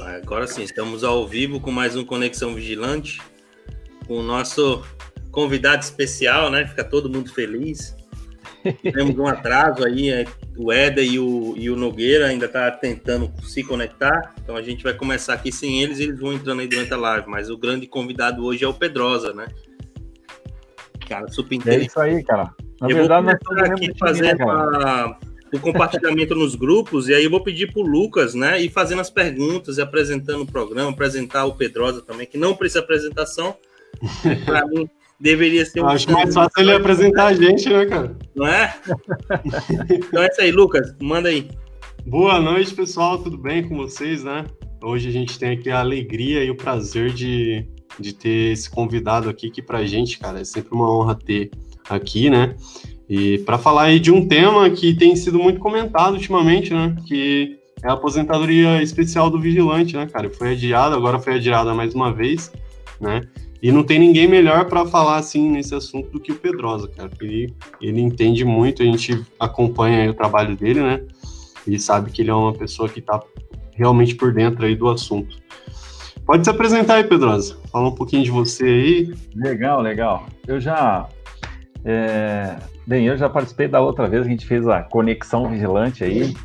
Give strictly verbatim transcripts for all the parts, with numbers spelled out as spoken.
Agora sim, estamos ao vivo com mais um Conexão Vigilante, com o nosso convidado especial, né? Fica todo mundo feliz. Tivemos um atraso aí, o Éder e o, e o Nogueira ainda tá tentando se conectar, então a gente vai começar aqui sem eles, eles vão entrando aí durante a live, mas o grande convidado hoje é o Pedrosa, né? Cara, super interessante. É isso aí, cara. Na eu verdade, vou começar aqui fazendo a, o compartilhamento nos grupos, e aí eu vou pedir pro Lucas, né, ir fazendo as perguntas e apresentando o programa, apresentar o Pedrosa também, que não precisa apresentação, para mim deveria ser um... Acho mais fácil ele apresentar a gente, né, cara? Não é? Então é isso aí, Lucas, manda aí. Boa noite, pessoal, tudo bem com vocês, né? Hoje a gente tem aqui a alegria e o prazer de, de ter esse convidado aqui, que pra gente, cara, é sempre uma honra ter aqui, né? E para falar aí de um tema que tem sido muito comentado ultimamente, né? Que é a aposentadoria especial do vigilante, né, cara? Foi adiada, agora foi adiada mais uma vez, né? E não tem ninguém melhor para falar, assim, nesse assunto do que o Pedrosa, cara. Ele, ele entende muito, a gente acompanha aí o trabalho dele, né? E sabe que ele é uma pessoa que tá realmente por dentro aí do assunto. Pode se apresentar aí, Pedrosa. Fala um pouquinho de você aí. Legal, legal. Eu já... É... Bem, eu já participei da outra vez, a gente fez a Conexão Vigilante aí,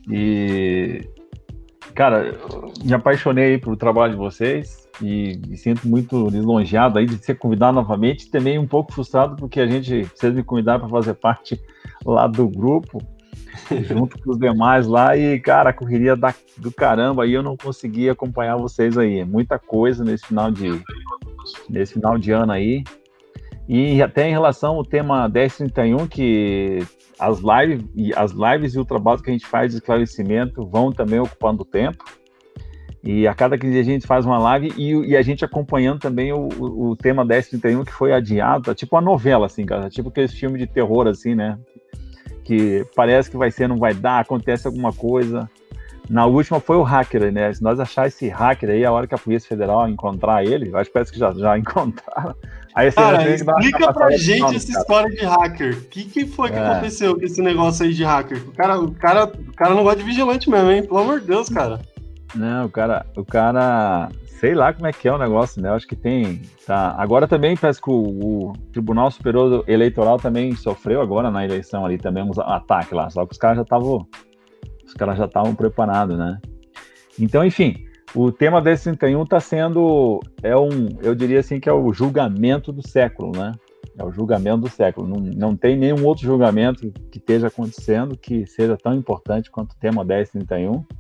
e, cara, me apaixonei pelo trabalho de vocês, e me sinto muito lisonjeado aí de ser convidado novamente, e também um pouco frustrado, porque a gente precisa me convidar para fazer parte lá do grupo, junto com os demais lá, e, cara, a correria da, do caramba, aí eu não consegui acompanhar vocês aí, muita coisa nesse final de, nesse final de ano aí. E até em relação ao tema dez trinta e um, que as lives, as lives e o trabalho que a gente faz de esclarecimento vão também ocupando tempo. E a cada quinze dias a gente faz uma live e, e a gente acompanhando também o, o, o tema dez trinta e um, que foi adiado, tá tipo uma novela, assim, cara, tipo aqueles filmes de terror, assim, né? Que parece que vai ser, não vai dar, acontece alguma coisa. Na última foi o hacker, né? Se nós achar esse hacker aí, a hora que a Polícia Federal encontrar ele, eu acho que parece que já, já encontraram. Aí, cara, explica pra gente nome, essa cara. história de hacker. O que, que foi que é. aconteceu com esse negócio aí de hacker? O cara, o, cara, o cara não gosta de vigilante mesmo, hein? Pelo amor de Deus, cara. Não, o cara, o cara, sei lá como é que é o negócio, né? Eu acho que tem, tá. Agora também parece que o, o Tribunal Superior Eleitoral também sofreu agora na eleição ali também um ataque lá, só que os caras já estavam, os caras já estavam preparados, né? Então, enfim, o tema dez trinta e um está sendo, é um, eu diria assim que é o julgamento do século, né? É o julgamento do século. Não, não tem nenhum outro julgamento que esteja acontecendo que seja tão importante quanto o tema dez trinta e um,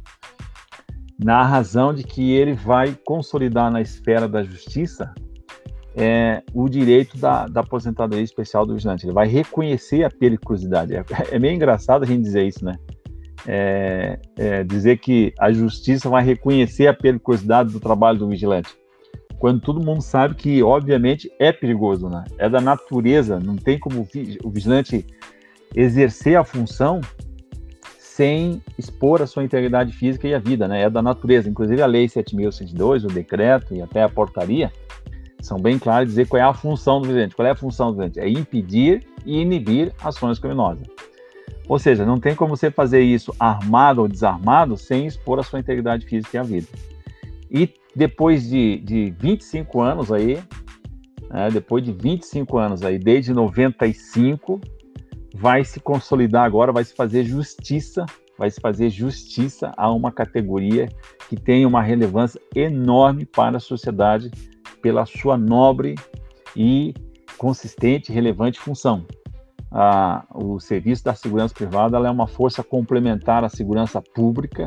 na razão de que ele vai consolidar na esfera da justiça é, o direito da, da aposentadoria especial do vigilante. Ele vai reconhecer a periculosidade. É, é meio engraçado a gente dizer isso, né? É, é, dizer que a justiça vai reconhecer a periculosidade do trabalho do vigilante, quando todo mundo sabe que, obviamente, é perigoso, né? É da natureza, não tem como o vigilante exercer a função sem expor a sua integridade física e a vida, né? É da natureza. Inclusive a Lei sete mil cento e dois, o decreto e até a portaria são bem claros dizer qual é a função do vigilante. Qual é a função do vigilante? É impedir e inibir ações criminosas. Ou seja, não tem como você fazer isso armado ou desarmado sem expor a sua integridade física e a vida. E depois de, de vinte e cinco anos aí, né, depois de vinte e cinco anos aí, desde noventa e cinco, vai se consolidar agora, vai se fazer justiça, vai se fazer justiça a uma categoria que tem uma relevância enorme para a sociedade pela sua nobre e consistente e relevante função. Ah, o serviço da segurança privada ela é uma força complementar à segurança pública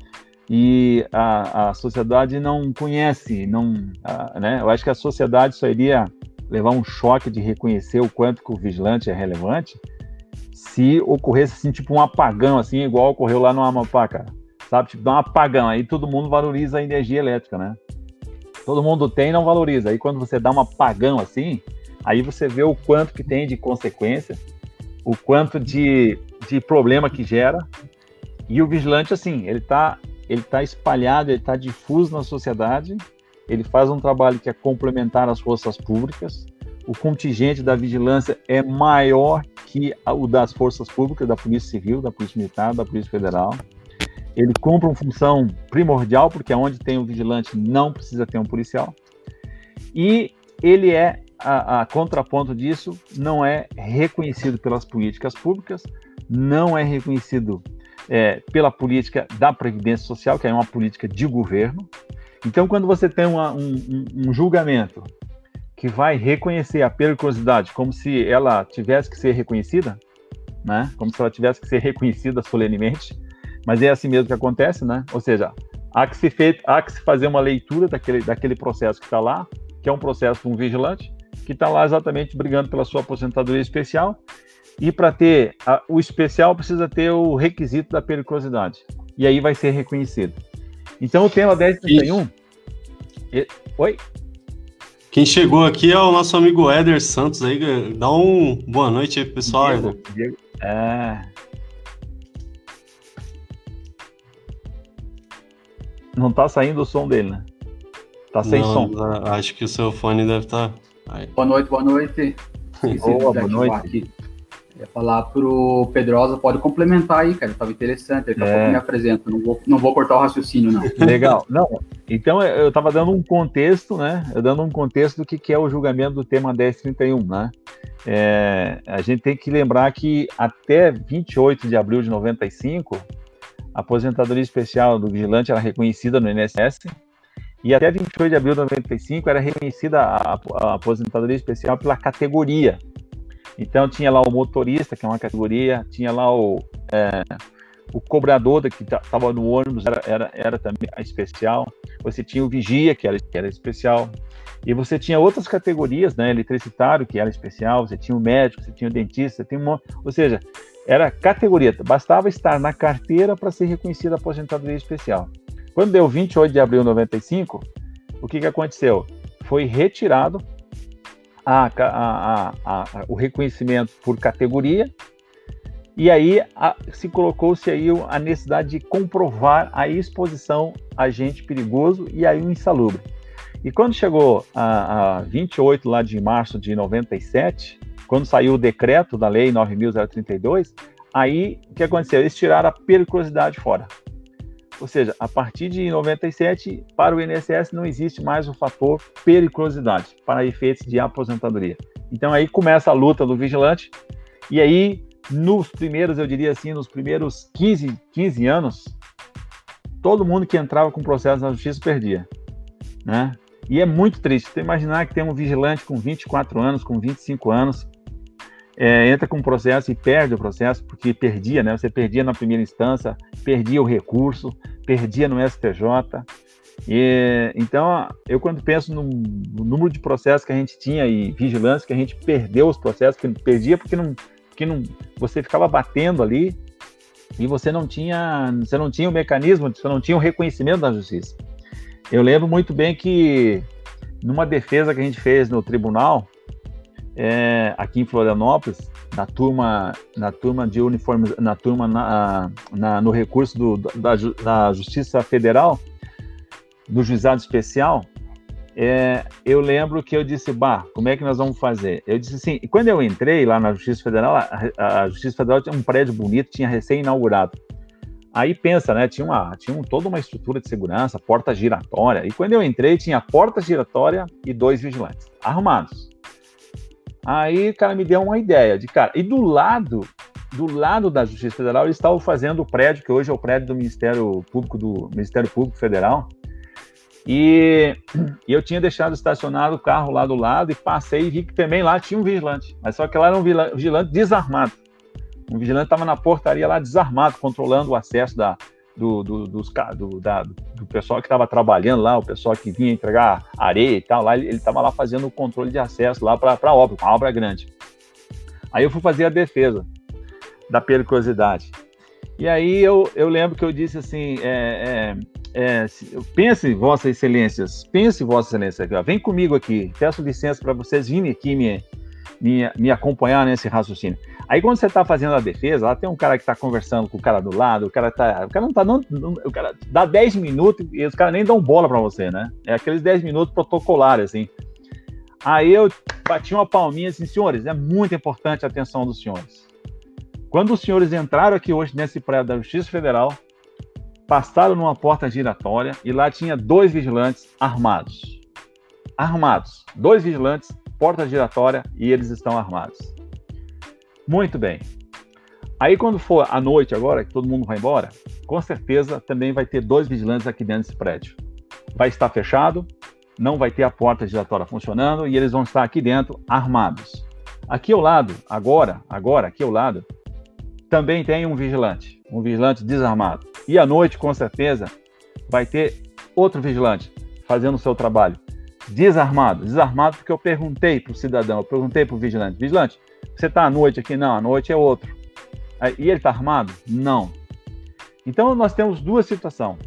e a, a sociedade não conhece, não, ah, né? Eu acho que a sociedade só iria levar um choque de reconhecer o quanto que o vigilante é relevante se ocorresse assim, tipo um apagão, assim, igual ocorreu lá no Amapá, cara, sabe? Tipo, dá um apagão, aí todo mundo valoriza a energia elétrica, né? Todo mundo tem e não valoriza. Aí quando você dá um apagão assim, aí você vê o quanto que tem de consequência, o quanto de, de problema que gera. E o vigilante, assim, ele está ele tá espalhado, ele está difuso na sociedade, ele faz um trabalho que é complementar às forças públicas, o contingente da vigilância é maior que o das forças públicas, da Polícia Civil, da Polícia Militar, da Polícia Federal. ele cumpre uma função primordial, porque onde tem um vigilante não precisa ter um policial, e ele é, a, a contraponto disso, não é reconhecido pelas políticas públicas, não é reconhecido é, pela política da Previdência Social, que é uma política de governo. Então, quando você tem uma, um, um, um julgamento que vai reconhecer a periculosidade como se ela tivesse que ser reconhecida, né? Como se ela tivesse que ser reconhecida solenemente, mas é assim mesmo que acontece, né? Ou seja, há que se, feito, há que se fazer uma leitura daquele, daquele processo que está lá, que é um processo de um vigilante, que está lá exatamente brigando pela sua aposentadoria especial, e para ter a, o especial precisa ter o requisito da periculosidade, e aí vai ser reconhecido. Então o tema dez trinta e um... E, oi? Quem chegou aqui é o nosso amigo Éder Santos aí, dá um boa noite aí, pessoal. Diego, Diego, é... Não tá saindo o som dele, né? Tá sem Não, som. Acho que o seu fone deve estar... Tá... Boa noite, boa noite. Boa, boa noite. Aqui. Ia falar pro Pedrosa, pode complementar aí, cara, tava interessante, daqui a é. pouco me apresenta, não vou, não vou cortar o raciocínio, não. Legal. Não, então eu estava dando um contexto, né? Eu dando um contexto do que, que é o julgamento do tema dez trinta e um, né? É, a gente tem que lembrar que até vinte e oito de abril de noventa e cinco, a aposentadoria especial do vigilante era reconhecida no I N S S, e até vinte e oito de abril de noventa e cinco era reconhecida a, a aposentadoria especial pela categoria. Então tinha lá o motorista, que é uma categoria, tinha lá o, é, o cobrador que estava no ônibus, era, era, era também a especial, você tinha o vigia, que era, que era especial, e você tinha outras categorias, né, eletricitário, que era especial, você tinha o médico, você tinha o dentista, você tinha uma, ou seja, era categoria, bastava estar na carteira para ser reconhecida a aposentadoria especial. Quando deu vinte e oito de abril de noventa e cinco, o que, que aconteceu? Foi retirado A, a, a, a, o reconhecimento por categoria, e aí a, se colocou-se aí a necessidade de comprovar a exposição a agente perigoso e aí o insalubre. E quando chegou a, a vinte e oito lá de março de noventa e sete, quando saiu o decreto da lei nove mil trinta e dois, aí o que aconteceu? Eles tiraram a periculosidade fora. Ou seja, a partir de noventa e sete, para o I N S S não existe mais o fator periculosidade para efeitos de aposentadoria. Então aí começa a luta do vigilante, e aí nos primeiros, eu diria assim, nos primeiros quinze, quinze anos, todo mundo que entrava com processo na justiça perdia, né? E é muito triste, você imaginar que tem um vigilante com vinte e quatro anos, com vinte e cinco anos, É, entra com o processo e perde o processo, porque perdia, né? Você perdia na primeira instância, perdia o recurso, perdia no S T J. E, então, eu quando penso no, no número de processos que a gente tinha e vigilância, que a gente perdeu os processos, que perdia porque, não, porque não, você ficava batendo ali e você não tinha, você não tinha o mecanismo, você não tinha o reconhecimento da justiça. Eu lembro muito bem que numa defesa que a gente fez no tribunal, É, aqui em Florianópolis, na turma, na turma de uniformes, na turma na, na, no recurso do, da, da Justiça Federal, do Juizado Especial, é, eu lembro que eu disse, bah, como é que nós vamos fazer? Eu disse assim, e quando eu entrei lá na Justiça Federal, a, a Justiça Federal tinha um prédio bonito, tinha recém-inaugurado. Aí pensa, né, tinha, uma, tinha um, toda uma estrutura de segurança, porta giratória, e quando eu entrei tinha porta giratória e dois vigilantes, arrumados. Aí o cara me deu uma ideia de cara. E do lado, do lado da Justiça Federal, eles estavam fazendo o prédio, que hoje é o prédio do Ministério Público, do Ministério Público Federal. E, e eu tinha deixado estacionado o carro lá do lado e passei e vi que também lá tinha um vigilante. Mas só que lá era um vigilante desarmado. Um vigilante estava na portaria lá desarmado, controlando o acesso da, do, do, dos, do, da, do pessoal que estava trabalhando lá, o pessoal que vinha entregar areia e tal, lá ele estava lá fazendo o controle de acesso lá para a obra, uma obra grande. Aí eu fui fazer a defesa da periculosidade. E aí eu, eu lembro que eu disse assim, é, é, é, pense, Vossa Excelências, pense, Vossa Excelência, vem comigo aqui, peço licença para vocês virem aqui me, me, me acompanhar nesse raciocínio. Aí quando você está fazendo a defesa, lá tem um cara que está conversando com o cara do lado, o cara tá, o cara não tá, não, não, o cara dá dez minutos e os caras nem dão bola para você, né? É aqueles dez minutos protocolares, assim. Aí eu bati uma palminha assim, senhores, é muito importante a atenção dos senhores. Quando os senhores entraram aqui hoje nesse prédio da Justiça Federal, passaram numa porta giratória e lá tinha dois vigilantes armados. Armados. Dois vigilantes, porta giratória, e eles estão armados. Muito bem. Aí quando for à noite agora, que todo mundo vai embora, com certeza também vai ter dois vigilantes aqui dentro desse prédio. Vai estar fechado, não vai ter a porta giratória funcionando e eles vão estar aqui dentro armados. Aqui ao lado, agora, agora, aqui ao lado, também tem um vigilante, um vigilante desarmado. E à noite, com certeza, vai ter outro vigilante fazendo o seu trabalho. Desarmado, desarmado porque eu perguntei para o cidadão, eu perguntei para o vigilante, vigilante, você está à noite aqui? Não, à noite é outro. E ele está armado? Não. Então nós temos duas situações.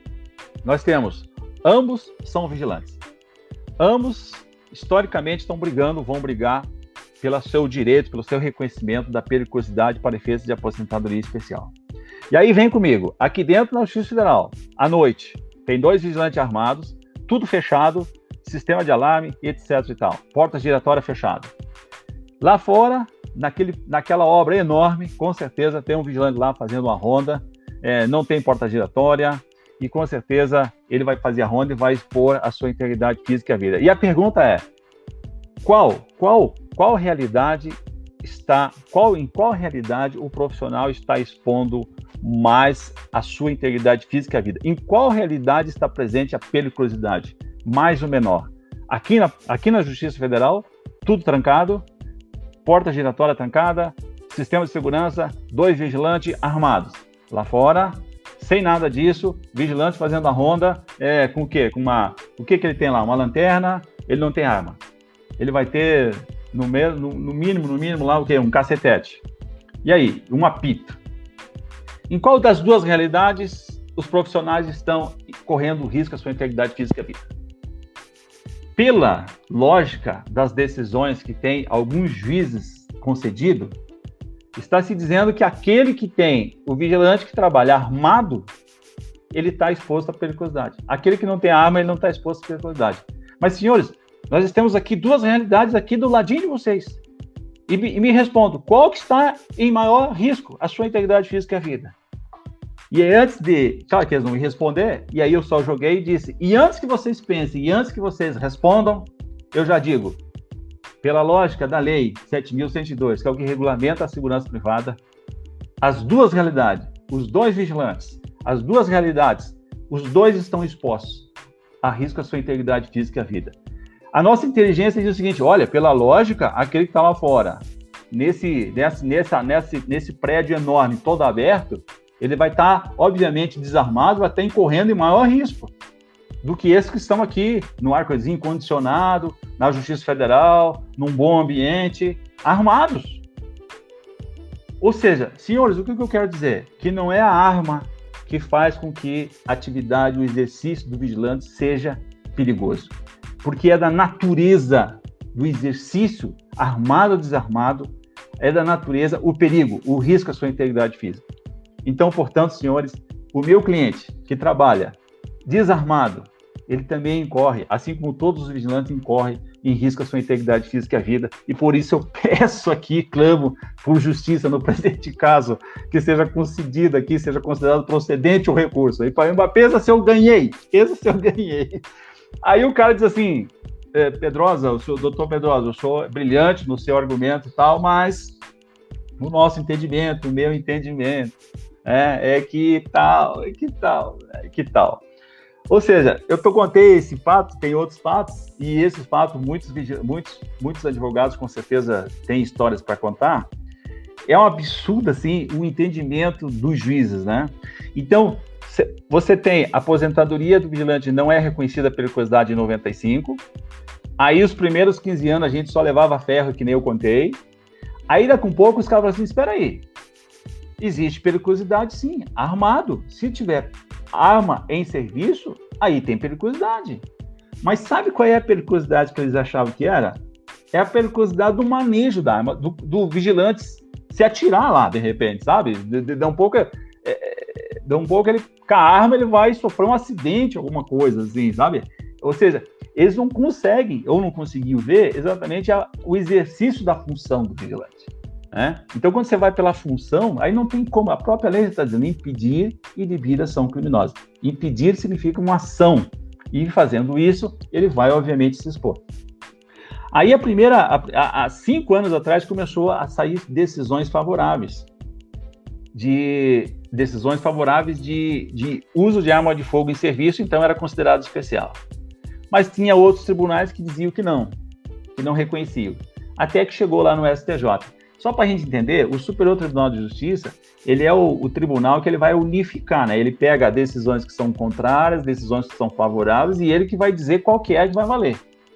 Nós temos, ambos são vigilantes. Ambos, historicamente, estão brigando, vão brigar pelo seu direito, pelo seu reconhecimento da periculosidade para efeitos de aposentadoria especial. E aí vem comigo, aqui dentro na Justiça Federal, à noite, tem dois vigilantes armados, tudo fechado, sistema de alarme, etc e tal. Porta giratória fechada. Lá fora, naquele, naquela obra enorme, com certeza tem um vigilante lá fazendo uma ronda, é, não tem porta giratória, e com certeza ele vai fazer a ronda e vai expor a sua integridade física e a vida. E a pergunta é, qual, qual, qual realidade está, qual, em qual realidade o profissional está expondo mais a sua integridade física e a vida? Em qual realidade está presente a periculosidade? Mais ou menor? Aqui na, aqui na Justiça Federal, tudo trancado, porta giratória trancada, sistema de segurança, dois vigilantes armados. Lá fora, sem nada disso, vigilante fazendo a ronda, é, com o quê? Com uma, o que que ele tem lá? Uma lanterna, ele não tem arma. Ele vai ter, no, no, no mínimo, no mínimo lá, o quê? Um cacetete. E aí? Um apito. Em qual das duas realidades os profissionais estão correndo risco à sua integridade física e vida? Pela lógica das decisões que tem alguns juízes concedido, está se dizendo que aquele que tem o vigilante que trabalha armado, ele está exposto à periculosidade. Aquele que não tem arma, ele não está exposto à periculosidade. Mas, senhores, nós temos aqui duas realidades aqui do ladinho de vocês. E, e me respondo, qual que está em maior risco a sua integridade física e a vida? E aí, antes de... Claro que eles não me responder, e aí eu só joguei e disse, e antes que vocês pensem, e antes que vocês respondam, eu já digo, pela lógica da lei sete mil cento e dois, que é o que regulamenta a segurança privada, as duas realidades, os dois vigilantes, as duas realidades, os dois estão expostos a risco à sua integridade física e a vida. A nossa inteligência diz o seguinte, olha, pela lógica, aquele que está lá fora, nesse, nesse, nessa, nesse, nesse prédio enorme, todo aberto, ele vai estar, obviamente, desarmado, vai estar incorrendo em maior risco do que esses que estão aqui no ar-condicionado condicionado, na Justiça Federal, num bom ambiente, armados. Ou seja, senhores, o que eu quero dizer? Que não é a arma que faz com que a atividade, o exercício do vigilante seja perigoso. Porque é da natureza do exercício, armado ou desarmado, é da natureza o perigo, o risco à sua integridade física. Então, portanto, senhores, o meu cliente que trabalha desarmado, ele também incorre, assim como todos os vigilantes incorrem em risco à sua integridade física e a vida, e por isso eu peço aqui, clamo por justiça no presente caso, que seja concedido aqui, seja considerado procedente o recurso. Aí para pensa se eu ganhei, pensa se eu ganhei. Aí o cara diz assim, Pedrosa, o senhor, doutor Pedrosa, eu sou brilhante no seu argumento e tal, mas no nosso entendimento, no meu entendimento, é, é que tal, é que tal, é que tal. Ou seja, eu contei esse fato, tem outros fatos, e esses fatos, muitos, muitos, muitos advogados com certeza têm histórias para contar. É um absurdo, assim, o entendimento dos juízes, né? Então, você tem a aposentadoria do vigilante não é reconhecida pela periculosidade em noventa e cinco, aí os primeiros quinze anos a gente só levava ferro, que nem eu contei, aí daqui a um pouco os caras falam assim, espera aí, existe periculosidade sim, armado, se tiver arma em serviço, aí tem periculosidade. Mas sabe qual é a periculosidade que eles achavam que era? É a periculosidade do manejo da arma, do, do vigilante se atirar lá, de repente, sabe? De, de, de um pouco, é, de um pouco ele, com a arma ele vai sofrer um acidente, alguma coisa assim, sabe? Ou seja, eles não conseguem, ou não conseguiam ver exatamente a, o exercício da função do vigilante. né? Então, quando você vai pela função, aí não tem como, a própria lei está dizendo impedir e inibir ação criminosa. Impedir significa uma ação, e fazendo isso, ele vai, obviamente, se expor. Aí, a primeira, há cinco anos atrás, começou a sair decisões favoráveis, de decisões favoráveis de, de uso de arma de fogo em serviço, então era considerado especial. Mas tinha outros tribunais que diziam que não, que não reconheciam. Até que chegou lá no S T J. Só para a gente entender, o Superior Tribunal de Justiça, ele é o, o tribunal que ele vai unificar, né? Ele pega decisões que são contrárias, decisões que são favoráveis, e ele que vai dizer qual que é a que vai valer.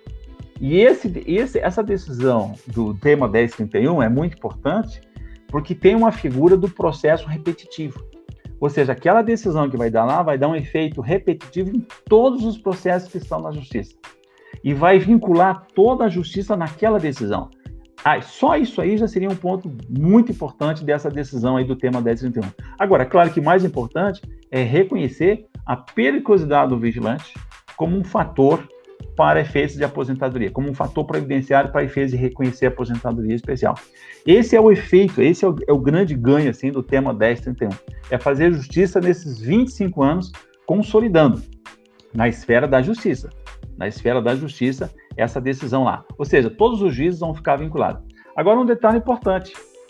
E esse, esse, essa decisão do tema dez trinta e um é muito importante, porque tem uma figura do processo repetitivo. Ou seja, aquela decisão que vai dar lá vai dar um efeito repetitivo em todos os processos que estão na justiça. E vai vincular toda a justiça naquela decisão. Ah, só isso aí já seria um ponto muito importante dessa decisão aí do tema dez trinta e um. Agora, é claro que mais importante é reconhecer a periculosidade do vigilante como um fator para efeitos de aposentadoria, como um fator previdenciário para efeitos de reconhecer a aposentadoria especial. Esse é o efeito, esse é o, é o grande ganho assim, do tema dez trinta e um. É fazer justiça nesses vinte e cinco anos, consolidando na esfera da justiça. Na esfera da justiça, essa decisão lá. Ou seja, todos os juízes vão ficar vinculados. Agora, um detalhe importante.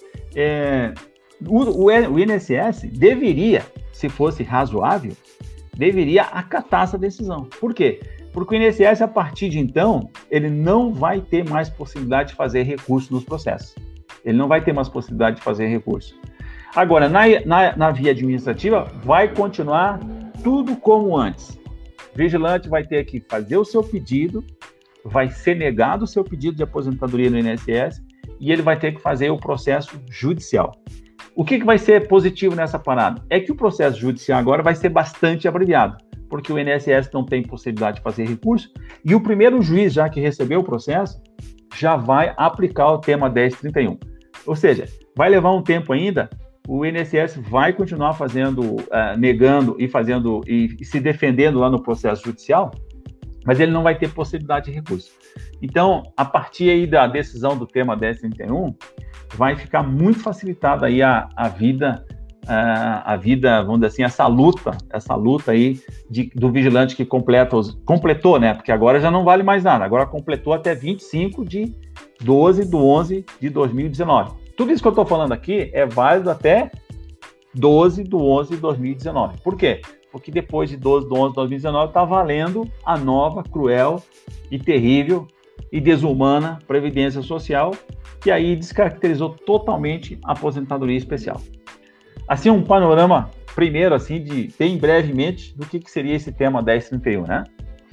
É, o, o, o I N S S deveria, se fosse razoável, deveria acatar essa decisão. Por quê? Porque o I N S S, a partir de então, ele não vai ter mais possibilidade de fazer recurso nos processos. Ele não vai ter mais possibilidade de fazer recurso. Agora, na, na, na via administrativa, vai continuar tudo como antes. O vigilante vai ter que fazer o seu pedido, vai ser negado o seu pedido de aposentadoria no I N S S e ele vai ter que fazer o processo judicial. O que, que vai ser positivo nessa parada? É que o processo judicial agora vai ser bastante abreviado, porque o I N S S não tem possibilidade de fazer recurso e o primeiro juiz, já que recebeu o processo, já vai aplicar o tema dez trinta e um. Ou seja, vai levar um tempo ainda, o I N S S vai continuar fazendo, uh, negando e fazendo e, e se defendendo lá no processo judicial, mas ele não vai ter possibilidade de recurso. Então, a partir aí da decisão do tema dez trinta e um, vai ficar muito facilitada aí a, a vida, uh, a vida, vamos dizer assim, essa luta, essa luta aí de, do vigilante que completa os, completou, né? Porque agora já não vale mais nada, agora completou até vinte e cinco de doze de onze de dois mil e dezenove. Tudo isso que eu estou falando aqui é válido até doze de onze de dois mil e dezenove. Por quê? Porque depois de doze de onze de dois mil e dezenove está valendo a nova, cruel e terrível e desumana Previdência Social, que aí descaracterizou totalmente a aposentadoria especial. Assim, um panorama, primeiro, assim, de bem brevemente, do que, que seria esse tema dez trinta e um, né?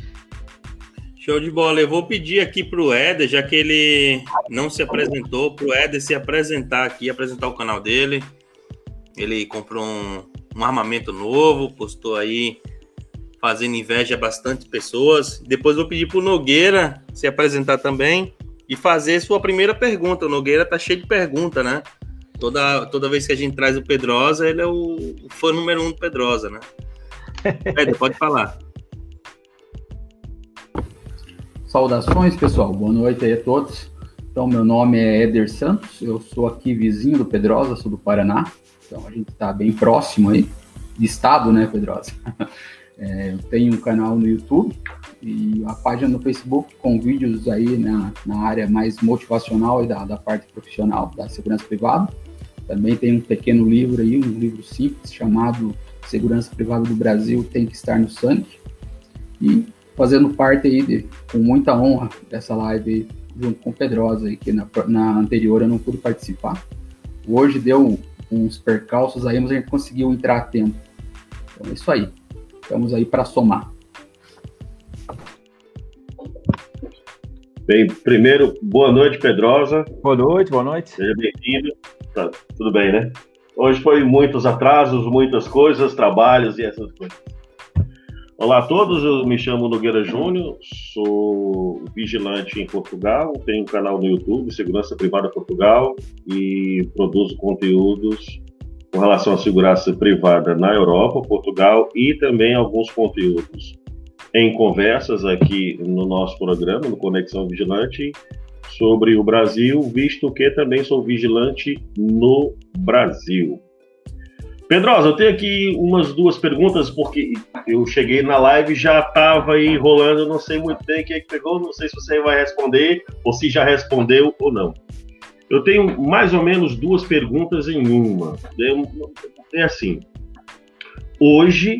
Show de bola. Eu vou pedir aqui para o Éder, já que ele não se apresentou, para o Éder se apresentar aqui, apresentar o canal dele. Ele comprou um, um armamento novo, postou aí, fazendo inveja a bastante pessoas. Depois vou pedir para o Nogueira se apresentar também e fazer sua primeira pergunta. O Nogueira tá cheio de pergunta, né? Toda, toda vez que a gente traz o Pedrosa, ele é o, o fã número um do Pedrosa, né? Éder, pode falar. Saudações, pessoal. Boa noite aí a todos. Então, meu nome é Éder Santos, eu sou aqui vizinho do Pedrosa, sou do Paraná. Então, a gente está bem próximo aí, de estado, né, Pedrosa? É, eu tenho um canal no YouTube e a página no Facebook com vídeos aí na, na área mais motivacional e da, da parte profissional da segurança privada. Também tem um pequeno livro aí, um livro simples, chamado Segurança Privada do Brasil Tem que Estar no Sangue. E fazendo parte aí, de, com muita honra, dessa live junto com o Pedrosa, aí, que na, na anterior eu não pude participar. Hoje deu uns percalços aí, mas a gente conseguiu entrar a tempo. Então é isso aí. Estamos aí para somar. Bem, primeiro, boa noite, Pedrosa. Boa noite, boa noite. Seja bem-vindo. Tá, tudo bem, né? Hoje foi muitos atrasos, muitas coisas, trabalhos e essas coisas. Olá a todos, eu me chamo Nogueira Júnior, sou vigilante em Portugal, tenho um canal no YouTube, Segurança Privada Portugal, e produzo conteúdos com relação à segurança privada na Europa, Portugal, e também alguns conteúdos em conversas aqui no nosso programa, no Conexão Vigilante, sobre o Brasil, visto que também sou vigilante no Brasil. Pedrosa, eu tenho aqui umas duas perguntas, porque eu cheguei na live e já estava aí rolando, não sei muito bem quem é que pegou, não sei se você vai responder, ou se já respondeu ou não. Eu tenho mais ou menos duas perguntas em uma. É assim, hoje,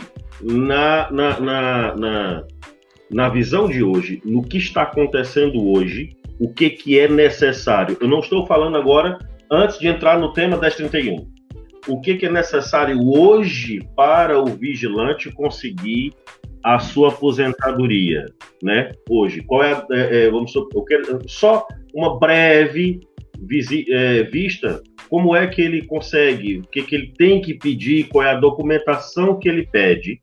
na, na, na, na, na visão de hoje, no que está acontecendo hoje, o que, que é necessário? Eu não estou falando agora, antes de entrar no tema dez trinta e um. O que, que é necessário hoje para o vigilante conseguir a sua aposentadoria, né? Hoje, qual é, a, é, é vamos eu quero só uma breve visi, é, vista, como é que ele consegue, o que, que ele tem que pedir, qual é a documentação que ele pede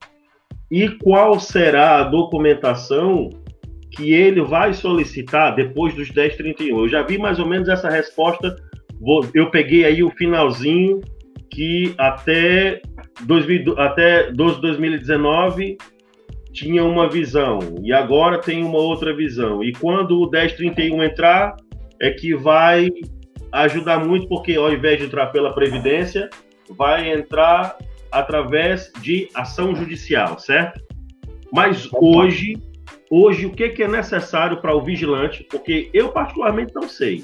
e qual será a documentação que ele vai solicitar depois dos dez trinta e um. Eu já vi mais ou menos essa resposta, vou, eu peguei aí o finalzinho que até, dois mil, até dois mil e dezenove tinha uma visão, e agora tem uma outra visão. E quando o dez trinta e um entrar, é que vai ajudar muito, porque ao invés de entrar pela Previdência, vai entrar através de ação judicial, certo? Mas hoje, hoje o que é necessário para o vigilante? Porque eu particularmente não sei,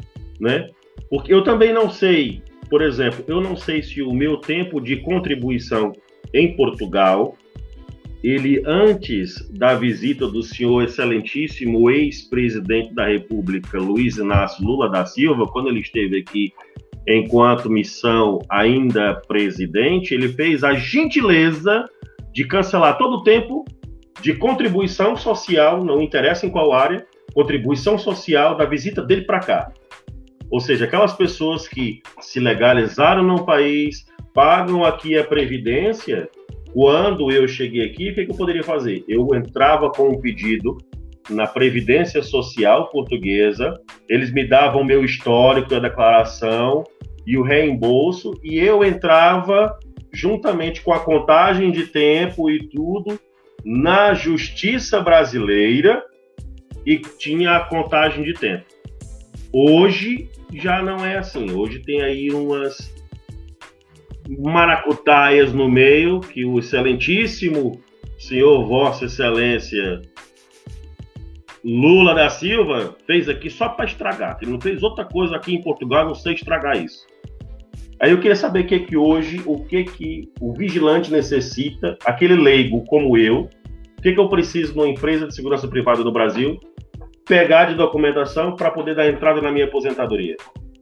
né? Porque eu também não sei. Por exemplo, eu não sei se o meu tempo de contribuição em Portugal, ele antes da visita do senhor excelentíssimo ex-presidente da República, Luiz Inácio Lula da Silva, quando ele esteve aqui enquanto missão ainda presidente, ele fez a gentileza de cancelar todo o tempo de contribuição social, não interessa em qual área, contribuição social da visita dele para cá. Ou seja, aquelas pessoas que se legalizaram no país, pagam aqui a Previdência, quando eu cheguei aqui, o que, que eu poderia fazer? Eu entrava com um pedido na Previdência Social Portuguesa, eles me davam o meu histórico, a declaração e o reembolso, e eu entrava juntamente com a contagem de tempo e tudo na Justiça Brasileira e tinha a contagem de tempo. Hoje já não é assim. Hoje tem aí umas maracutaias no meio que o excelentíssimo senhor Vossa Excelência Lula da Silva fez aqui só para estragar. Ele não fez outra coisa aqui em Portugal, não sei estragar isso. Aí eu queria saber o que que hoje, o que que o vigilante necessita, aquele leigo como eu, o que que eu preciso numa empresa de segurança privada no Brasil pegar de documentação para poder dar entrada na minha aposentadoria.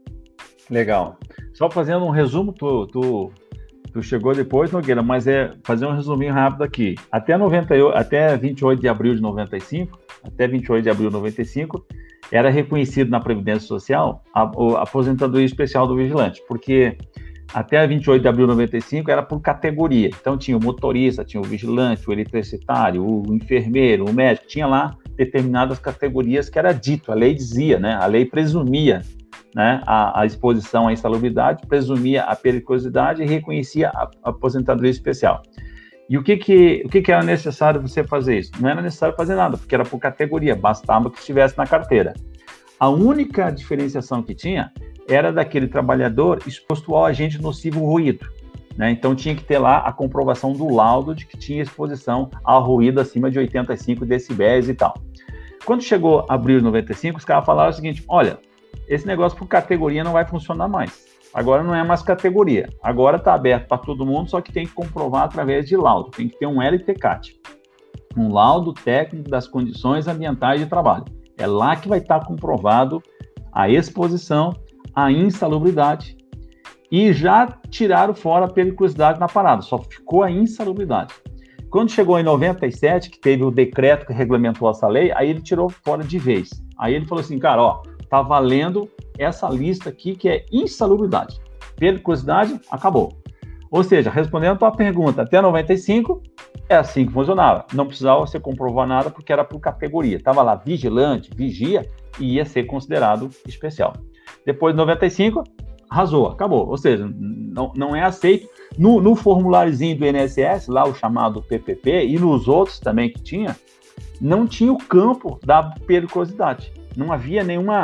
Legal. Só fazendo um resumo, tu, tu, tu chegou depois, Nogueira, mas é fazer um resuminho rápido aqui. Até, noventa, até vinte e oito de abril de noventa e cinco, até vinte e oito de abril de noventa e cinco, era reconhecido na Previdência Social a, a aposentadoria especial do vigilante, porque até vinte e oito de abril de noventa e cinco era por categoria. Então tinha o motorista, tinha o vigilante, o eletricitário, o enfermeiro, o médico, tinha lá determinadas categorias que era dito, a lei dizia, né? A lei presumia, né, a, a exposição à insalubridade, presumia a periculosidade e reconhecia a, a aposentadoria especial. E o que que, o que que era necessário você fazer isso? Não era necessário fazer nada, porque era por categoria, bastava que estivesse na carteira. A única diferenciação que tinha era daquele trabalhador exposto ao agente nocivo ruído, né? Então tinha que ter lá a comprovação do laudo de que tinha exposição ao ruído acima de oitenta e cinco decibéis e tal. Quando chegou abril de noventa e cinco, os caras falaram o seguinte: olha, esse negócio por categoria não vai funcionar mais. Agora não é mais categoria. Agora está aberto para todo mundo, só que tem que comprovar através de laudo. Tem que ter um L T C A T, um laudo técnico das condições ambientais de trabalho. É lá que vai estar comprovado a exposição, a insalubridade, e já tiraram fora a periculosidade na parada, só ficou a insalubridade. Quando chegou em noventa e sete, que teve o decreto que regulamentou essa lei, aí ele tirou fora de vez. Aí ele falou assim, cara, ó, tá valendo essa lista aqui que é insalubridade. Periculosidade, acabou. Ou seja, respondendo a tua pergunta, até noventa e cinco, é assim que funcionava. Não precisava você comprovar nada porque era por categoria. Tava lá vigilante, vigia, e ia ser considerado especial. Depois de noventa e cinco, arrasou, acabou. Ou seja, não, não é aceito. No, no formuláriozinho do I N S S, lá o chamado P P P, e nos outros também que tinha, não tinha o campo da periculosidade. Não havia nenhuma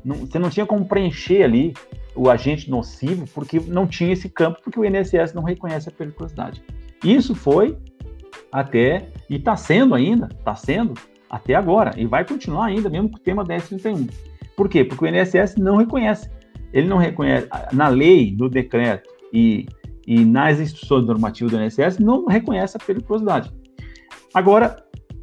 Não, você não tinha como preencher ali o agente nocivo, porque não tinha esse campo, porque o I N S S não reconhece a periculosidade. Isso foi até, e está sendo ainda, está sendo até agora, e vai continuar ainda, mesmo com o tema dez trinta e um. Por quê? Porque o I N S S não reconhece. Ele não reconhece, na lei, no decreto e, e nas instruções normativas do I N S S, não reconhece a periculosidade. Agora,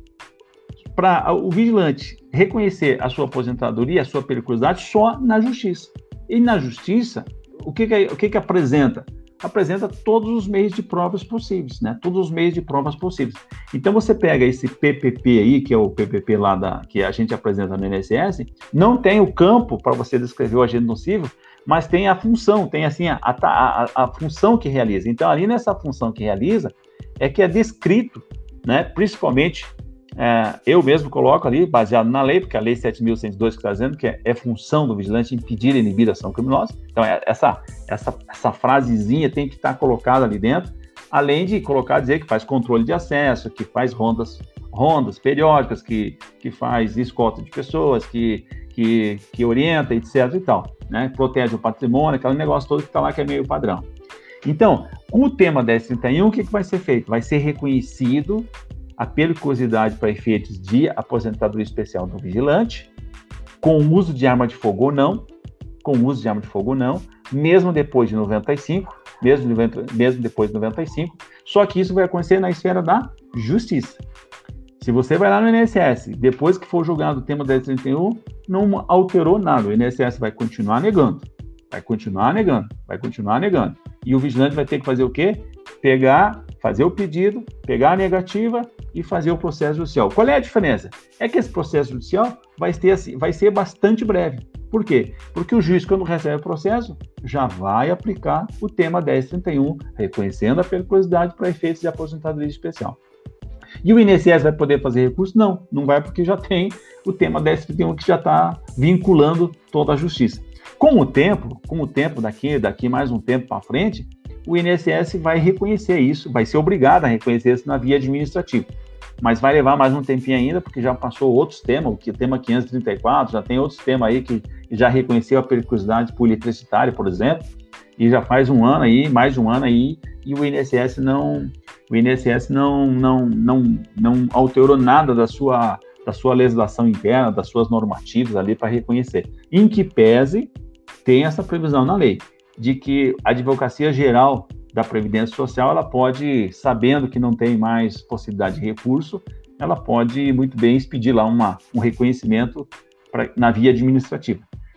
para o vigilante reconhecer a sua aposentadoria, a sua periculosidade, só na justiça. E na justiça, o que, que, o que, que apresenta? Apresenta todos os meios de provas possíveis, né? Todos os meios de provas possíveis. Então, você pega esse P P P aí, que é o P P P lá da, que a gente apresenta no I N S S, não tem o campo para você descrever o agente nocivo, mas tem a função, tem assim, a, a, a, a função que realiza. Então, ali nessa função que realiza, é que é descrito, né? Principalmente, é, eu mesmo coloco ali, baseado na lei, porque a lei sete mil cento e dois que está dizendo que é, é função do vigilante impedir e inibir a ação criminosa. Então, é, essa, essa, essa frasezinha tem que estar colocada ali dentro, além de colocar, dizer que faz controle de acesso, que faz rondas, rondas periódicas, que, que faz escolta de pessoas, que, que, que orienta, etc e tal, né? Protege o patrimônio, aquele negócio todo que está lá que é meio padrão. Então, com o tema dez trinta e um, o que, que vai ser feito? Vai ser reconhecido a periculosidade para efeitos de aposentadoria especial do vigilante, com o uso de arma de fogo ou não, com o uso de arma de fogo ou não, mesmo depois de noventa e cinco, mesmo, mesmo depois de noventa e cinco, só que isso vai acontecer na esfera da justiça. Se você vai lá no I N S S, depois que for julgado o tema dez trinta e um, não alterou nada, o I N S S vai continuar negando, vai continuar negando, vai continuar negando. E o vigilante vai ter que fazer o quê? Pegar, fazer o pedido, pegar a negativa e fazer o processo judicial. Qual é a diferença? É que esse processo judicial vai, ter, vai ser bastante breve. Por quê? Porque o juiz, quando recebe o processo, já vai aplicar o tema dez trinta e um, reconhecendo a periculosidade para efeitos de aposentadoria especial. E o I N S S vai poder fazer recurso? Não, não vai, porque já tem o tema dez trinta e um que já está vinculando toda a justiça. Com o tempo, com o tempo daqui, daqui mais um tempo para frente, o I N S S vai reconhecer isso, vai ser obrigado a reconhecer isso na via administrativa. Mas vai levar mais um tempinho ainda, porque já passou outros temas, o tema quinhentos e trinta e quatro, já tem outros temas aí que já reconheceu a periculosidade publicitária, por exemplo, e já faz um ano aí, mais de um ano aí, e o I N S S não, o I N S S não, não, não, não alterou nada da sua, da sua legislação interna, das suas normativas ali para reconhecer. Em que pese, tem essa previsão na lei, de que a Advocacia Geral da Previdência Social, ela pode, sabendo que não tem mais possibilidade de recurso, ela pode muito bem expedir lá uma, um reconhecimento pra, na via administrativa.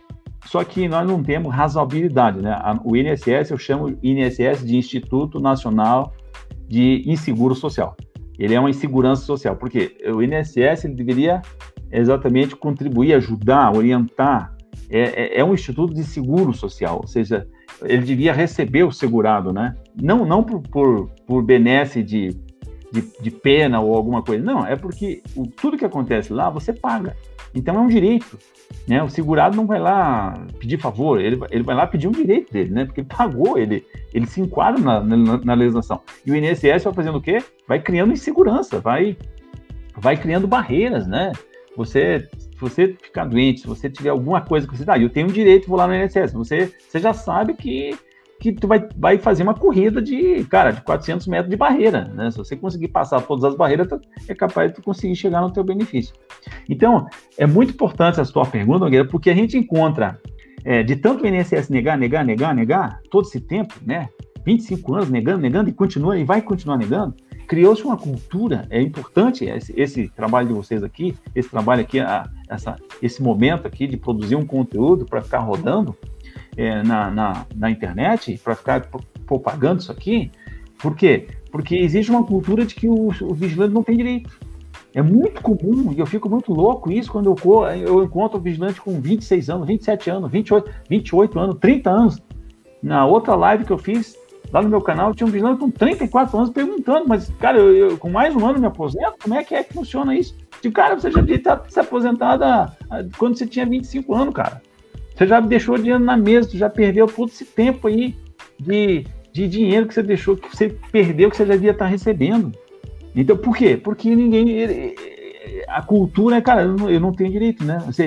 Só que nós não temos razoabilidade, né? O I N S S, eu chamo I N S S de Instituto Nacional de Inseguro Social. Ele é uma insegurança social, porque o I N S S ele deveria exatamente contribuir, ajudar, orientar. É, é, é um instituto de seguro social, ou seja, ele devia receber o segurado, né? Não, não por, por, por benesse de, de, de pena ou alguma coisa, não, é porque o, tudo que acontece lá você paga, então é um direito, né? O segurado não vai lá pedir favor, ele, ele vai lá pedir um direito dele, né? Porque ele pagou, ele, ele se enquadra na, na, na legislação. E o I N S S vai fazendo o quê? Vai criando insegurança, vai, vai criando barreiras, né? Você... Se você ficar doente, se você tiver alguma coisa que você dá, ah, eu tenho um direito, vou lá no I N S S, você, você já sabe que, que tu vai, vai fazer uma corrida de, cara, de quatrocentos metros de barreira, né? Se você conseguir passar todas as barreiras, é capaz de tu conseguir chegar no teu benefício. Então, é muito importante essa tua pergunta, Nogueira, porque a gente encontra, é, de tanto o I N S S negar, negar, negar, negar, todo esse tempo, né? vinte e cinco anos negando, negando, e continua, e vai continuar negando, criou-se uma cultura, é importante esse, esse trabalho de vocês aqui, esse trabalho aqui, a, essa, esse momento aqui de produzir um conteúdo para ficar rodando é, na, na, na internet, para ficar propagando isso aqui. Por quê? Porque existe uma cultura de que o, o vigilante não tem direito. É muito comum, e eu fico muito louco isso quando eu, eu encontro o vigilante com vinte e seis anos, vinte e sete anos, vinte e oito, vinte e oito anos, trinta anos. Na outra live que eu fiz, lá no meu canal, tinha um vigilante com trinta e quatro anos perguntando, mas, cara, eu, eu, com mais um ano me aposento, como é que é que funciona isso? Tipo, cara, você já devia estar se aposentada quando você tinha vinte e cinco anos, cara. Você já deixou dinheiro na mesa, você já perdeu todo esse tempo aí de, de dinheiro que você deixou, que você perdeu, que você já devia estar recebendo. Então, por quê? Porque ninguém... A cultura é, cara, eu não, eu não tenho direito, né? Ou seja,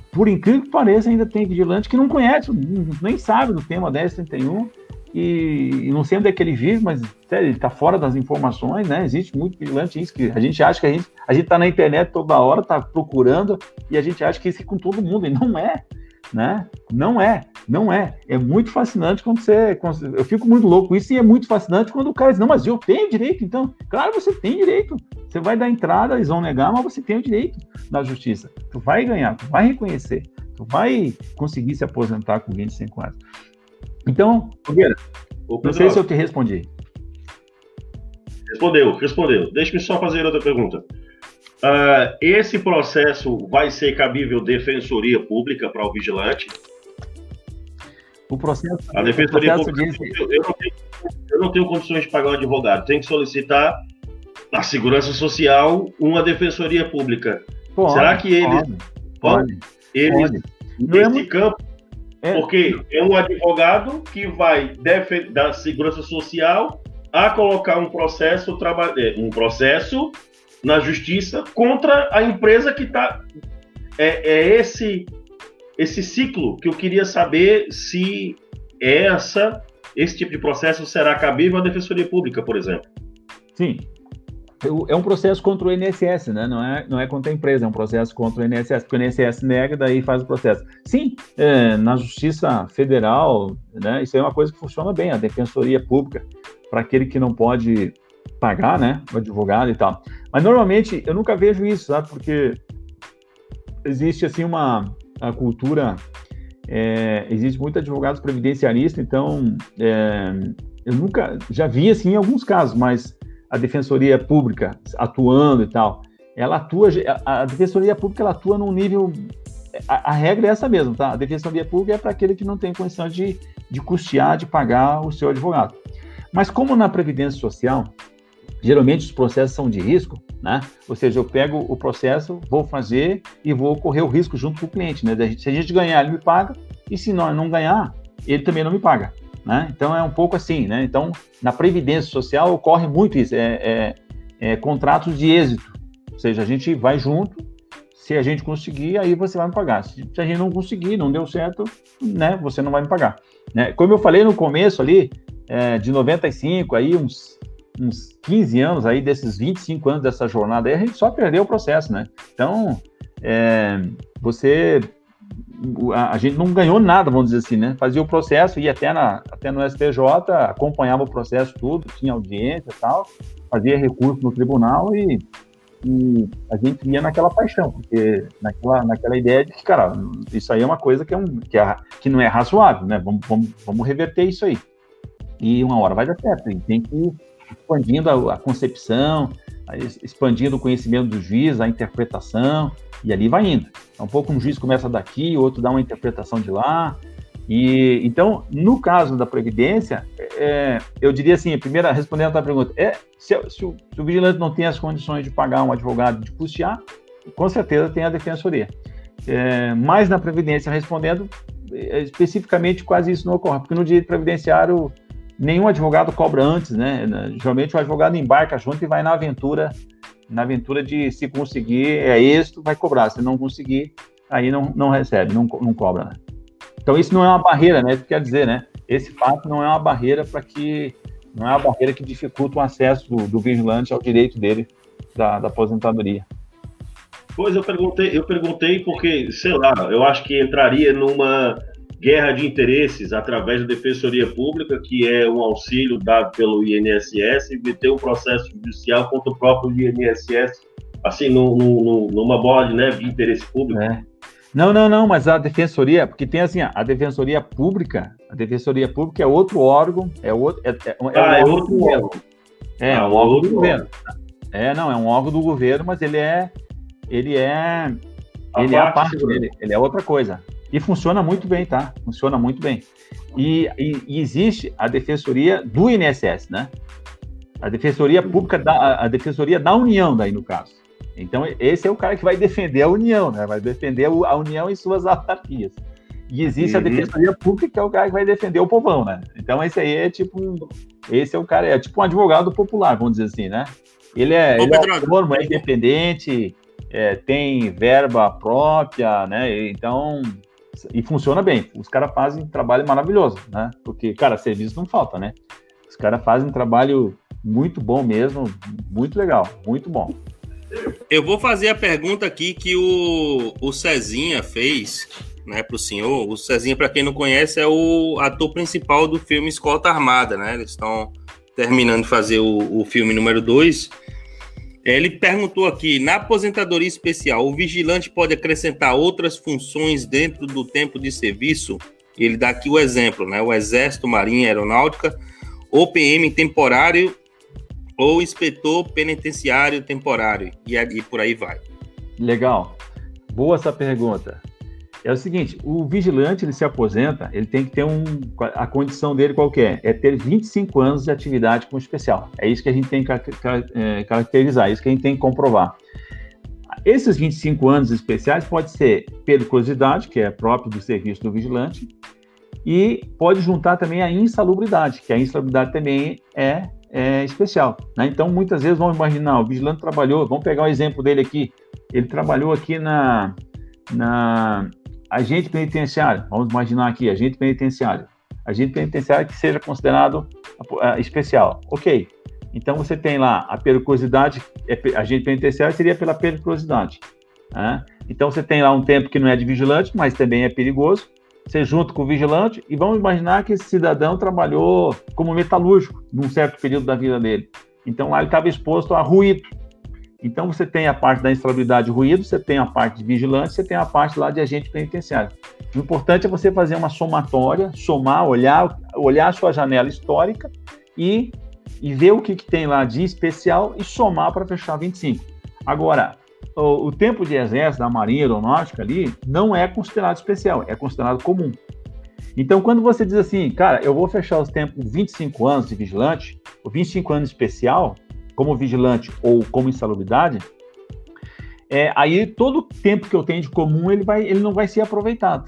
por incrível que pareça, ainda tem vigilante que não conhece, nem sabe do tema dez trinta e um, e, e não sei onde é que ele vive, mas sério, ele está fora das informações, né? Existe muito vigilante isso, que a gente acha que a gente a gente está na internet toda hora, está procurando, e a gente acha que isso é com todo mundo, e não é, né? Não é, não é. É muito fascinante quando você... Quando, eu fico muito louco com isso, e é muito fascinante quando o cara diz, não, mas eu tenho direito, então. Claro, você tem direito. Você vai dar entrada, eles vão negar, mas você tem o direito na justiça. Tu vai ganhar, tu vai reconhecer, tu vai conseguir se aposentar com vinte e cinco anos. Então, Nogueira, não sei se eu te respondi. Respondeu, respondeu. Deixa-me só fazer outra pergunta. Uh, esse processo vai ser cabível defensoria pública para o vigilante? O processo... A defensoria processo pública... diz... eu, não tenho, eu não tenho condições de pagar um advogado. Tem que solicitar à Segurança Social uma defensoria pública. Pode, Será que eles... Pode, pode, eles pode. nesse campo... É. Porque é um advogado que vai defender da Segurança Social a colocar um processo, um processo na justiça contra a empresa que está... É, é esse, esse ciclo que eu queria saber se essa, esse tipo de processo será cabível à Defensoria Pública, por exemplo. Sim. É um processo contra o I N S S, né? Não é, não é contra a empresa, é um processo contra o I N S S, porque o I N S S nega, daí faz o processo. Sim, é, na Justiça Federal, né, isso é uma coisa que funciona bem, a Defensoria Pública, para aquele que não pode pagar, né, o advogado e tal. Mas, normalmente, eu nunca vejo isso, sabe? Porque existe, assim, uma a cultura... É, existe muito advogado previdenciarista, então, é, eu nunca... Já vi, assim, em alguns casos, mas... a Defensoria Pública atuando e tal, ela atua, a Defensoria Pública ela atua num nível, a, a regra é essa mesmo, tá? A Defensoria Pública é para aquele que não tem condição de, de custear, de pagar o seu advogado. Mas como na Previdência Social, geralmente os processos são de risco, né? Ou seja, eu pego o processo, vou fazer e vou correr o risco junto com o cliente, né? Se a gente ganhar, ele me paga, e se nós não ganhar, ele também não me paga. Né? Então é um pouco assim, né? Então na Previdência Social ocorre muito isso, é, é, é contratos de êxito, ou seja, a gente vai junto, se a gente conseguir, aí você vai me pagar, se, se a gente não conseguir, não deu certo, né? Você não vai me pagar, né? Como eu falei no começo ali, é, de noventa e cinco, aí uns, uns quinze anos aí, desses vinte e cinco anos dessa jornada aí, a gente só perdeu o processo, né? Então, é, você... a gente não ganhou nada, vamos dizer assim, né? Fazia o processo, ia até, na, até no S T J, acompanhava o processo tudo, tinha audiência e tal, fazia recurso no tribunal e, e a gente ia naquela paixão, porque naquela, naquela ideia de que, cara, isso aí é uma coisa que, é um, que, é, que não é razoável, né? Vamos, vamos, vamos reverter isso aí. E uma hora vai dar certo, a gente tem que ir expandindo a, a concepção, expandindo o conhecimento do juiz, a interpretação, e ali vai indo. É um pouco um juiz começa daqui, o outro dá uma interpretação de lá. E então, no caso da Previdência, é, eu diria assim, primeiro, respondendo a tua pergunta, é, se, se, o, se o vigilante não tem as condições de pagar um advogado, de custear, com certeza tem a Defensoria. É, mas na Previdência, respondendo, é, especificamente quase isso não ocorre, porque no direito previdenciário, nenhum advogado cobra antes, né? Geralmente o advogado embarca junto e vai na aventura, na aventura de se conseguir, é êxito, vai cobrar. Se não conseguir, aí não, não recebe, não, não cobra, né? Então isso não é uma barreira, né? Isso quer dizer, né? Esse fato não é uma barreira para que, não é uma barreira que dificulta o acesso do, do vigilante ao direito dele da, da aposentadoria. Pois eu perguntei, eu perguntei porque, sei lá, eu acho que entraria numa guerra de interesses através da Defensoria Pública, que é um auxílio dado pelo I N S S, e ter um processo judicial contra o próprio I N S S, assim, no, no, numa bola de neve de interesse público. É. Não, não, não, mas a Defensoria, porque tem assim, a Defensoria Pública, a Defensoria Pública é outro órgão, é outro... É, é, é ah, um é outro órgão. É, ah, um órgão outro do governo. Órgão. É, não, é um órgão do governo, mas ele é... Ele é... A ele parte, é a parte dele, ele é outra coisa. E funciona muito bem, tá? Funciona muito bem. E, e, e existe a Defensoria do I N S S, né? A Defensoria Pública, da, a Defensoria da União, daí no caso. Então, esse é o cara que vai defender a União, né? Vai defender a União e suas autarquias. E existe uhum. a Defensoria Pública, que é o cara que vai defender o povão, né? Então, esse aí é tipo um... Esse é o cara, é tipo um advogado popular, vamos dizer assim, né? Ele é, ele é autônomo, é independente, é, tem verba própria, né? Então, e funciona bem. Os caras fazem trabalho maravilhoso, né? Porque, cara, serviço não falta, né? Os caras fazem um trabalho muito bom mesmo, muito legal, muito bom. Eu vou fazer a pergunta aqui que o, o Cezinha fez, né, para o senhor. O Cezinha, para quem não conhece, é o ator principal do filme Escolta Armada, né? Eles estão terminando de fazer o, o filme número dois. Ele perguntou aqui, na aposentadoria especial, o vigilante pode acrescentar outras funções dentro do tempo de serviço? Ele dá aqui o exemplo, né? O Exército, Marinha, Aeronáutica, ou P M temporário, ou inspetor penitenciário temporário, e, e por aí vai. Legal. Boa essa pergunta. É o seguinte, o vigilante, ele se aposenta, ele tem que ter um... A condição dele qual que é? É ter vinte e cinco anos de atividade com especial. É isso que a gente tem que caracterizar, é isso que a gente tem que comprovar. Esses vinte e cinco anos especiais pode ser periculosidade, que é próprio do serviço do vigilante, e pode juntar também a insalubridade, que a insalubridade também é, é especial, né? Então, muitas vezes, vamos imaginar, o vigilante trabalhou, vamos pegar o exemplo dele aqui, ele trabalhou aqui na, na agente penitenciário, vamos imaginar aqui, agente penitenciário, agente penitenciário que seja considerado uh, especial, ok, então você tem lá a periculosidade, é, agente penitenciário seria pela periculosidade, né? Então você tem lá um tempo que não é de vigilante, mas também é perigoso, você junta com o vigilante e vamos imaginar que esse cidadão trabalhou como metalúrgico num certo período da vida dele. Então lá ele estava exposto a ruído. Então você tem a parte da instabilidade ruído, você tem a parte de vigilante, você tem a parte lá de agente penitenciário. O importante é você fazer uma somatória, somar, olhar, olhar a sua janela histórica e, e ver o que, que tem lá de especial e somar para fechar vinte e cinco. Agora, O, o tempo de exército da Marinha Aeronáutica ali não é considerado especial, é considerado comum. Então, quando você diz assim, cara, eu vou fechar os tempos vinte e cinco anos de vigilante, ou vinte e cinco anos especial, como vigilante ou como insalubridade, é, aí todo o tempo que eu tenho de comum, ele, vai, ele não vai ser aproveitado.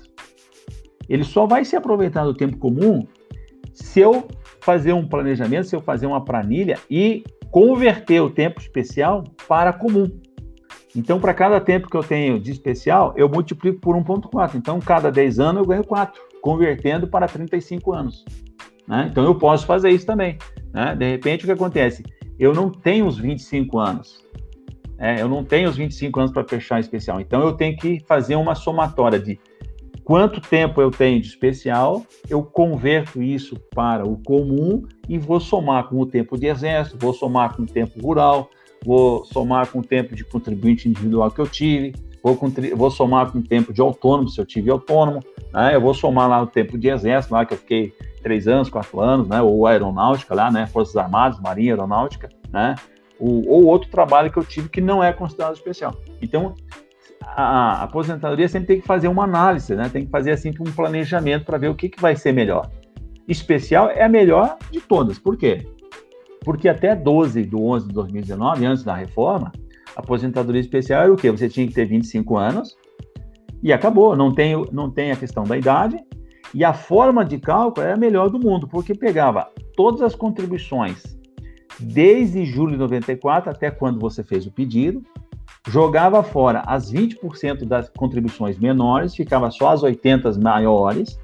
Ele só vai ser aproveitado o tempo comum se eu fazer um planejamento, se eu fazer uma planilha e converter o tempo especial para comum. Então, para cada tempo que eu tenho de especial, eu multiplico por um vírgula quatro. Então, cada dez anos eu ganho quatro, convertendo para trinta e cinco anos. Né? Então, eu posso fazer isso também. Né? De repente, o que acontece? Eu não tenho os vinte e cinco anos. É, eu não tenho os vinte e cinco anos para fechar especial. Então, eu tenho que fazer uma somatória de quanto tempo eu tenho de especial, eu converto isso para o comum e vou somar com o tempo de exército, vou somar com o tempo rural, vou somar com o tempo de contribuinte individual que eu tive, vou, vou somar com o tempo de autônomo, se eu tive autônomo, né? Eu vou somar lá o tempo de exército, lá que eu fiquei três anos, quatro anos, né? Ou aeronáutica lá, né? Forças Armadas, Marinha, Aeronáutica, né? O, ou outro trabalho que eu tive que não é considerado especial. Então, a, a aposentadoria sempre tem que fazer uma análise, né? Tem que fazer assim um planejamento para ver o que, que vai ser melhor. Especial é a melhor de todas. Por quê? Porque até doze de onze de dois mil e dezenove, antes da reforma, a aposentadoria especial era o quê? Você tinha que ter vinte e cinco anos e acabou. Não tem, não tem a questão da idade e a forma de cálculo era a melhor do mundo, porque pegava todas as contribuições desde julho de noventa e quatro até quando você fez o pedido, jogava fora as vinte por cento das contribuições menores, ficava só as oitenta maiores,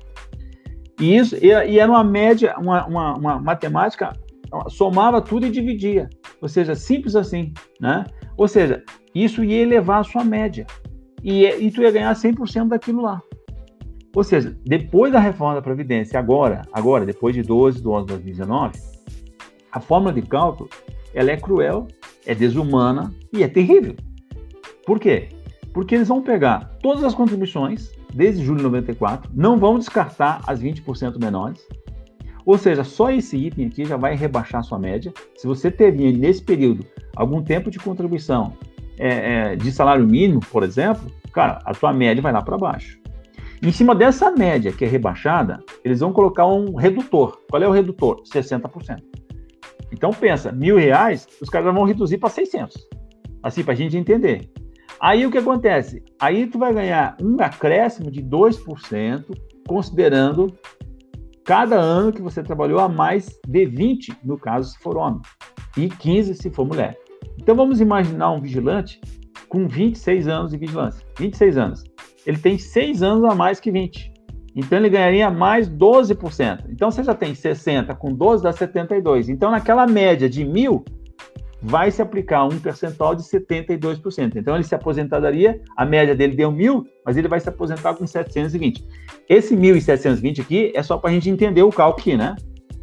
e, isso, e, e era uma média, uma, uma, uma matemática, somava tudo e dividia, ou seja, simples assim, né? Ou seja, isso ia elevar a sua média, e, e tu ia ganhar cem por cento daquilo lá. Ou seja, depois da reforma da Previdência, agora, agora depois de doze de onze de dois mil e dezenove, a fórmula de cálculo, ela é cruel, é desumana e é terrível. Por quê? Porque eles vão pegar todas as contribuições, desde julho de noventa e quatro, não vão descartar as vinte por cento menores, ou seja, só esse item aqui já vai rebaixar a sua média. Se você teve, nesse período, algum tempo de contribuição é, é, de salário mínimo, por exemplo, cara, a tua média vai lá para baixo. Em cima dessa média que é rebaixada, eles vão colocar um redutor. Qual é o redutor? sessenta por cento. Então, pensa, mil reais, os caras vão reduzir para seiscentos. Assim, para a gente entender. Aí, o que acontece? Aí, tu vai ganhar um acréscimo de dois por cento, considerando cada ano que você trabalhou a mais de vinte, no caso, se for homem, e quinze se for mulher. Então, vamos imaginar um vigilante com vinte e seis anos de vigilância. vinte e seis anos. Ele tem seis anos a mais que vinte. Então, ele ganharia mais doze por cento. Então, você já tem sessenta com doze, dá setenta e dois. Então, naquela média de mil, vai se aplicar um percentual de setenta e dois por cento. Então, ele se aposentaria, a média dele deu mil, mas ele vai se aposentar com setecentos e vinte. Esse mil e setecentos e vinte aqui é só para a gente entender o cálculo aqui, né?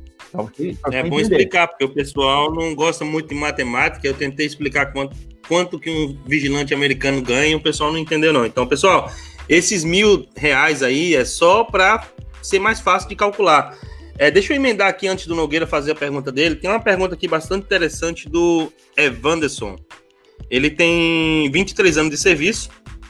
É bom explicar, porque o pessoal não gosta muito de matemática. Eu tentei explicar quanto, quanto que um vigilante americano ganha e o pessoal não entendeu, não. Então, pessoal, esses mil reais aí é só para ser mais fácil de calcular. É, deixa eu emendar aqui antes do Nogueira fazer a pergunta dele. Tem uma pergunta aqui bastante interessante do Evanderson. Ele tem vinte e três anos de serviço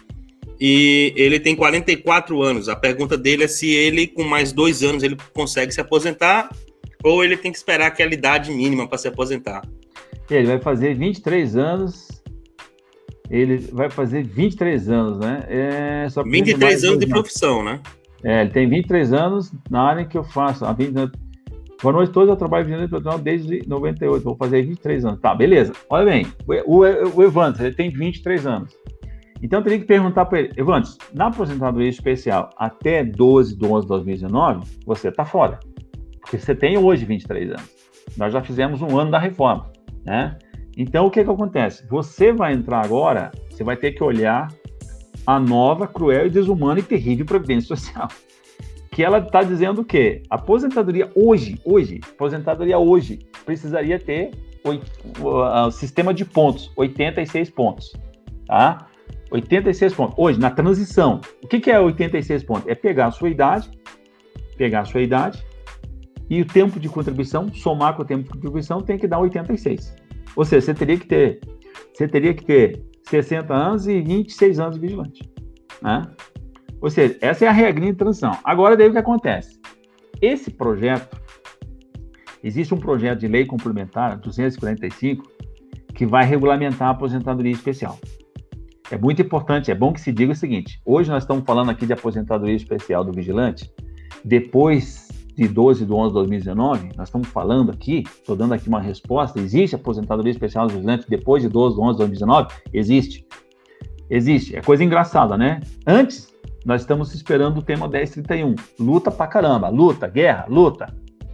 e ele tem quarenta e quatro anos. A pergunta dele é se ele, com mais dois anos, ele consegue se aposentar ou ele tem que esperar aquela idade mínima para se aposentar. Ele vai fazer vinte e três anos. Ele vai fazer vinte e três anos, né? É, só vinte e três anos de profissão, né? É, ele tem vinte e três anos na área que eu faço. Há vinte anos. Boa noite a todos, eu trabalho vigilante profissional desde noventa e oito. Vou fazer vinte e três anos. Tá, beleza. Olha bem, o, o, o Evandro, ele tem vinte e três anos. Então, eu teria que perguntar para ele, Evandro, na aposentadoria especial até doze de onze de dois mil e dezenove, você tá fora. Porque você tem hoje vinte e três anos. Nós já fizemos um ano da reforma, né? Então, o que que acontece? Você vai entrar agora, você vai ter que olhar a nova, cruel e desumana e terrível Previdência Social. Que ela está dizendo o quê? A aposentadoria hoje, hoje, aposentadoria hoje, precisaria ter o, o, o sistema de pontos, oitenta e seis pontos, tá? oitenta e seis pontos. Hoje, na transição, o que que é oitenta e seis pontos? É pegar a sua idade, pegar a sua idade e o tempo de contribuição, somar com o tempo de contribuição, tem que dar oitenta e seis. Ou seja, você teria que ter, você teria que ter sessenta anos e vinte e seis anos de vigilante, né? Ou seja, essa é a regrinha de transição. Agora, daí o que acontece? Esse projeto, existe um projeto de lei complementar, duzentos e quarenta e cinco, que vai regulamentar a aposentadoria especial. É muito importante, é bom que se diga o seguinte, hoje nós estamos falando aqui de aposentadoria especial do vigilante, depois de doze de onze de dois mil e dezenove, nós estamos falando aqui, estou dando aqui uma resposta, existe aposentadoria especial do vigilante depois de doze de onze de dois mil e dezenove? Existe. Existe. É coisa engraçada, né? Antes, nós estamos esperando o tema dez trinta e um. Luta pra caramba. Luta, guerra, luta.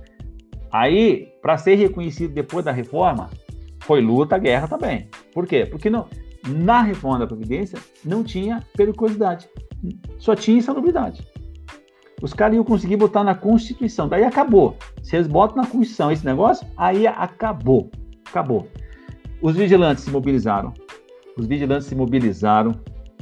Aí, para ser reconhecido depois da reforma, foi luta, guerra também. Por quê? Porque não, na reforma da Previdência não tinha periculosidade. Só tinha insalubridade. Os caras iam conseguir botar na Constituição. Daí acabou. Se eles botam na Constituição esse negócio, aí acabou. Acabou. Os vigilantes se mobilizaram. Os vigilantes se mobilizaram.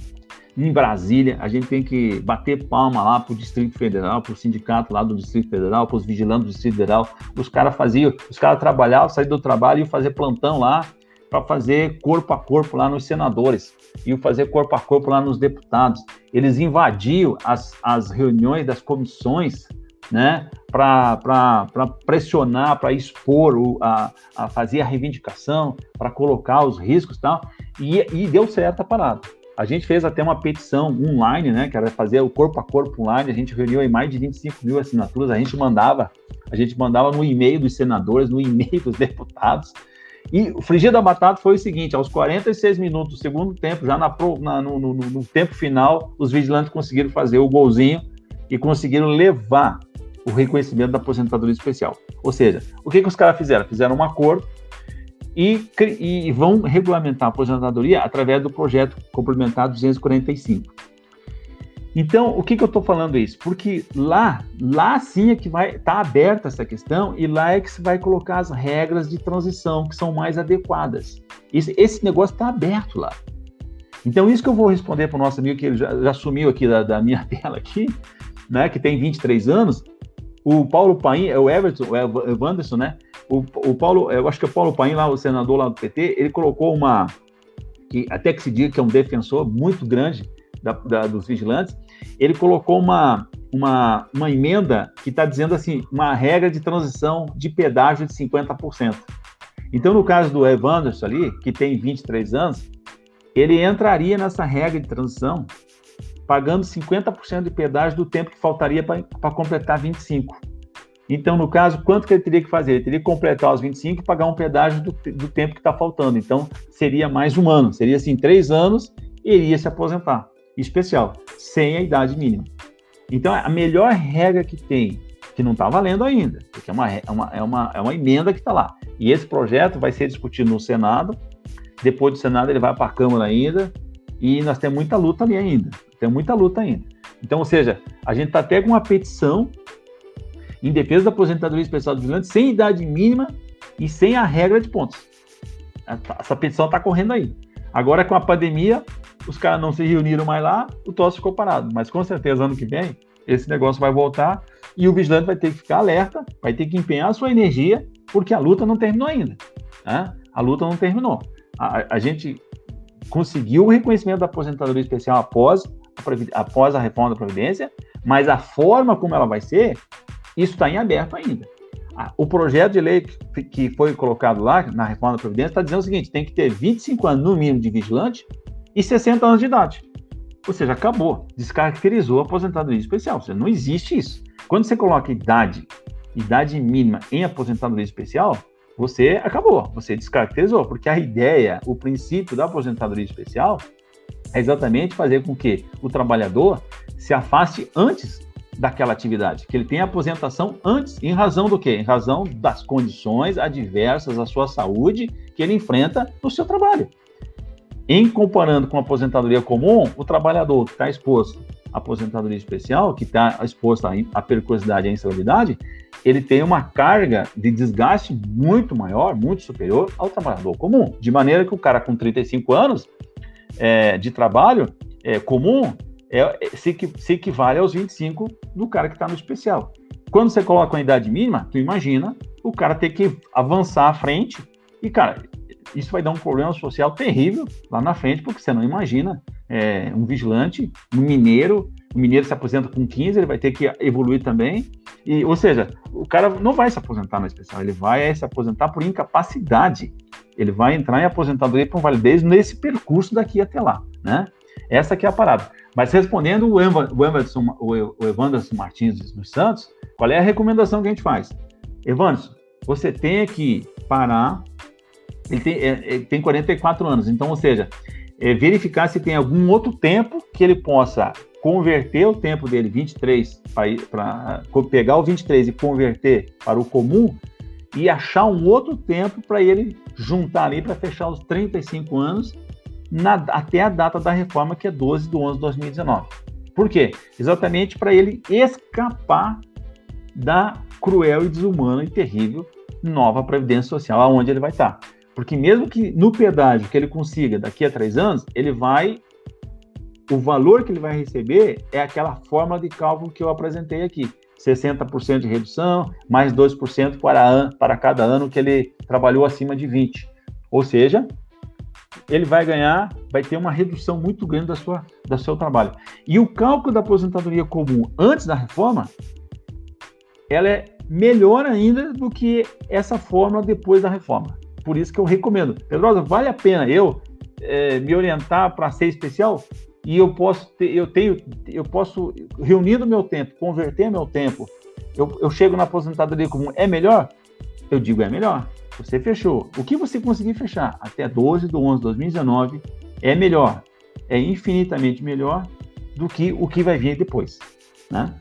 Em Brasília, a gente tem que bater palma lá para o Distrito Federal, para o sindicato lá do Distrito Federal, para os vigilantes do Distrito Federal. Os caras faziam, os caras trabalhavam, saíam do trabalho e iam fazer plantão lá para fazer corpo a corpo lá nos senadores, iam fazer corpo a corpo lá nos deputados. Eles invadiam as, as reuniões das comissões, né, para pressionar, para expor, o, a, a fazer a reivindicação, para colocar os riscos e tal, e, e deu certo a parada. A gente fez até uma petição online, né, que era fazer o corpo a corpo online, a gente reuniu aí mais de vinte e cinco mil assinaturas, a gente mandava, a gente mandava no e-mail dos senadores, no e-mail dos deputados, e o frigir da batata foi o seguinte, aos quarenta e seis minutos do segundo tempo, já na, na, no, no, no tempo final, os vigilantes conseguiram fazer o golzinho e conseguiram levar o reconhecimento da aposentadoria especial. Ou seja, o que, que os caras fizeram? Fizeram um acordo e, e vão regulamentar a aposentadoria através do projeto complementar duzentos e quarenta e cinco. Então, o que, que eu estou falando isso? Porque lá, lá sim é que vai estar tá aberta essa questão e lá é que se vai colocar as regras de transição que são mais adequadas. Esse, esse negócio está aberto lá. Então, isso que eu vou responder para o nosso amigo que ele já, já sumiu aqui da, da minha tela aqui, né, que tem vinte e três anos, o Paulo Paim, é o Everton, é o Evanderson, né? O, o Paulo, eu acho que é o Paulo Paim, lá, o senador lá do P T, ele colocou uma, que até que se diga que é um defensor muito grande da, da, dos vigilantes, ele colocou uma, uma, uma emenda que está dizendo assim, uma regra de transição de pedágio de cinquenta por cento. Então, no caso do Evanderson ali, que tem vinte e três anos, ele entraria nessa regra de transição pagando cinquenta por cento de pedágio do tempo que faltaria para completar vinte e cinco. Então, no caso, quanto que ele teria que fazer? Ele teria que completar os vinte e cinco e pagar um pedágio do, do tempo que está faltando. Então, seria mais um ano. Seria, assim, três anos e ele ia se aposentar. Especial, sem a idade mínima. Então, a melhor regra que tem, que não está valendo ainda, porque é uma, é uma, é uma, é uma emenda que está lá. E esse projeto vai ser discutido no Senado. Depois do Senado, ele vai para a Câmara ainda. E nós temos muita luta ali ainda. Tem muita luta ainda. Então, ou seja, a gente está até com uma petição em defesa da aposentadoria especial do vigilante, sem idade mínima e sem a regra de pontos. Essa petição está correndo aí. Agora, com a pandemia, os caras não se reuniram mais lá, o troço ficou parado. Mas, com certeza, ano que vem, esse negócio vai voltar e o vigilante vai ter que ficar alerta, vai ter que empenhar a sua energia, porque a luta não terminou ainda. Né? A luta não terminou. A, a gente conseguiu o reconhecimento da aposentadoria especial após a, após a reforma da Previdência, mas a forma como ela vai ser, isso está em aberto ainda. O projeto de lei que foi colocado lá, na reforma da Previdência, está dizendo o seguinte, tem que ter vinte e cinco anos no mínimo de vigilante e sessenta anos de idade. Ou seja, acabou, descaracterizou a aposentadoria especial. Ou seja, não existe isso. Quando você coloca idade, idade mínima em aposentadoria especial, você acabou, você descaracterizou, porque a ideia, o princípio da aposentadoria especial é exatamente fazer com que o trabalhador se afaste antes daquela atividade, que ele tenha aposentação antes, em razão do quê? Em razão das condições adversas à sua saúde que ele enfrenta no seu trabalho. Em comparando com a aposentadoria comum, o trabalhador que está exposto à aposentadoria especial, que está exposto à periculosidade e à instabilidade, ele tem uma carga de desgaste muito maior, muito superior ao trabalhador comum. De maneira que o cara com trinta e cinco anos é, de trabalho é, comum, É, se, se equivale aos vinte e cinco do cara que está no especial. Quando você coloca uma idade mínima, tu imagina o cara ter que avançar à frente e, cara, isso vai dar um problema social terrível lá na frente, porque você não imagina é, um vigilante, um mineiro, o mineiro se aposenta com quinze, ele vai ter que evoluir também, e, ou seja, o cara não vai se aposentar no especial, ele vai se aposentar por incapacidade, ele vai entrar em aposentadoria por validez nesse percurso daqui até lá, né? Essa que é a parada. Mas respondendo o Evanderson, o Evanderson Martins dos Santos, qual é a recomendação que a gente faz? Evanderson, você tem que parar, ele tem, ele tem quarenta e quatro anos, então, ou seja, é verificar se tem algum outro tempo que ele possa converter o tempo dele, vinte e três, para pegar o vinte e três e converter para o comum, e achar um outro tempo para ele juntar ali para fechar os trinta e cinco anos, Na, até a data da reforma, que é doze de onze de dois mil e dezenove. Por quê? Exatamente para ele escapar da cruel e desumana e terrível nova Previdência Social, aonde ele vai estar. Porque mesmo que no pedágio que ele consiga daqui a três anos, ele vai... O valor que ele vai receber é aquela forma de cálculo que eu apresentei aqui. sessenta por cento de redução, mais dois por cento para, para cada ano que ele trabalhou acima de vinte. Ou seja... ele vai ganhar, vai ter uma redução muito grande da sua, do seu trabalho. E o cálculo da aposentadoria comum antes da reforma, ela é melhor ainda do que essa fórmula depois da reforma. Por isso que eu recomendo. Pedrosa, vale a pena eu é, me orientar para ser especial? E eu posso, ter, eu tenho, eu posso, reunindo meu tempo, converter meu tempo, eu, eu chego na aposentadoria comum, é melhor? Eu digo, é melhor. Você fechou. O que você conseguir fechar até doze de onze de dois mil e dezenove é melhor. É infinitamente melhor do que o que vai vir depois. Né?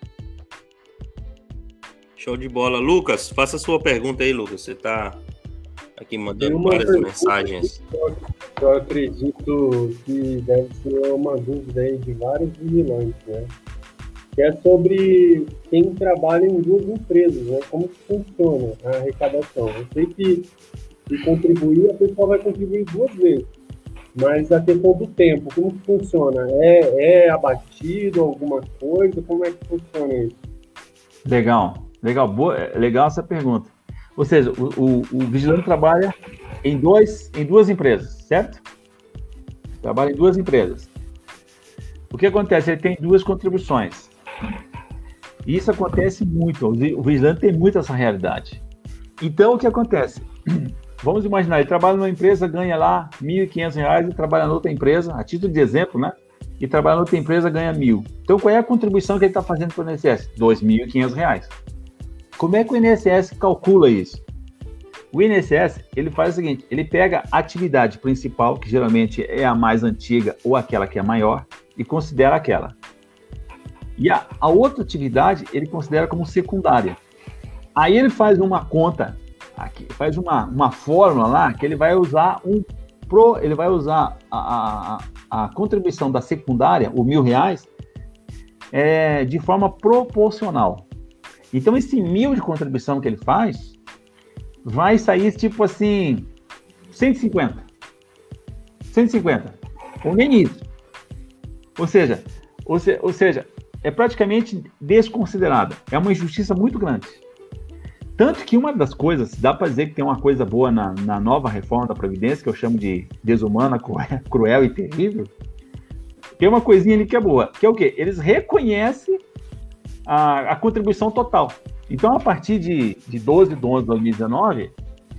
Show de bola. Lucas, faça a sua pergunta aí, Lucas. Você está aqui mandando várias mensagens. Eu acredito que deve ser uma dúvida aí de vários vigilantes, né? Que é sobre quem trabalha em duas empresas, né? Como que funciona a arrecadação. Eu sei que se contribuir, a pessoa vai contribuir duas vezes, mas a questão do tempo, como que funciona? É, é abatido alguma coisa? Como é que funciona isso? Legal, legal, boa, legal essa pergunta. Ou seja, o, o, o vigilante trabalha em, dois, em duas empresas, certo? Trabalha em duas empresas. O que acontece? Ele tem duas contribuições. Isso acontece muito, o vigilante tem muito essa realidade. Então, o que acontece? Vamos imaginar, ele trabalha numa empresa, ganha lá mil e quinhentos reais e trabalha em outra empresa, a título de exemplo, né? E trabalha em outra empresa, ganha mil. Então, qual é a contribuição que ele está fazendo para o I N S S? dois mil e quinhentos reais. como é que o I N S S calcula isso? O I N S S, ele faz o seguinte, ele pega a atividade principal, que geralmente é a mais antiga ou aquela que é maior, e considera aquela. E a, a outra atividade, ele considera como secundária. Aí ele faz uma conta, aqui, faz uma, uma fórmula lá, que ele vai usar um pro, ele vai usar a, a, a contribuição da secundária, o mil reais, é, de forma proporcional. Então, esse mil de contribuição que ele faz, vai sair tipo assim, cento e cinquenta. cento e cinquenta. Ou nem isso. Ou seja, ou, se, ou seja, é praticamente desconsiderada. É uma injustiça muito grande. Tanto que uma das coisas, dá para dizer que tem uma coisa boa na, na nova reforma da Previdência, que eu chamo de desumana, cruel, cruel e terrível, tem uma coisinha ali que é boa, que é o quê? Eles reconhecem a, a contribuição total. Então, a partir de, de doze de onze de dois mil e dezenove,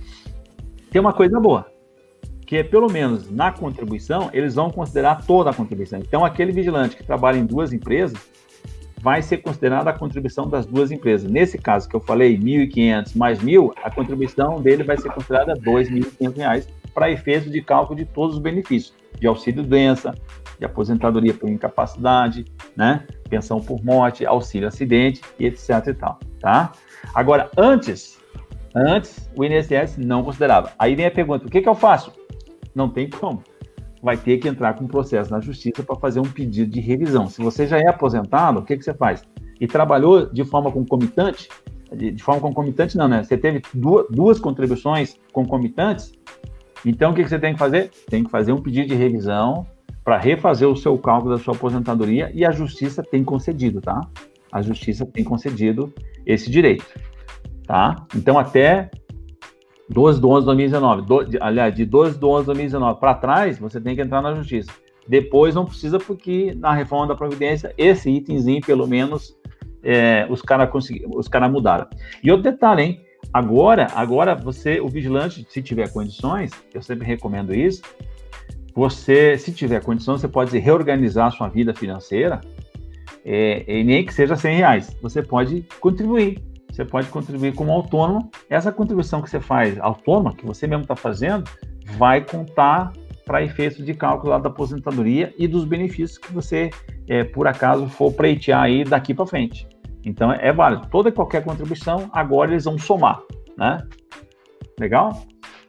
tem uma coisa boa, que é, pelo menos na contribuição, eles vão considerar toda a contribuição. Então, aquele vigilante que trabalha em duas empresas, vai ser considerada a contribuição das duas empresas. Nesse caso que eu falei, mil e quinhentos mais mil, a contribuição dele vai ser considerada dois mil e quinhentos reais para efeito de cálculo de todos os benefícios, de auxílio-doença, de aposentadoria por incapacidade, né? Pensão por morte, auxílio-acidente, etc e tal, tá? Agora, antes, antes, o I N S S não considerava. Aí vem a pergunta, o que que eu faço? Não tem como. Vai ter que entrar com um processo na justiça para fazer um pedido de revisão. Se você já é aposentado, o que que você faz? E trabalhou de forma concomitante? De, de forma concomitante não, né? Você teve duas, duas contribuições concomitantes, então o que que você tem que fazer? Tem que fazer um pedido de revisão para refazer o seu cálculo da sua aposentadoria e a justiça tem concedido, tá? A justiça tem concedido esse direito, tá? Então, até doze de onze de dois mil e dezenove, do, de, aliás, de doze de onze de dois mil e dezenove para trás, você tem que entrar na justiça. Depois não precisa, porque na reforma da Previdência, esse itemzinho, pelo menos, é, os caras os cara mudaram. E outro detalhe, hein? Agora, agora você, o vigilante, se tiver condições, eu sempre recomendo isso, você, se tiver condições, você pode reorganizar a sua vida financeira, é, e nem que seja cem reais, você pode contribuir. Você pode contribuir como autônomo. Essa contribuição que você faz autônoma, que você mesmo está fazendo, vai contar para efeitos de cálculo lá da aposentadoria e dos benefícios que você, é, por acaso, for pleitear aí daqui para frente. Então, é válido. Toda e qualquer contribuição, agora eles vão somar, né? Legal?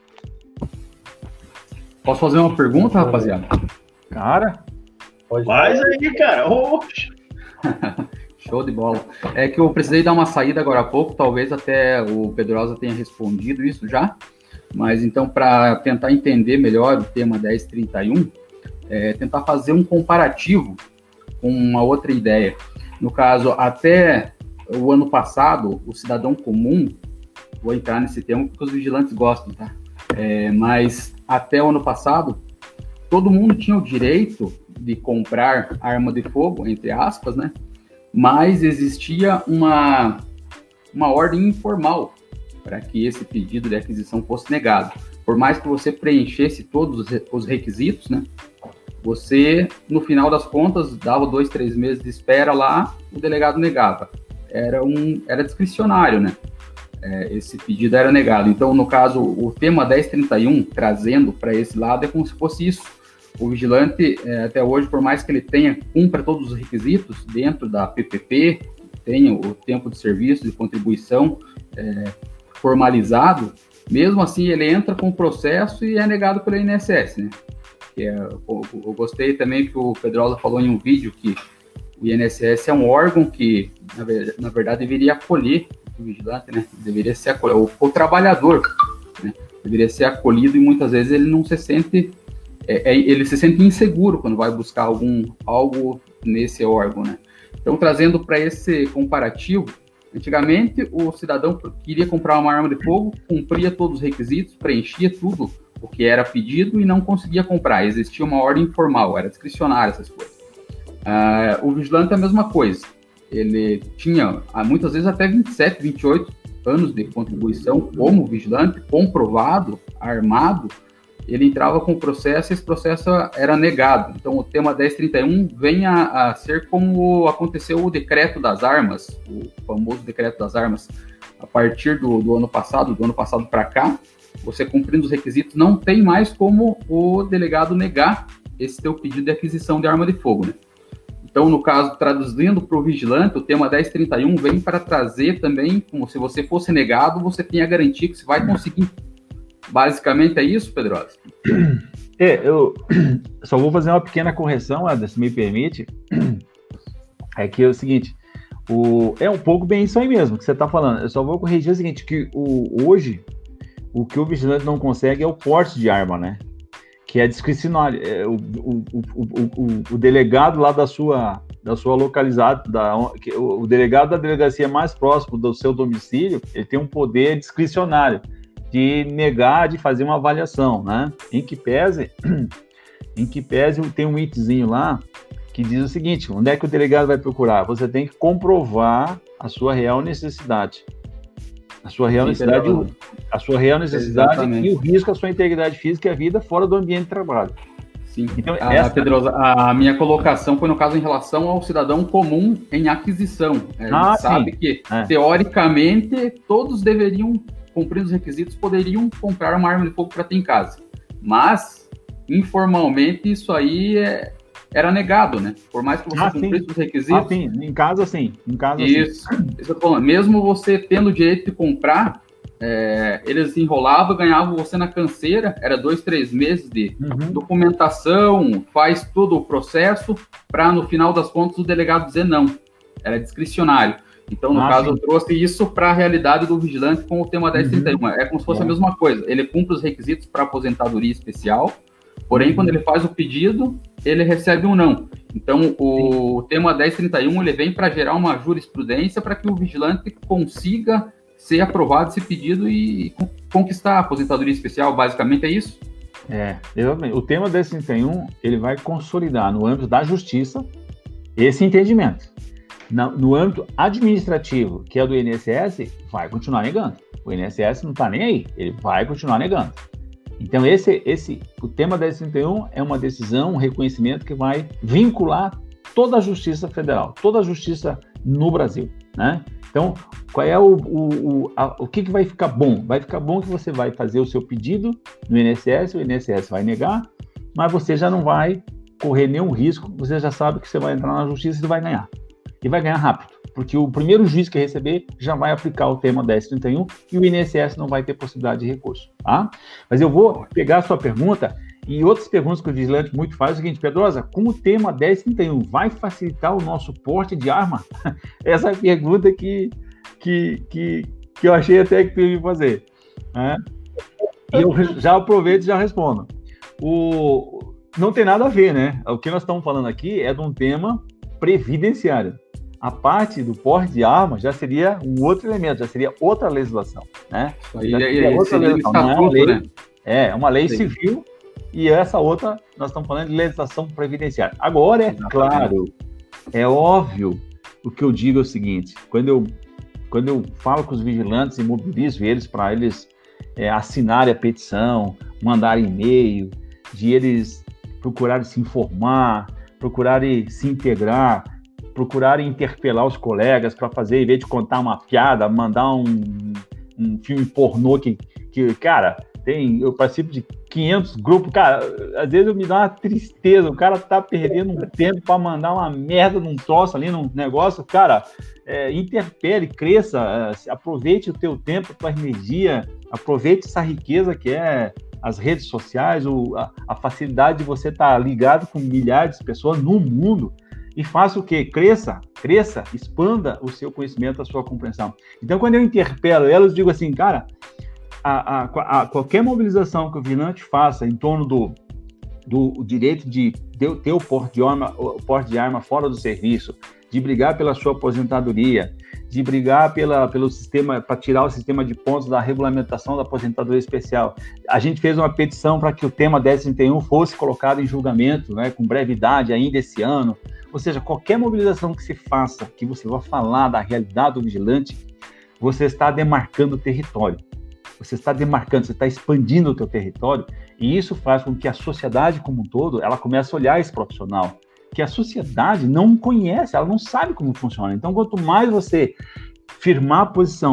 Posso fazer uma pergunta, rapaziada? Cara? Pode faz aí, cara. Oxi. Show de bola. É que eu precisei dar uma saída agora há pouco, talvez até o Pedrosa tenha respondido isso já, mas então, para tentar entender melhor o tema dez trinta e um, é tentar fazer um comparativo com uma outra ideia. No caso, até o ano passado, o cidadão comum, vou entrar nesse tema porque os vigilantes gostam, tá? É, mas até o ano passado, todo mundo tinha o direito de comprar arma de fogo, entre aspas, né? Mas existia uma, uma ordem informal para que esse pedido de aquisição fosse negado. Por mais que você preenchesse todos os requisitos, né, você, no final das contas, dava dois, três meses de espera lá, o delegado negava. Era, um, era discricionário, né? É, esse pedido era negado. Então, no caso, o tema dez trinta e um, trazendo para esse lado, é como se fosse isso. O vigilante, é, até hoje, por mais que ele tenha, cumpra todos os requisitos dentro da P P P, tenha o tempo de serviço, de contribuição é, formalizado, mesmo assim ele entra com o processo e é negado pelo I N S S, né? Que é, eu, eu gostei também que o Pedrosa falou em um vídeo que o I N S S é um órgão que, na, ver, na verdade, deveria acolher o vigilante, né? Deveria ser acolhido, o, o trabalhador, né? Deveria ser acolhido e muitas vezes ele não se sente... É, é, ele se sente inseguro quando vai buscar algum, algo nesse órgão, né? Então, trazendo para esse comparativo, antigamente o cidadão queria comprar uma arma de fogo, cumpria todos os requisitos, preenchia tudo o que era pedido e não conseguia comprar. Existia uma ordem informal, era discricionária essas coisas. Ah, o vigilante é a mesma coisa. Ele tinha, muitas vezes, até vinte e sete, vinte e oito anos de contribuição como vigilante, comprovado, armado. Ele entrava com o processo e esse processo era negado. Então, o tema dez trinta e um vem a, a ser como aconteceu o decreto das armas, o famoso decreto das armas, a partir do, do ano passado, do ano passado para cá, você cumprindo os requisitos, não tem mais como o delegado negar esse teu pedido de aquisição de arma de fogo, né? Então, no caso, traduzindo para o vigilante, o tema dez trinta e um vem para trazer também, como se você fosse negado, você tem a garantia que você vai conseguir. Basicamente é isso, Pedrosa? É, eu só vou fazer uma pequena correção, Eder, se me permite. É que é o seguinte, o, é um pouco bem isso aí mesmo que você está falando. Eu só vou corrigir o seguinte, que o, hoje, o que o vigilante não consegue é o porte de arma, né? Que é discricionário. É, o, o, o, o, o delegado lá da sua, da sua localizada, da, o, o delegado da delegacia mais próximo do seu domicílio, ele tem um poder discricionário de negar, de fazer uma avaliação, né? Em que pese, em que pese tem um itezinho lá que diz o seguinte, onde é que o delegado vai procurar? Você tem que comprovar a sua real necessidade. A sua real Sim, necessidade, o, a sua real necessidade Exatamente. E o risco à sua integridade física e a vida fora do ambiente de trabalho. Sim. Então, a, essa... Pedrosa, a minha colocação foi, no caso, em relação ao cidadão comum em aquisição. A gente ah, sabe sim. que, é. teoricamente, todos deveriam, cumprindo os requisitos, poderiam comprar uma arma de fogo para ter em casa. Mas, informalmente, isso aí é... era negado, né? Por mais que você ah, cumprisse sim. os requisitos... Ah, sim. Em casa, sim. Em casa, isso. Sim. Isso eu tô falando. Mesmo você tendo o direito de comprar, é, eles enrolavam, ganhavam você na canseira, era dois, três meses de uhum. documentação, faz todo o processo, para, no final das contas, o delegado dizer não. Era discricionário. Então, no ah, caso, sim. eu trouxe isso para a realidade do vigilante com o tema dez trinta e um. Uhum. É como se fosse é. a mesma coisa. Ele cumpre os requisitos para aposentadoria especial, porém, quando ele faz o pedido, ele recebe um não. Então, o Sim. tema dez trinta e um, ele vem para gerar uma jurisprudência para que o vigilante consiga ser aprovado esse pedido e conquistar a aposentadoria especial. Basicamente é isso? É, exatamente. O tema dez trinta e um, ele vai consolidar no âmbito da justiça esse entendimento. No âmbito administrativo, que é do I N S S, vai continuar negando. O I N S S não está nem aí, ele vai continuar negando. Então, esse, esse, o tema dez trinta e um é uma decisão, um reconhecimento que vai vincular toda a justiça federal, toda a justiça no Brasil, né? Então, qual é o, o, o, a, o que, que vai ficar bom? Vai ficar bom que você vai fazer o seu pedido no I N S S, o I N S S vai negar, mas você já não vai correr nenhum risco, você já sabe que você vai entrar na justiça e vai ganhar. E vai ganhar rápido, porque o primeiro juiz que receber já vai aplicar o tema dez trinta e um e o I N S S não vai ter possibilidade de recurso, tá? Mas eu vou pegar a sua pergunta e outras perguntas que o vigilante muito faz é o seguinte, Pedrosa, como o tema dez trinta e um vai facilitar o nosso porte de arma? Essa é a pergunta que, que, que, que eu achei até que tu ia fazer, né? E eu já aproveito e já respondo. O, não tem nada a ver, né? O que nós estamos falando aqui é de um tema previdenciário. A parte do porte de arma já seria um outro elemento, já seria outra legislação, né? Aí, aí, outra legislação, não é uma lei, né? É uma lei Sim. civil e essa outra, nós estamos falando de legislação previdenciária. Agora, é Exatamente. claro, é óbvio, o que eu digo é o seguinte, quando eu, quando eu falo com os vigilantes e mobilizo eles para eles é, assinarem a petição, mandarem e-mail, de eles procurarem se informar, procurarem se integrar, procurarem interpelar os colegas para fazer, em vez de contar uma piada, mandar um, um filme pornô que, que, cara, tem, eu participo de quinhentos grupos, cara, às vezes eu me dá uma tristeza, o cara tá perdendo um tempo para mandar uma merda num troço ali, num negócio, cara, é, interpele, cresça, é, aproveite o teu tempo, a tua energia, aproveite essa riqueza que é as redes sociais, o, a, a facilidade de você estar tá ligado com milhares de pessoas no mundo, e faça o quê? Cresça, cresça, expanda o seu conhecimento, a sua compreensão. Então, quando eu interpelo elas, eu digo assim, cara, a, a, a qualquer mobilização que o vigilante faça em torno do, do direito de ter o porte de arma, o porte de arma fora do serviço, de brigar pela sua aposentadoria, de brigar pela, pelo sistema, para tirar o sistema de pontos da regulamentação da aposentadoria especial. A gente fez uma petição para que o tema dez trinta e um fosse colocado em julgamento, né, com brevidade ainda esse ano. Ou seja, qualquer mobilização que se faça, que você vá falar da realidade do vigilante, você está demarcando o território. Você está demarcando, você está expandindo o teu território, e isso faz com que a sociedade como um todo, ela comece a olhar esse profissional, que a sociedade não conhece, ela não sabe como funciona. Então, quanto mais você firmar a posição,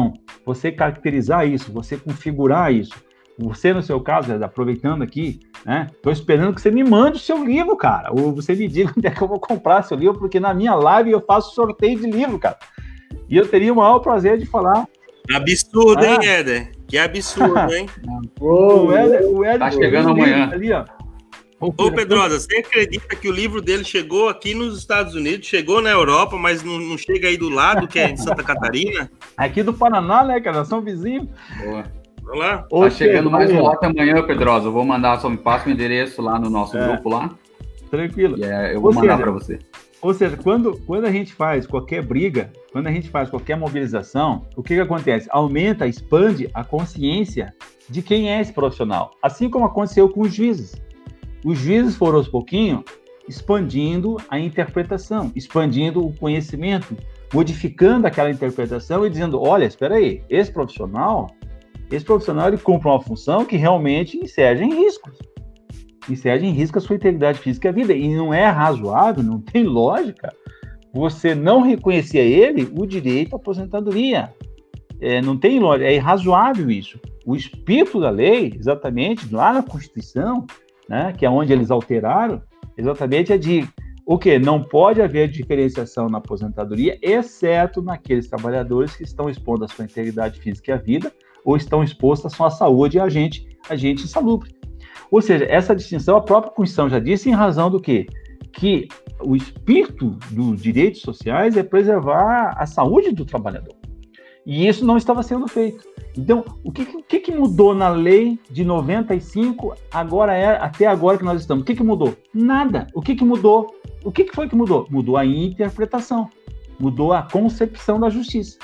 você caracterizar isso, você configurar isso. Você, no seu caso, aproveitando aqui, né? Tô esperando que você me mande o seu livro, cara. Ou você me diga onde é que eu vou comprar seu livro, porque na minha live eu faço sorteio de livro, cara. E eu teria o maior prazer de falar. Absurdo, ah. hein, Éder? Que absurdo, hein? o Éder, o Éder, tá chegando amanhã. Ali, ó. Ô, Pedrosa, você acredita que o livro dele chegou aqui nos Estados Unidos, chegou na Europa, mas não, não chega aí do lado, que é em Santa Catarina? Aqui do Paraná, né, cara? Nós somos vizinhos. Boa. Vamos lá. Tá Ô, chegando mais um lote amanhã, Pedrosa. Eu vou mandar, só me passa o endereço lá no nosso é. grupo lá. Tranquilo. E é, eu vou ou mandar para você. Ou seja, quando, quando a gente faz qualquer briga, quando a gente faz qualquer mobilização, o que que acontece? Aumenta, expande a consciência de quem é esse profissional. Assim como aconteceu com os juízes. Os juízes foram aos pouquinhos expandindo a interpretação, expandindo o conhecimento, modificando aquela interpretação e dizendo, olha, espera aí, esse profissional, esse profissional ele cumpre uma função que realmente inserge em riscos. Inserge em risco a sua integridade física e a vida. E não é razoável, não tem lógica você não reconhecer a ele o direito à aposentadoria. É, não tem lógica, é irrazoável isso. O espírito da lei, exatamente, lá na Constituição, né, que é onde eles alteraram, exatamente é de o quê? Não pode haver diferenciação na aposentadoria, exceto naqueles trabalhadores que estão expondo a sua integridade física e a vida, ou estão expostos à sua saúde e agente, agente insalubre. Ou seja, essa distinção, a própria Constituição já disse em razão do quê? Que o espírito dos direitos sociais é preservar a saúde do trabalhador. E isso não estava sendo feito. Então, o que, o que, que mudou na lei de noventa e cinco agora é, até agora que nós estamos? O que, que mudou? Nada. O que, que mudou? O que, que foi que mudou? Mudou a interpretação. Mudou a concepção da justiça.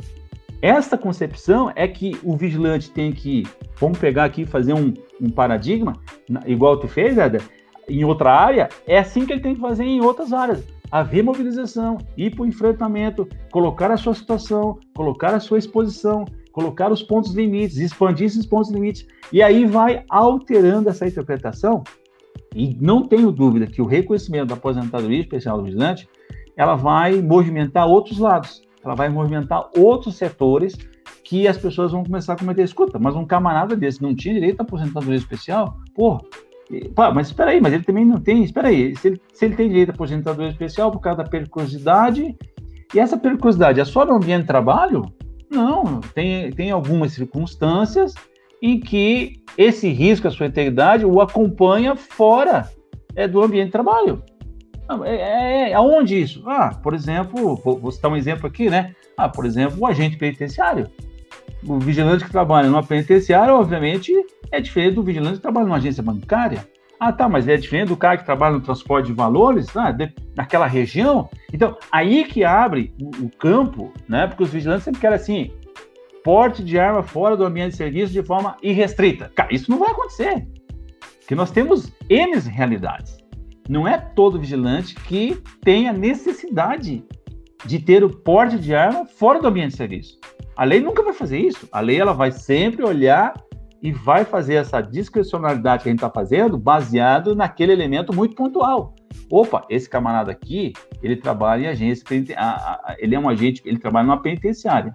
Essa concepção é que o vigilante tem que, vamos pegar aqui e fazer um, um paradigma, igual tu fez, Éder, em outra área, é assim que ele tem que fazer em outras áreas. Haver mobilização, ir para o enfrentamento, colocar a sua situação, colocar a sua exposição, colocar os pontos limites, expandir esses pontos limites, e aí vai alterando essa interpretação, e não tenho dúvida que o reconhecimento da aposentadoria especial do vigilante, ela vai movimentar outros lados, ela vai movimentar outros setores que as pessoas vão começar a cometer, escuta, mas um camarada desse não tinha direito à aposentadoria especial? Porra, pá, mas espera aí, mas ele também não tem, espera aí, se ele, se ele tem direito à aposentadoria especial por causa da periculosidade, e essa periculosidade é só no ambiente de trabalho? Não, tem, tem algumas circunstâncias em que esse risco à sua integridade o acompanha fora é, do ambiente de trabalho. É, é, é, aonde isso? Ah, por exemplo, vou, vou citar um exemplo aqui, né? Ah, por exemplo, o agente penitenciário. O vigilante que trabalha numa penitenciária, obviamente, é diferente do vigilante que trabalha numa agência bancária. Ah, tá, mas é diferente do cara que trabalha no transporte de valores, ah, de, naquela região. Então, aí que abre o, o campo, né? Porque os vigilantes sempre querem assim, porte de arma fora do ambiente de serviço de forma irrestrita. Cara, isso não vai acontecer. Porque nós temos N realidades. Não é todo vigilante que tem a necessidade de ter o porte de arma fora do ambiente de serviço. A lei nunca vai fazer isso. A lei ela vai sempre olhar e vai fazer essa discricionalidade que a gente está fazendo baseado naquele elemento muito pontual. Opa, esse camarada aqui, ele trabalha em agência penitenciária, ele é um agente, ele trabalha numa penitenciária.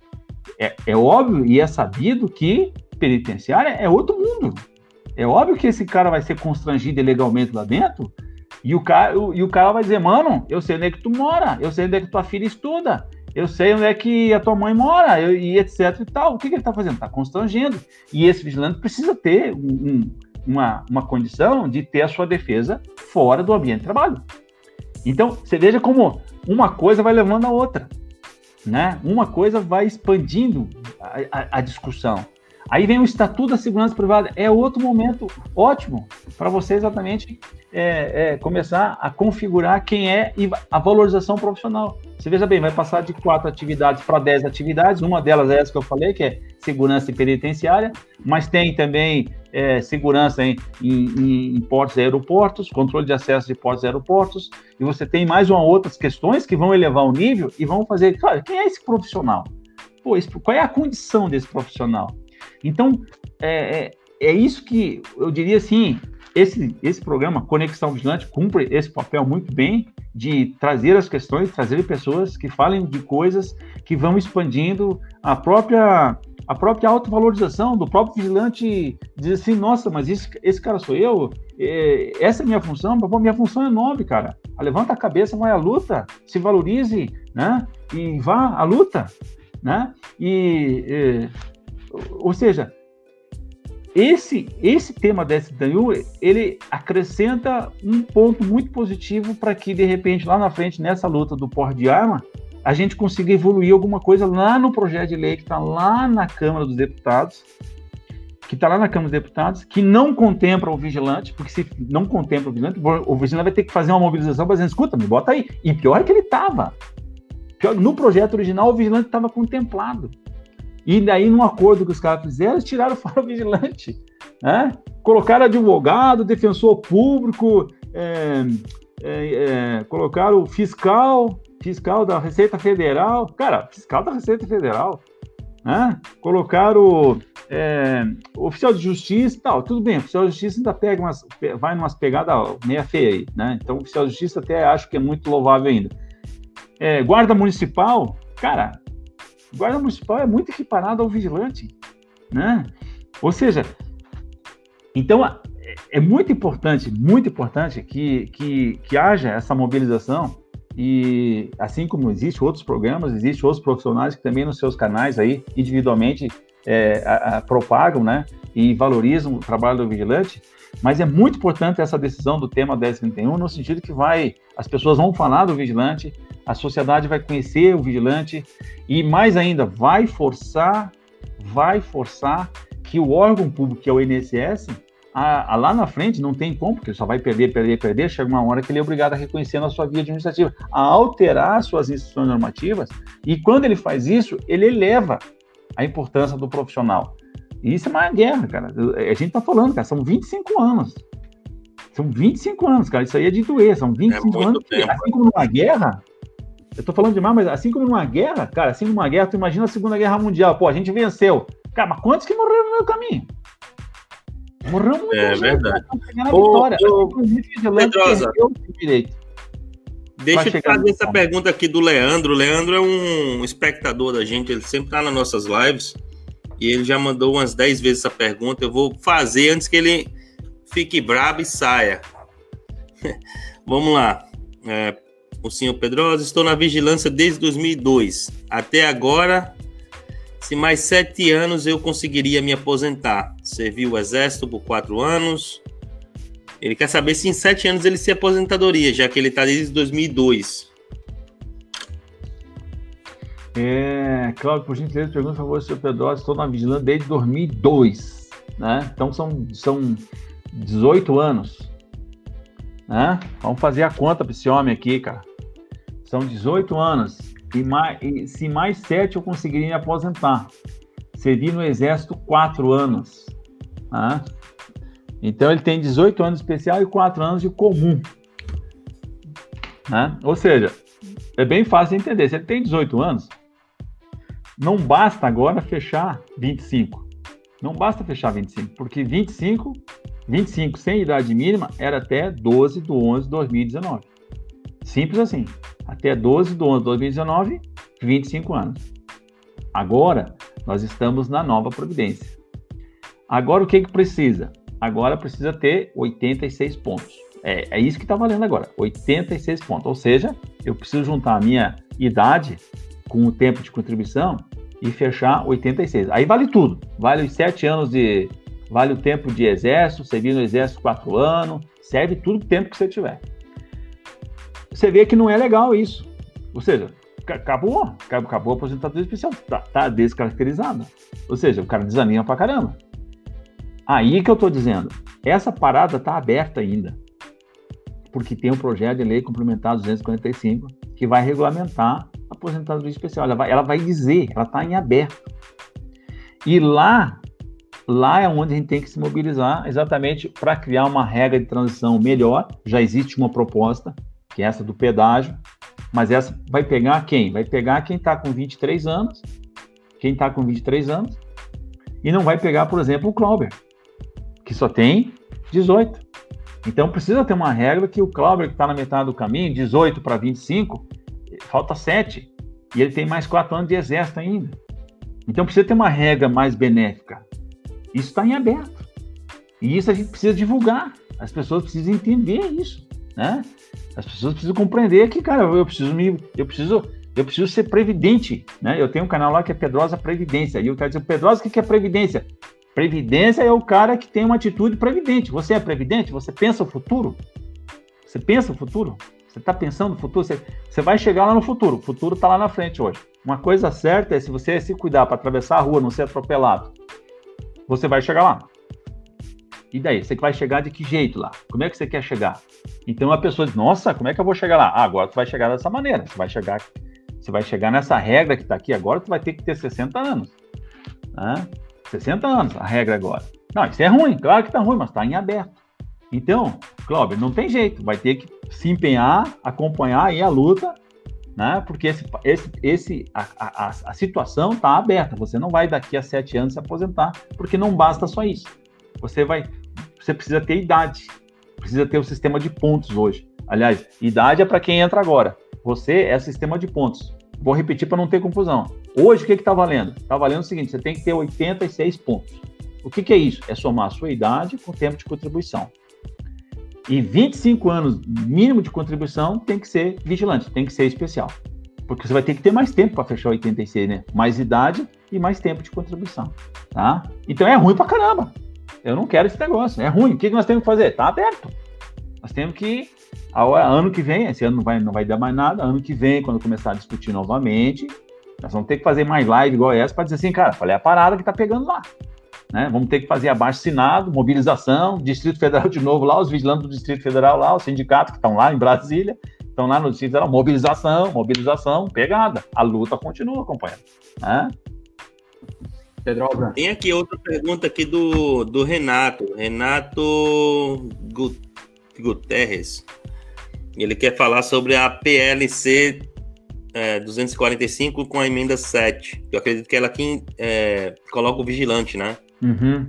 É, é óbvio e é sabido que penitenciária é outro mundo. É óbvio que esse cara vai ser constrangido ilegalmente lá dentro e o cara, o, e o cara vai dizer, mano, eu sei onde é que tu mora, eu sei onde é que tua filha estuda, eu sei onde é que a tua mãe mora, eu, e etc e tal. O que, que ele está fazendo? Está constrangendo. E esse vigilante precisa ter um, uma, uma condição de ter a sua defesa fora do ambiente de trabalho. Então, você veja como uma coisa vai levando a outra, né? Uma coisa vai expandindo a, a, a discussão. Aí vem o Estatuto da Segurança Privada, é outro momento ótimo para você exatamente é, é, começar a configurar quem é e a valorização profissional. Você veja bem, vai passar de quatro atividades para dez atividades, uma delas é essa que eu falei, que é segurança penitenciária, mas tem também é, segurança em, em, em portos e aeroportos, controle de acesso de portos e aeroportos, e você tem mais uma outras questões que vão elevar o nível e vão fazer, claro, quem é esse profissional? Pô, esse, qual é a condição desse profissional? Então, é, é, é isso que eu diria assim, esse, esse programa Conexão Vigilante cumpre esse papel muito bem de trazer as questões, trazer pessoas que falem de coisas que vão expandindo a própria, a própria autovalorização do próprio vigilante, dizer assim, nossa, mas esse, esse cara sou eu, é, essa é a minha função, pô, minha função é nobre, cara, levanta a cabeça, vai à luta, se valorize, né, e vá à luta, né, e, é, ou seja, Esse, esse tema da S trinta e um, ele acrescenta um ponto muito positivo para que, de repente, lá na frente, nessa luta do porte de arma, a gente consiga evoluir alguma coisa lá no projeto de lei que está lá na Câmara dos Deputados, que está lá na Câmara dos Deputados, que não contempla o vigilante, porque se não contempla o vigilante, o vigilante vai ter que fazer uma mobilização para dizer, escuta, me bota aí. E pior é que ele estava. No projeto original, o vigilante estava contemplado. E daí, num acordo que os caras fizeram, eles tiraram fora o vigilante, né? Colocaram advogado, defensor público, é, é, é, colocaram o fiscal, fiscal da Receita Federal, cara, fiscal da Receita Federal, né? Colocaram é, oficial de justiça e tal, tudo bem, o oficial de justiça ainda pega umas, vai umas pegadas meia feia aí, né? Então, o oficial de justiça até acho que é muito louvável ainda. É, guarda municipal, cara, o guarda municipal é muito equiparado ao vigilante, né? Ou seja, então é, é muito importante, muito importante que, que, que haja essa mobilização e assim como existe outros programas, existem outros profissionais que também nos seus canais aí, individualmente, é, a, a, propagam, né? E valorizam o trabalho do vigilante, mas é muito importante essa decisão do tema dez trinta e um, no sentido que vai, as pessoas vão falar do vigilante, a sociedade vai conhecer o vigilante e, mais ainda, vai forçar, vai forçar que o órgão público, que é o I N S S, a, a, lá na frente não tem como, porque ele só vai perder, perder, perder, chega uma hora que ele é obrigado a reconhecer na sua via administrativa, a alterar suas instruções normativas, e quando ele faz isso, ele eleva a importância do profissional. E isso é uma guerra, cara. A gente tá falando, cara, são vinte e cinco anos. São vinte e cinco anos, cara. Isso aí é de doer, são vinte e cinco é anos. Tempo. Assim como numa guerra, eu tô falando demais, mas assim como numa guerra, cara, assim como numa guerra, tu imagina a Segunda Guerra Mundial. Pô, a gente venceu. Cara, mas quantos que morreram no meu caminho? Morreu muito. É gente, verdade. Cara, ô, vitória. Ô, Pedrosa, direito. Deixa eu fazer essa pergunta aqui do Leandro. O Leandro é um espectador da gente, ele sempre tá nas nossas lives. E ele já mandou umas dez vezes essa pergunta. Eu vou fazer antes que ele fique brabo e saia. Vamos lá. É, o senhor Pedrosa, estou na vigilância desde dois mil e dois. Até agora, se mais sete anos eu conseguiria me aposentar. Servi o exército por quatro anos. Ele quer saber se em sete anos ele se aposentadoria, já que ele está desde dois mil e dois. É, Cláudio, por gentileza, pergunta, por favor, senhor Pedrosa, estou na vigilância desde dois mil e dois, né? Então são, são dezoito anos, né? Vamos fazer a conta para esse homem aqui, cara. São dezoito anos, e, mais, e se mais sete eu conseguiria me aposentar. Servi no exército quatro anos, né? Então ele tem dezoito anos de especial e quatro anos de comum, né? Ou seja, é bem fácil de entender. Se ele tem dezoito anos, não basta agora fechar vinte e cinco. Não basta fechar vinte e cinco, porque vinte e cinco, vinte e cinco sem idade mínima era até doze de onze de dois mil e dezenove. Simples assim. Até doze de onze de dois mil e dezenove, vinte e cinco anos. Agora, nós estamos na nova Previdência. Agora, o que que precisa? Agora precisa ter oitenta e seis pontos. É, é isso que está valendo agora, oitenta e seis pontos. Ou seja, eu preciso juntar a minha idade com o tempo de contribuição e fechar oitenta e seis. Aí vale tudo. Vale os sete anos de... Vale o tempo de exército, servir no exército quatro anos, serve tudo o tempo que você tiver. Você vê que não é legal isso. Ou seja, acabou, acabou a aposentadoria especial, tá, tá descaracterizada. Ou seja, o cara desanima pra caramba. Aí que eu tô dizendo, essa parada tá aberta ainda. Porque tem um projeto de lei complementar duzentos e quarenta e cinco que vai regulamentar a aposentadoria especial. Ela vai, ela vai dizer, ela está em aberto. E lá, lá é onde a gente tem que se mobilizar exatamente para criar uma regra de transição melhor. Já existe uma proposta, que é essa do pedágio, mas essa vai pegar quem? Vai pegar quem está com vinte e três anos, quem está com vinte e três anos, e não vai pegar, por exemplo, o Clauber, que só tem dezoito. Então precisa ter uma regra que o Cláudio, que está na metade do caminho, dezoito para vinte e cinco, falta sete, e ele tem mais quatro anos de exército ainda. Então precisa ter uma regra mais benéfica. Isso está em aberto. E isso a gente precisa divulgar. As pessoas precisam entender isso, né? As pessoas precisam compreender que, cara, eu preciso me, eu preciso, eu preciso ser previdente, né? Eu tenho um canal lá que é Pedrosa Previdência. E eu quero dizer, Pedrosa, o que é previdência? Previdência é o cara que tem uma atitude previdente. Você é previdente? Você pensa o futuro? Você pensa o futuro? Você está pensando no futuro? Você, você vai chegar lá no futuro. O futuro está lá na frente hoje. Uma coisa certa é, se você se cuidar para atravessar a rua, não ser atropelado, você vai chegar lá. E daí? Você vai chegar de que jeito lá? Como é que você quer chegar? Então a pessoa diz, nossa, como é que eu vou chegar lá? Ah, agora tu vai chegar dessa maneira. Você vai chegar, você vai chegar nessa regra que está aqui agora, tu vai ter que ter sessenta anos. Né? sessenta anos, a regra agora. Não, isso é ruim, claro que está ruim, mas está em aberto. Então, Cláudio, não tem jeito, vai ter que se empenhar, acompanhar aí a luta, né? Porque esse, esse, esse, a, a, a situação está aberta. Você não vai daqui a sete anos se aposentar, porque não basta só isso. Você vai, você precisa ter idade, precisa ter o sistema de pontos hoje. Aliás, idade é para quem entra agora. Você é sistema de pontos. Vou repetir para não ter confusão. Hoje, o que está valendo? Está valendo o seguinte, você tem que ter oitenta e seis pontos. O que, que é isso? É somar a sua idade com o tempo de contribuição. E vinte e cinco anos mínimo de contribuição tem que ser vigilante, tem que ser especial. Porque você vai ter que ter mais tempo para fechar oitenta e seis, né? Mais idade e mais tempo de contribuição, tá? Então é ruim pra caramba. Eu não quero esse negócio, é ruim. O que, que nós temos que fazer? Tá aberto. Nós temos que, ano que vem, esse ano não vai, não vai dar mais nada, ano que vem, quando começar a discutir novamente, nós vamos ter que fazer mais live igual essa para dizer assim, cara, falei a parada que tá pegando lá. Né? Vamos ter que fazer abaixo-assinado, mobilização, Distrito Federal de novo lá, os vigilantes do Distrito Federal lá, os sindicatos que estão lá em Brasília, estão lá no Distrito Federal, mobilização, mobilização, pegada. A luta continua, companheiro. Né? Pedrosa. Tem aqui outra pergunta aqui do, do Renato, Renato Guterres. Ele quer falar sobre a P L C é, duzentos e quarenta e cinco com a emenda sete. Eu acredito que ela aqui é, coloca o vigilante, né? Uhum.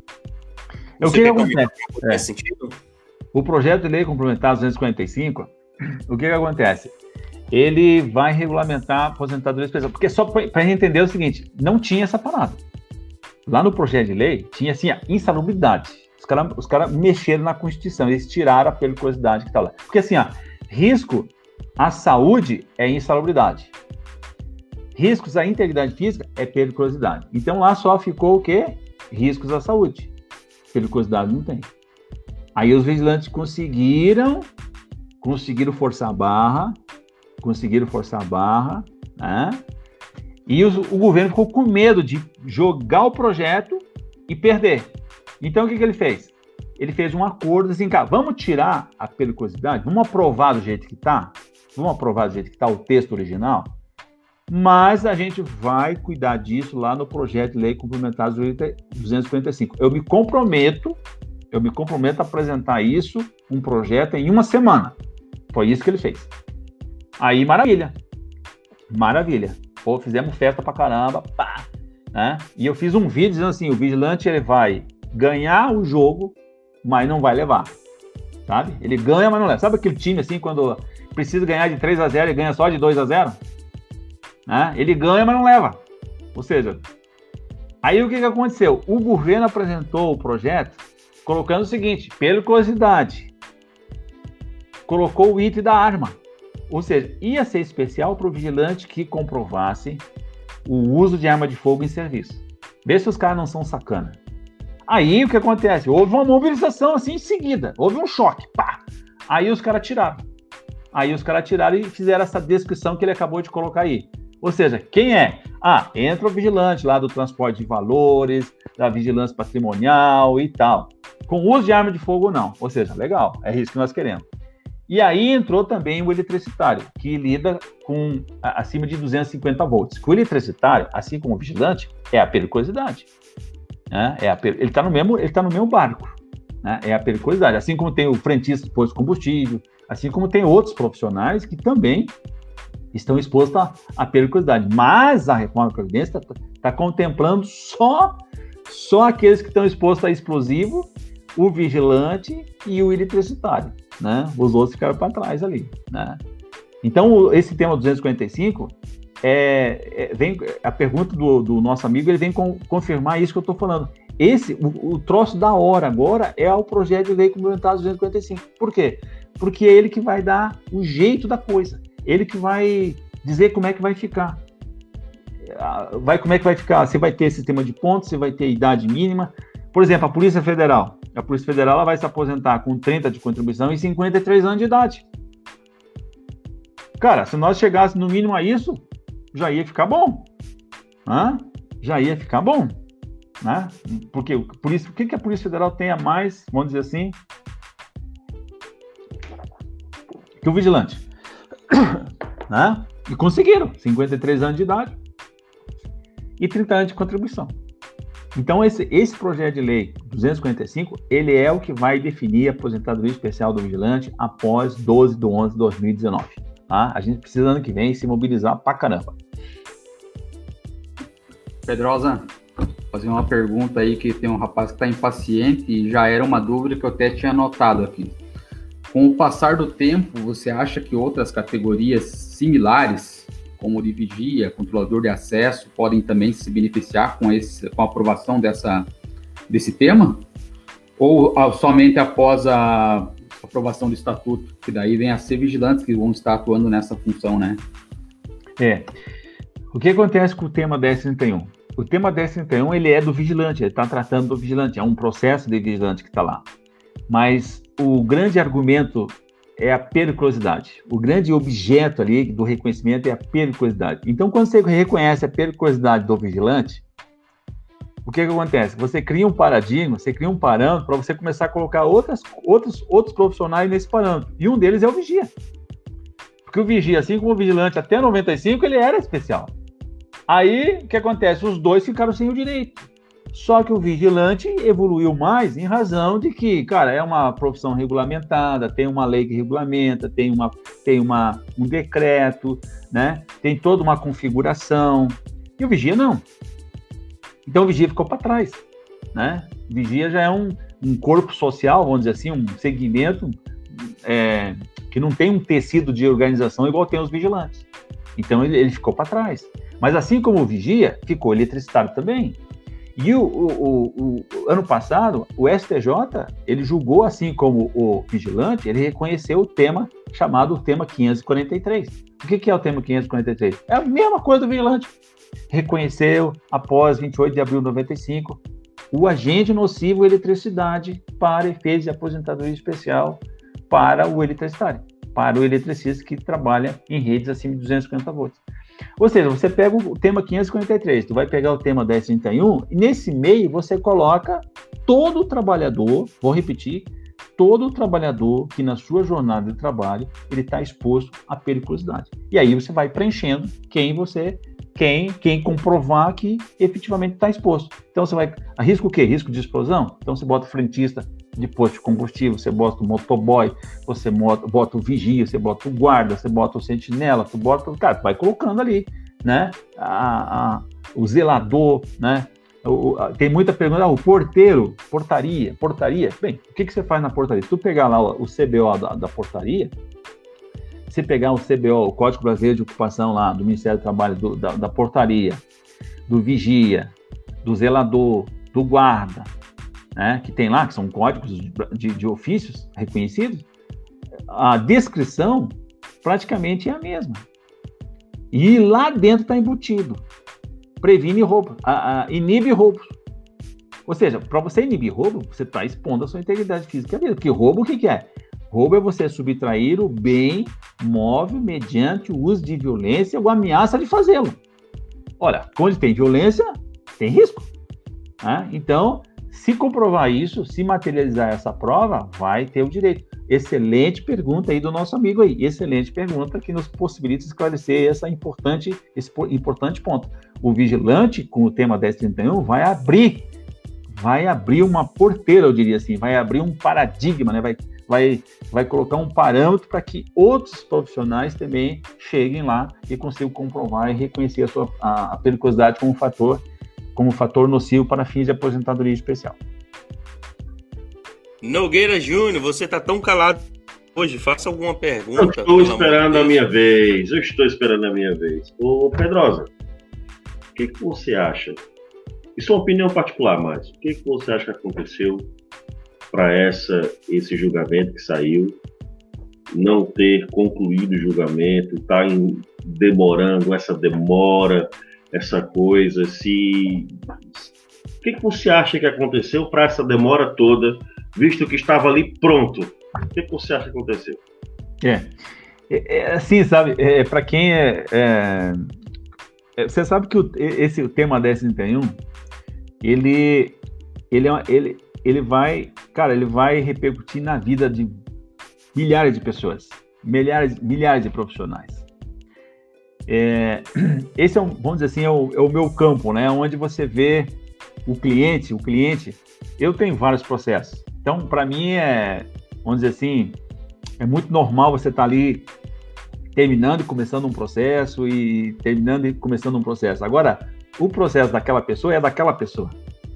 O que, que acontece? É. Sentido? O projeto de lei complementar duzentos e quarenta e cinco, o que, que acontece? Ele vai regulamentar a aposentadoria especial. Porque só para a gente entender o seguinte, não tinha essa parada. Lá no projeto de lei, tinha assim a insalubridade. Os caras os cara mexeram na Constituição, eles tiraram a periculosidade que está lá. Porque assim, ó, risco à saúde é insalubridade. Riscos à integridade física é periculosidade. Então lá só ficou o quê? Riscos à saúde. Periculosidade não tem. Aí os vigilantes conseguiram, conseguiram forçar a barra, conseguiram forçar a barra, né? E os, o governo ficou com medo de jogar o projeto e perder. Então o que, que ele fez? Ele fez um acordo assim, cara, vamos tirar a periculosidade, vamos aprovar do jeito que está, vamos aprovar do jeito que está o texto original, mas a gente vai cuidar disso lá no projeto de lei complementar duzentos e quarenta e cinco. Eu me comprometo, eu me comprometo a apresentar isso, um projeto em uma semana. Foi isso que ele fez. Aí, maravilha. Maravilha. Pô, fizemos festa pra caramba, pá, né? E eu fiz um vídeo dizendo assim, o vigilante ele vai ganhar o jogo, mas não vai levar, sabe? Ele ganha, mas não leva. Sabe aquele time assim, quando precisa ganhar de três a zero e ganha só de dois a zero? Né? Ele ganha, mas não leva. Ou seja, aí o que, que aconteceu? O governo apresentou o projeto colocando o seguinte, periculosidade. Colocou o item da arma. Ou seja, ia ser especial para o vigilante que comprovasse o uso de arma de fogo em serviço. Vê se os caras não são sacana. Aí o que acontece? Houve uma mobilização assim em seguida. Houve um choque. Pá! Aí os caras tiraram. Aí os caras tiraram e fizeram essa descrição que ele acabou de colocar aí. Ou seja, quem é? Ah, entra o vigilante lá do transporte de valores, da vigilância patrimonial e tal. Com uso de arma de fogo ou não. Ou seja, legal. É isso que nós queremos. E aí entrou também o eletricitário, que lida com a, acima de duzentos e cinquenta volts. O eletricitário, assim como o vigilante, é a periculosidade. Né? É a, ele está no mesmo, ele tá no mesmo barco. Né? É a periculosidade. Assim como tem o frentista de posto de combustível, assim como tem outros profissionais que também estão expostos à, à periculosidade. Mas a reforma da Previdência está tá contemplando só, só aqueles que estão expostos a explosivo o vigilante e o eletricitário, né? Os outros ficaram para trás ali, né? Então, esse tema duzentos e quarenta e cinco, é, é, vem, a pergunta do, do nosso amigo, ele vem com, confirmar isso que eu estou falando. Esse, o, o troço da hora agora é o projeto de lei complementar duzentos e quarenta e cinco. Por quê? Porque é ele que vai dar o jeito da coisa. Ele que vai dizer como é que vai ficar. Vai, como é que vai ficar? Você vai ter sistema de pontos, você vai ter idade mínima. Por exemplo, a Polícia Federal. A Polícia Federal ela vai se aposentar com trinta de contribuição e cinquenta e três anos de idade. Cara, se nós chegássemos no mínimo a isso, já ia ficar bom. Hã? Já ia ficar bom. Né? Porque por isso, o que, que a Polícia Federal tem a mais, vamos dizer assim, que o vigilante? Né? E conseguiram, cinquenta e três anos de idade e trinta anos de contribuição. Então, esse, esse projeto de lei duzentos e quarenta e cinco, ele é o que vai definir a aposentadoria especial do vigilante após doze de onze de dois mil e dezenove. Tá? A gente precisa, ano que vem, se mobilizar pra caramba. Pedrosa, vou fazer uma pergunta aí, que tem um rapaz que está impaciente e já era uma dúvida que eu até tinha anotado aqui. Com o passar do tempo, você acha que outras categorias similares, como de vigia, controlador de acesso, podem também se beneficiar com, esse, com a aprovação dessa, desse tema? Ou ah, somente após a aprovação do estatuto, que daí vem a ser vigilantes que vão estar atuando nessa função, né? É. O que acontece com o tema dez trinta e um? O tema dez trinta e um, ele é do vigilante, ele está tratando do vigilante, é um processo de vigilante que está lá. Mas o grande argumento é a periculosidade. O grande objeto ali do reconhecimento é a periculosidade. Então, quando você reconhece a periculosidade do vigilante, o que, que acontece? Você cria um paradigma, você cria um parâmetro para você começar a colocar outras, outros, outros profissionais nesse parâmetro. E um deles é o vigia. Porque o vigia, assim como o vigilante até noventa e cinco, ele era especial. Aí, o que acontece? Os dois ficaram sem o direito. Só que o vigilante evoluiu mais em razão de que, cara, é uma profissão regulamentada, tem uma lei que regulamenta, tem, uma, tem uma, um decreto, né? Tem toda uma configuração. E o vigia não. Então o vigia ficou para trás, né? O vigia já é um, um corpo social, vamos dizer assim, um segmento é, que não tem um tecido de organização igual tem os vigilantes. Então ele, ele ficou para trás. Mas assim como o vigia, ficou eletricitário também. E o, o, o, o ano passado, o S T J, ele julgou, assim como o vigilante, ele reconheceu o tema chamado tema quinhentos e quarenta e três. O que, que é o tema quinhentos e quarenta e três? É a mesma coisa do vigilante. Reconheceu, após vinte e oito de abril de noventa e cinco, o agente nocivo eletricidade para efeitos de aposentadoria especial para o eletricitário, para o eletricista que trabalha em redes acima de duzentos e cinquenta volts. Ou seja, você pega o tema quinhentos e quarenta e três, tu vai pegar o tema dez trinta e um, e nesse meio você coloca todo o trabalhador, vou repetir, todo o trabalhador que na sua jornada de trabalho, ele está exposto à periculosidade. E aí você vai preenchendo quem você, quem, quem comprovar que efetivamente está exposto. Então você vai, risco o quê? Risco de explosão? Então você bota o frentista de posto de combustível, você bota o motoboy, você bota, bota o vigia, você bota o guarda, você bota o sentinela, tu bota, cara, tu vai colocando ali, né? A, a, o zelador, né? O, a, tem muita pergunta, ah, o porteiro, portaria, portaria. Bem, o que, que você faz na portaria? Se tu pegar lá o, o C B O da, da portaria, se pegar o C B O, o Código Brasileiro de Ocupação lá, do Ministério do Trabalho, do, da, da portaria, do vigia, do zelador, do guarda, né, que tem lá, que são códigos de, de, de ofícios reconhecidos, a descrição praticamente é a mesma. E lá dentro está embutido. Previne roubo, a, a, inibe roubos. Ou seja, para você inibir roubo, você está expondo a sua integridade física mesmo. Porque roubo, o que, que é? Roubo é você subtrair o bem móvel mediante o uso de violência ou ameaça de fazê-lo. Olha, onde tem violência, tem risco. Né? Então, se comprovar isso, se materializar essa prova, vai ter o direito. Excelente pergunta aí do nosso amigo aí. Excelente pergunta que nos possibilita esclarecer essa importante, esse importante ponto. O vigilante, com o tema dez trinta e um, vai abrir, vai abrir uma porteira, eu diria assim, vai abrir um paradigma, né? vai, vai, vai colocar um parâmetro para que outros profissionais também cheguem lá e consigam comprovar e reconhecer a, sua, a, a periculosidade como fator como fator nocivo para fins de aposentadoria especial. Nogueira Júnior, você tá tão calado hoje, faça alguma pergunta. Eu estou esperando a minha vez, eu estou esperando a minha vez. Ô, Pedrosa, o que, que você acha? Isso é uma opinião particular, mas o que, que você acha que aconteceu para essa esse julgamento que saiu não ter concluído o julgamento, tá em, demorando essa demora, essa coisa, se o que, que você acha que aconteceu para essa demora toda, visto que estava ali pronto? O que, que você acha que aconteceu? É, é, é assim, sabe, é, para quem é, é, é, você sabe que o, esse o tema dez trinta e um, ele, ele, ele, ele vai, cara, ele vai repercutir na vida de milhares de pessoas, milhares, milhares de profissionais. É, esse é um, vamos dizer assim, é o, é o meu campo, né? Onde você vê o cliente, o cliente, eu tenho vários processos. Então, para mim, é, vamos dizer assim, é muito normal você estar ali terminando e começando um processo e terminando e começando um processo. Agora, o processo daquela pessoa é daquela pessoa.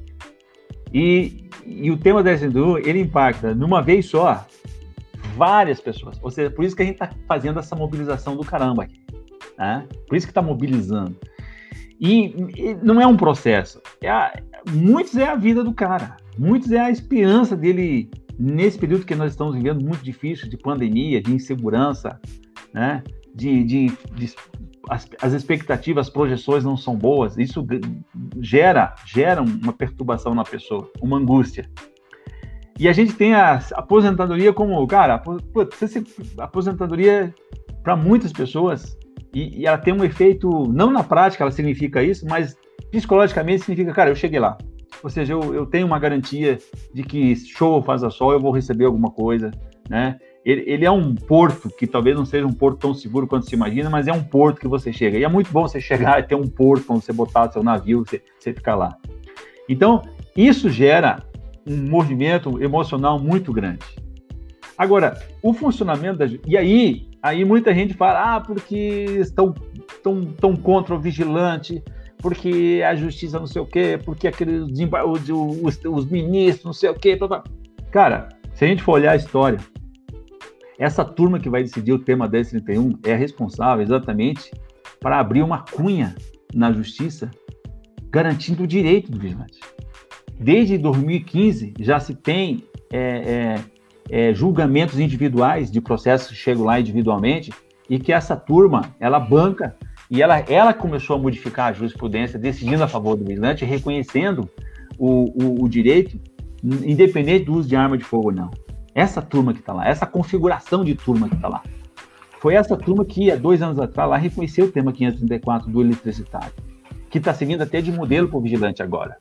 E, e o tema dez trinta e um, ele impacta, numa vez só, várias pessoas. Ou seja, por isso que a gente está fazendo essa mobilização do caramba aqui. Né? Por isso que está mobilizando. E, e não é um processo. É a, muitos é a vida do cara. Muitos é a esperança dele nesse período que nós estamos vivendo muito difícil, de pandemia, de insegurança, né? de, de, de as, as expectativas, as projeções não são boas. Isso gera, gera uma perturbação na pessoa, uma angústia. E a gente tem a aposentadoria como, cara, a aposentadoria para muitas pessoas, e, e ela tem um efeito, não na prática ela significa isso, mas psicologicamente significa, cara, eu cheguei lá. Ou seja, eu, eu tenho uma garantia de que show faz a sol, eu vou receber alguma coisa, né? Ele, ele é um porto que talvez não seja um porto tão seguro quanto se imagina, mas é um porto que você chega. E é muito bom você chegar e ter um porto para você botar o seu navio, você, você ficar lá. Então, isso gera um movimento emocional muito grande. Agora, o funcionamento da... E aí, aí muita gente fala, ah, porque estão tão, tão contra o vigilante, porque a justiça não sei o quê, porque aqueles os, os, os ministros não sei o quê. Blá, blá. Cara, se a gente for olhar a história, essa turma que vai decidir o tema dez trinta e um é responsável exatamente para abrir uma cunha na justiça garantindo o direito do vigilante. Desde dois mil e quinze já se tem é, é, é, julgamentos individuais de processos que chegam lá individualmente e que essa turma, ela banca e ela, ela começou a modificar a jurisprudência decidindo a favor do vigilante, reconhecendo o, o, o direito, independente do uso de arma de fogo ou não. Essa turma que está lá, essa configuração de turma que está lá. Foi essa turma que, há dois anos atrás, lá reconheceu o tema quinhentos e trinta e quatro do eletricitário, que está servindo até de modelo para o vigilante agora.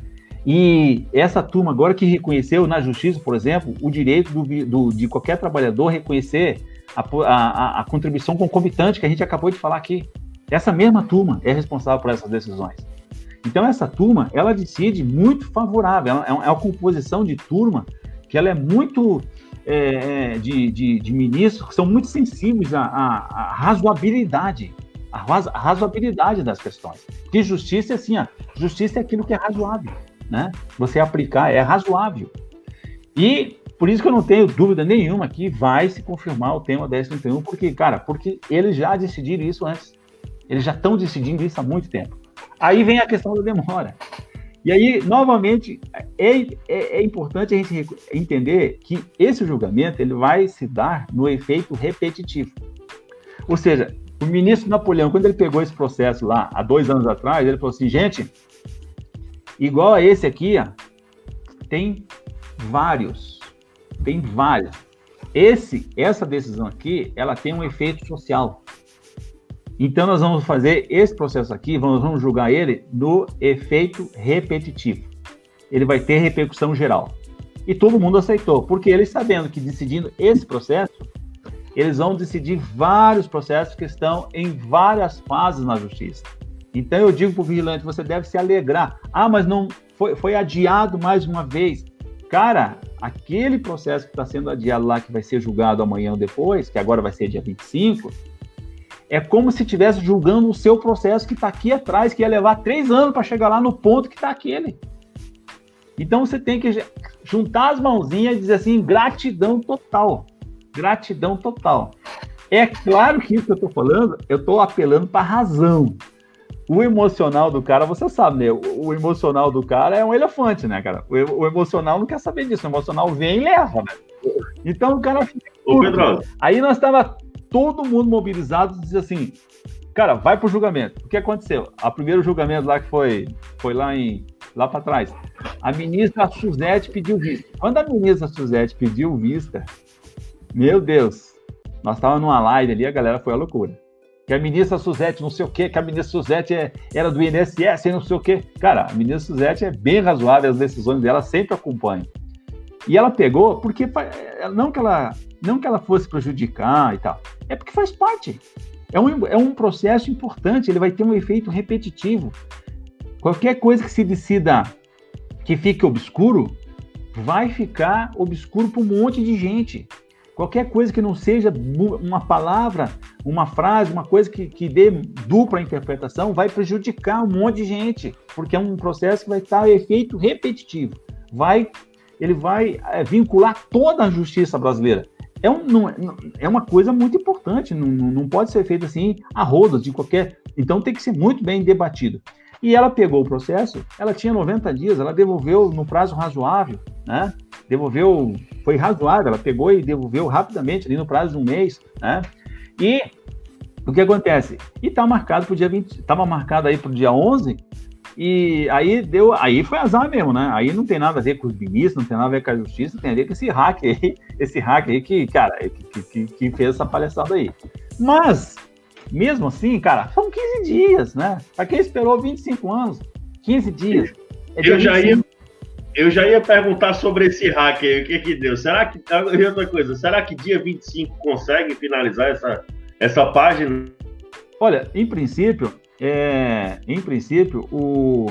E essa turma agora que reconheceu na justiça, por exemplo, o direito do, do, de qualquer trabalhador reconhecer a, a, a contribuição concomitante que a gente acabou de falar aqui. Essa mesma turma é responsável por essas decisões. Então essa turma, ela decide muito favorável, é uma, é uma composição de turma que ela é muito, é, de, de, de ministros que são muito sensíveis à, à, à razoabilidade, à, razo, à razoabilidade das questões. Porque justiça é assim, ó, justiça é aquilo que é razoável, né? Você aplicar é razoável. E por isso que eu não tenho dúvida nenhuma que vai se confirmar o tema dez trinta e um, porque, cara, porque eles já decidiram isso antes. Eles já estão decidindo isso há muito tempo. Aí vem a questão da demora. E aí, novamente, é, é, é importante a gente entender que esse julgamento ele vai se dar no efeito repetitivo. Ou seja, o ministro Napoleão, quando ele pegou esse processo lá, há dois anos atrás, ele falou assim, gente, igual a esse aqui, ó, tem vários, tem vários. Esse, essa decisão aqui, ela tem um efeito social. Então, nós vamos fazer esse processo aqui, vamos, vamos julgar ele no efeito repetitivo. Ele vai ter repercussão geral. E todo mundo aceitou, porque eles sabendo que decidindo esse processo, eles vão decidir vários processos que estão em várias fases na justiça. Então, eu digo para o vigilante, você deve se alegrar. Ah, mas não foi, foi adiado mais uma vez. Cara, aquele processo que está sendo adiado lá, que vai ser julgado amanhã ou depois, que agora vai ser dia vinte e cinco... é como se estivesse julgando o seu processo que está aqui atrás, que ia levar três anos para chegar lá no ponto que está aquele. Então você tem que juntar as mãozinhas e dizer assim, gratidão total. Gratidão total. É claro que isso que eu estou falando, eu estou apelando para a razão. O emocional do cara, você sabe, né? O, o emocional do cara é um elefante, né, cara? O, o emocional não quer saber disso. O emocional vem e leva, né? Então o cara fica... Ô, Pedro. Aí nós estava todo mundo mobilizado e diz assim, cara, vai pro julgamento. O que aconteceu? O primeiro julgamento lá que foi, foi lá, em, lá para trás. A ministra Suzete pediu vista. Quando a ministra Suzete pediu vista, meu Deus, nós estávamos numa live ali, a galera foi à loucura. Que a ministra Suzete não sei o quê, que a ministra Suzete é, era do I N S S e não sei o quê. Cara, a ministra Suzete é bem razoável, as decisões dela sempre acompanham. E ela pegou porque, não que ela, não que ela fosse prejudicar e tal, é porque faz parte. É um, é um processo importante, ele vai ter um efeito repetitivo. Qualquer coisa que se decida que fique obscuro, vai ficar obscuro para um monte de gente. Qualquer coisa que não seja uma palavra, uma frase, uma coisa que, que dê dupla interpretação, vai prejudicar um monte de gente, porque é um processo que vai estar efeito repetitivo. Vai, ele vai é, vincular toda a justiça brasileira. É, um, não, é uma coisa muito importante, não, não pode ser feito assim a rodas de qualquer... Então tem que ser muito bem debatido. E ela pegou o processo, ela tinha noventa dias, ela devolveu no prazo razoável, né? Devolveu, foi razoável, ela pegou e devolveu rapidamente, ali no prazo de um mês, né? E o que acontece? E tá marcado para o dia vinte, estava marcado aí para o dia onze, e aí deu, aí foi azar mesmo, né? Aí não tem nada a ver com os ministros, não tem nada a ver com a justiça, tem a ver com esse hack aí, esse hack aí que, cara, que, que, que fez essa palhaçada aí. Mas, mesmo assim, cara, são quinze dias, né? Para quem esperou vinte e cinco anos, quinze dias. É eu, já ia, eu já ia perguntar sobre esse hack aí, o que que deu? Será que, e outra coisa, será que dia vinte e cinco consegue finalizar essa, essa página? Olha, em princípio, é, em princípio, o,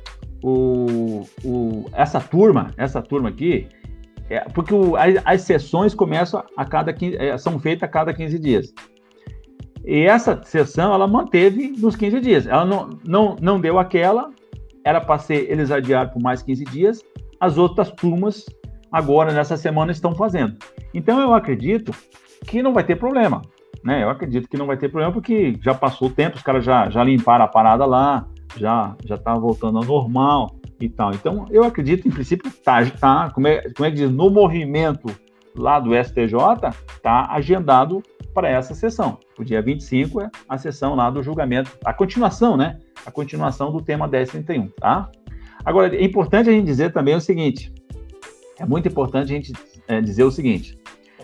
o, o, essa turma, essa turma aqui, é, porque o, as, as sessões começam a cada quinze, é, são feitas a cada quinze dias. E essa sessão, ela manteve nos quinze dias. Ela não, não, não deu aquela, era para ser, eles adiaram por mais quinze dias, as outras turmas, agora, nessa semana, estão fazendo. Então, eu acredito que não vai ter problema, né? Eu acredito que não vai ter problema, porque já passou o tempo, os caras já, já limparam a parada lá, já já tá voltando ao normal e tal. Então, eu acredito, em princípio, tá, tá como, é, como é que diz, no movimento lá do S T J, tá agendado para essa sessão. O dia vinte e cinco é a sessão lá do julgamento, a continuação, né? A continuação do tema dez trinta e um, tá? Agora, é importante a gente dizer também o seguinte, é muito importante a gente é, dizer o seguinte,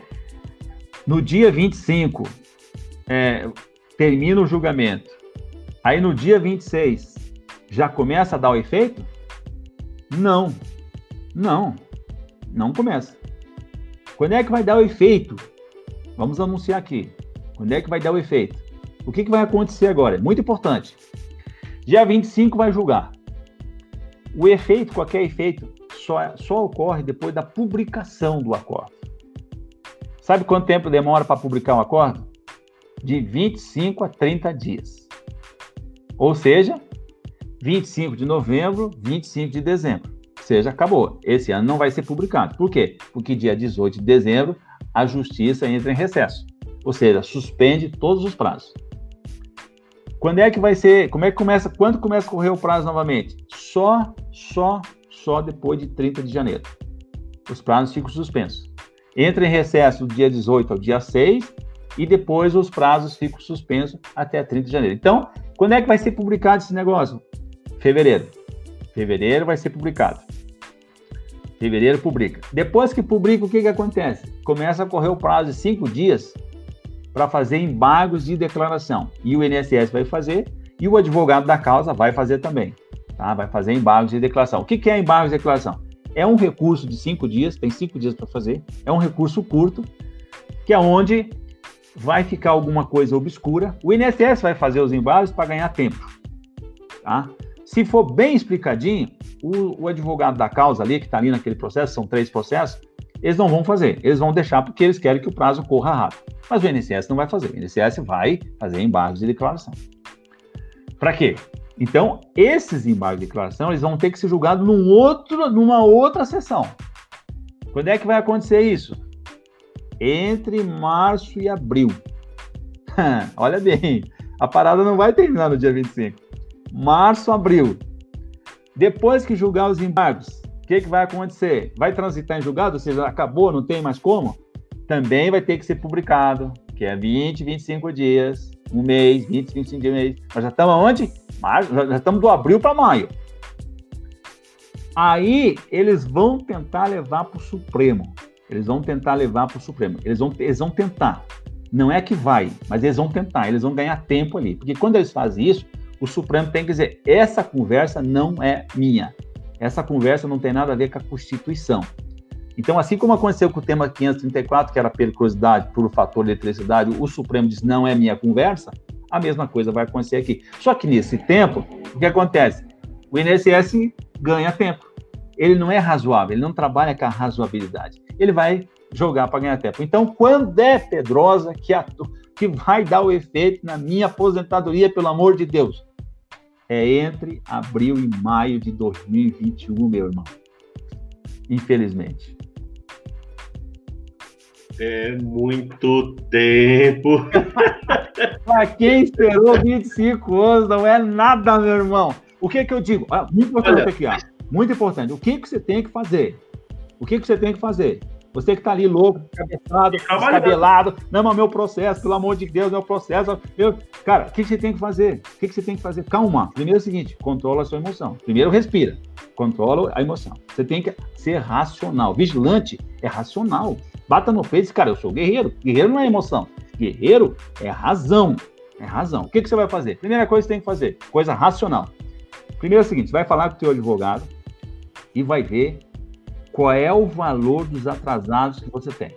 no dia vinte e cinco, é, termina o julgamento, aí no dia vinte e seis, já começa a dar o efeito? Não, não, não começa. Quando é que vai dar o efeito? Vamos anunciar aqui. Quando é que vai dar o efeito? O que, que vai acontecer agora? É muito importante. Dia vinte e cinco vai julgar. O efeito, qualquer efeito, só, só ocorre depois da publicação do acordo. Sabe quanto tempo demora para publicar um acordo? De vinte e cinco a trinta dias. Ou seja, vinte e cinco de novembro, vinte e cinco de dezembro. Ou seja, acabou. Esse ano não vai ser publicado. Por quê? Porque dia dezoito de dezembro, a justiça entra em recesso. Ou seja, suspende todos os prazos. Quando é que vai ser, como é que começa, quando começa a correr o prazo novamente? Só, só, só depois de trinta de janeiro. Os prazos ficam suspensos. Entra em recesso do dia dezoito ao dia seis e depois os prazos ficam suspensos até trinta de janeiro. Então, quando é que vai ser publicado esse negócio? Fevereiro. Fevereiro vai ser publicado. Fevereiro publica. Depois que publica, o que que acontece? Começa a correr o prazo de cinco dias para fazer embargos de declaração. E o I N S S vai fazer, e o advogado da causa vai fazer também. Tá? Vai fazer embargos de declaração. O que que é embargo de declaração? É um recurso de cinco dias, tem cinco dias para fazer, é um recurso curto, que é onde vai ficar alguma coisa obscura. O I N S S vai fazer os embargos para ganhar tempo. Tá? Se for bem explicadinho, o, o advogado da causa ali, que está ali naquele processo, são três processos, eles não vão fazer, eles vão deixar porque eles querem que o prazo corra rápido. Mas o I N S S não vai fazer, o I N S S vai fazer embargos de declaração. Para quê? Então, esses embargos de declaração, eles vão ter que ser julgados num outro, numa outra sessão. Quando é que vai acontecer isso? Entre março e abril. Olha bem, a parada não vai terminar no dia vinte e cinco. Março, abril. Depois que julgar os embargos, o que, que vai acontecer? Vai transitar em julgado, ou seja, acabou, não tem mais como? Também vai ter que ser publicado, que é vinte, vinte e cinco dias, um mês, vinte, vinte e cinco dias, um mês. Nós já estamos aonde? Março, já estamos do abril para maio. Aí eles vão tentar levar para o Supremo. Eles vão tentar levar para o Supremo. Eles vão, eles vão tentar. Não é que vai, mas eles vão tentar. Eles vão ganhar tempo ali. Porque quando eles fazem isso, o Supremo tem que dizer, essa conversa não é minha. Essa conversa não tem nada a ver com a Constituição. Então, assim como aconteceu com o tema quinhentos e trinta e quatro, que era periculosidade por fator de eletricidade, o Supremo diz, não é minha conversa, a mesma coisa vai acontecer aqui. Só que nesse tempo, o que acontece? O I N S S ganha tempo. Ele não é razoável, ele não trabalha com a razoabilidade. Ele vai jogar para ganhar tempo. Então, quando é Pedrosa que, atu... que vai dar o efeito na minha aposentadoria, pelo amor de Deus? É entre abril e maio de dois mil e vinte e um, meu irmão. Infelizmente. É muito tempo. Para quem esperou vinte e cinco anos, não é nada, meu irmão. O que que eu digo? Ah, muito importante aqui, ó. Muito importante. O que que você tem que fazer? O que que você tem que fazer? Você que tá ali louco, cabeçado, descabelado. Não, mas meu processo, pelo amor de Deus, meu processo. Meu... Cara, o que que você tem que fazer? O que que você tem que fazer? Calma. Primeiro é o seguinte, controla a sua emoção. Primeiro respira. Controla a emoção. Você tem que ser racional. Vigilante é racional. Bata no peito e diz, cara, eu sou guerreiro. Guerreiro não é emoção. Guerreiro é razão. É razão. O que que você vai fazer? Primeira coisa que você tem que fazer, coisa racional. Primeiro é o seguinte, você vai falar com o teu advogado e vai ver qual é o valor dos atrasados que você tem.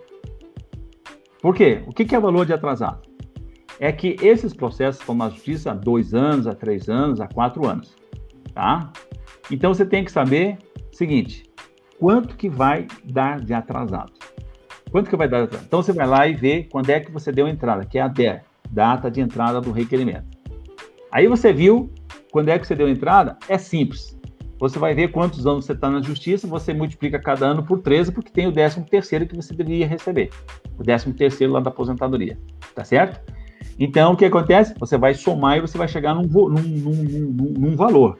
Por quê? O que é valor de atrasado? É que esses processos estão na justiça há dois anos, há três anos, há quatro anos. Tá? Então você tem que saber o seguinte, quanto que vai dar de atrasado? Quanto que vai dar de atrasado? Então você vai lá e vê quando é que você deu a entrada, que é a D E R, data de entrada do requerimento. Aí você viu quando é que você deu a entrada? É simples. Você vai ver quantos anos você está na justiça, você multiplica cada ano por treze, porque tem o décimo terceiro que você deveria receber. O décimo terceiro lá da aposentadoria. Tá certo? Então, o que acontece? Você vai somar e você vai chegar num, num, num, num, num valor.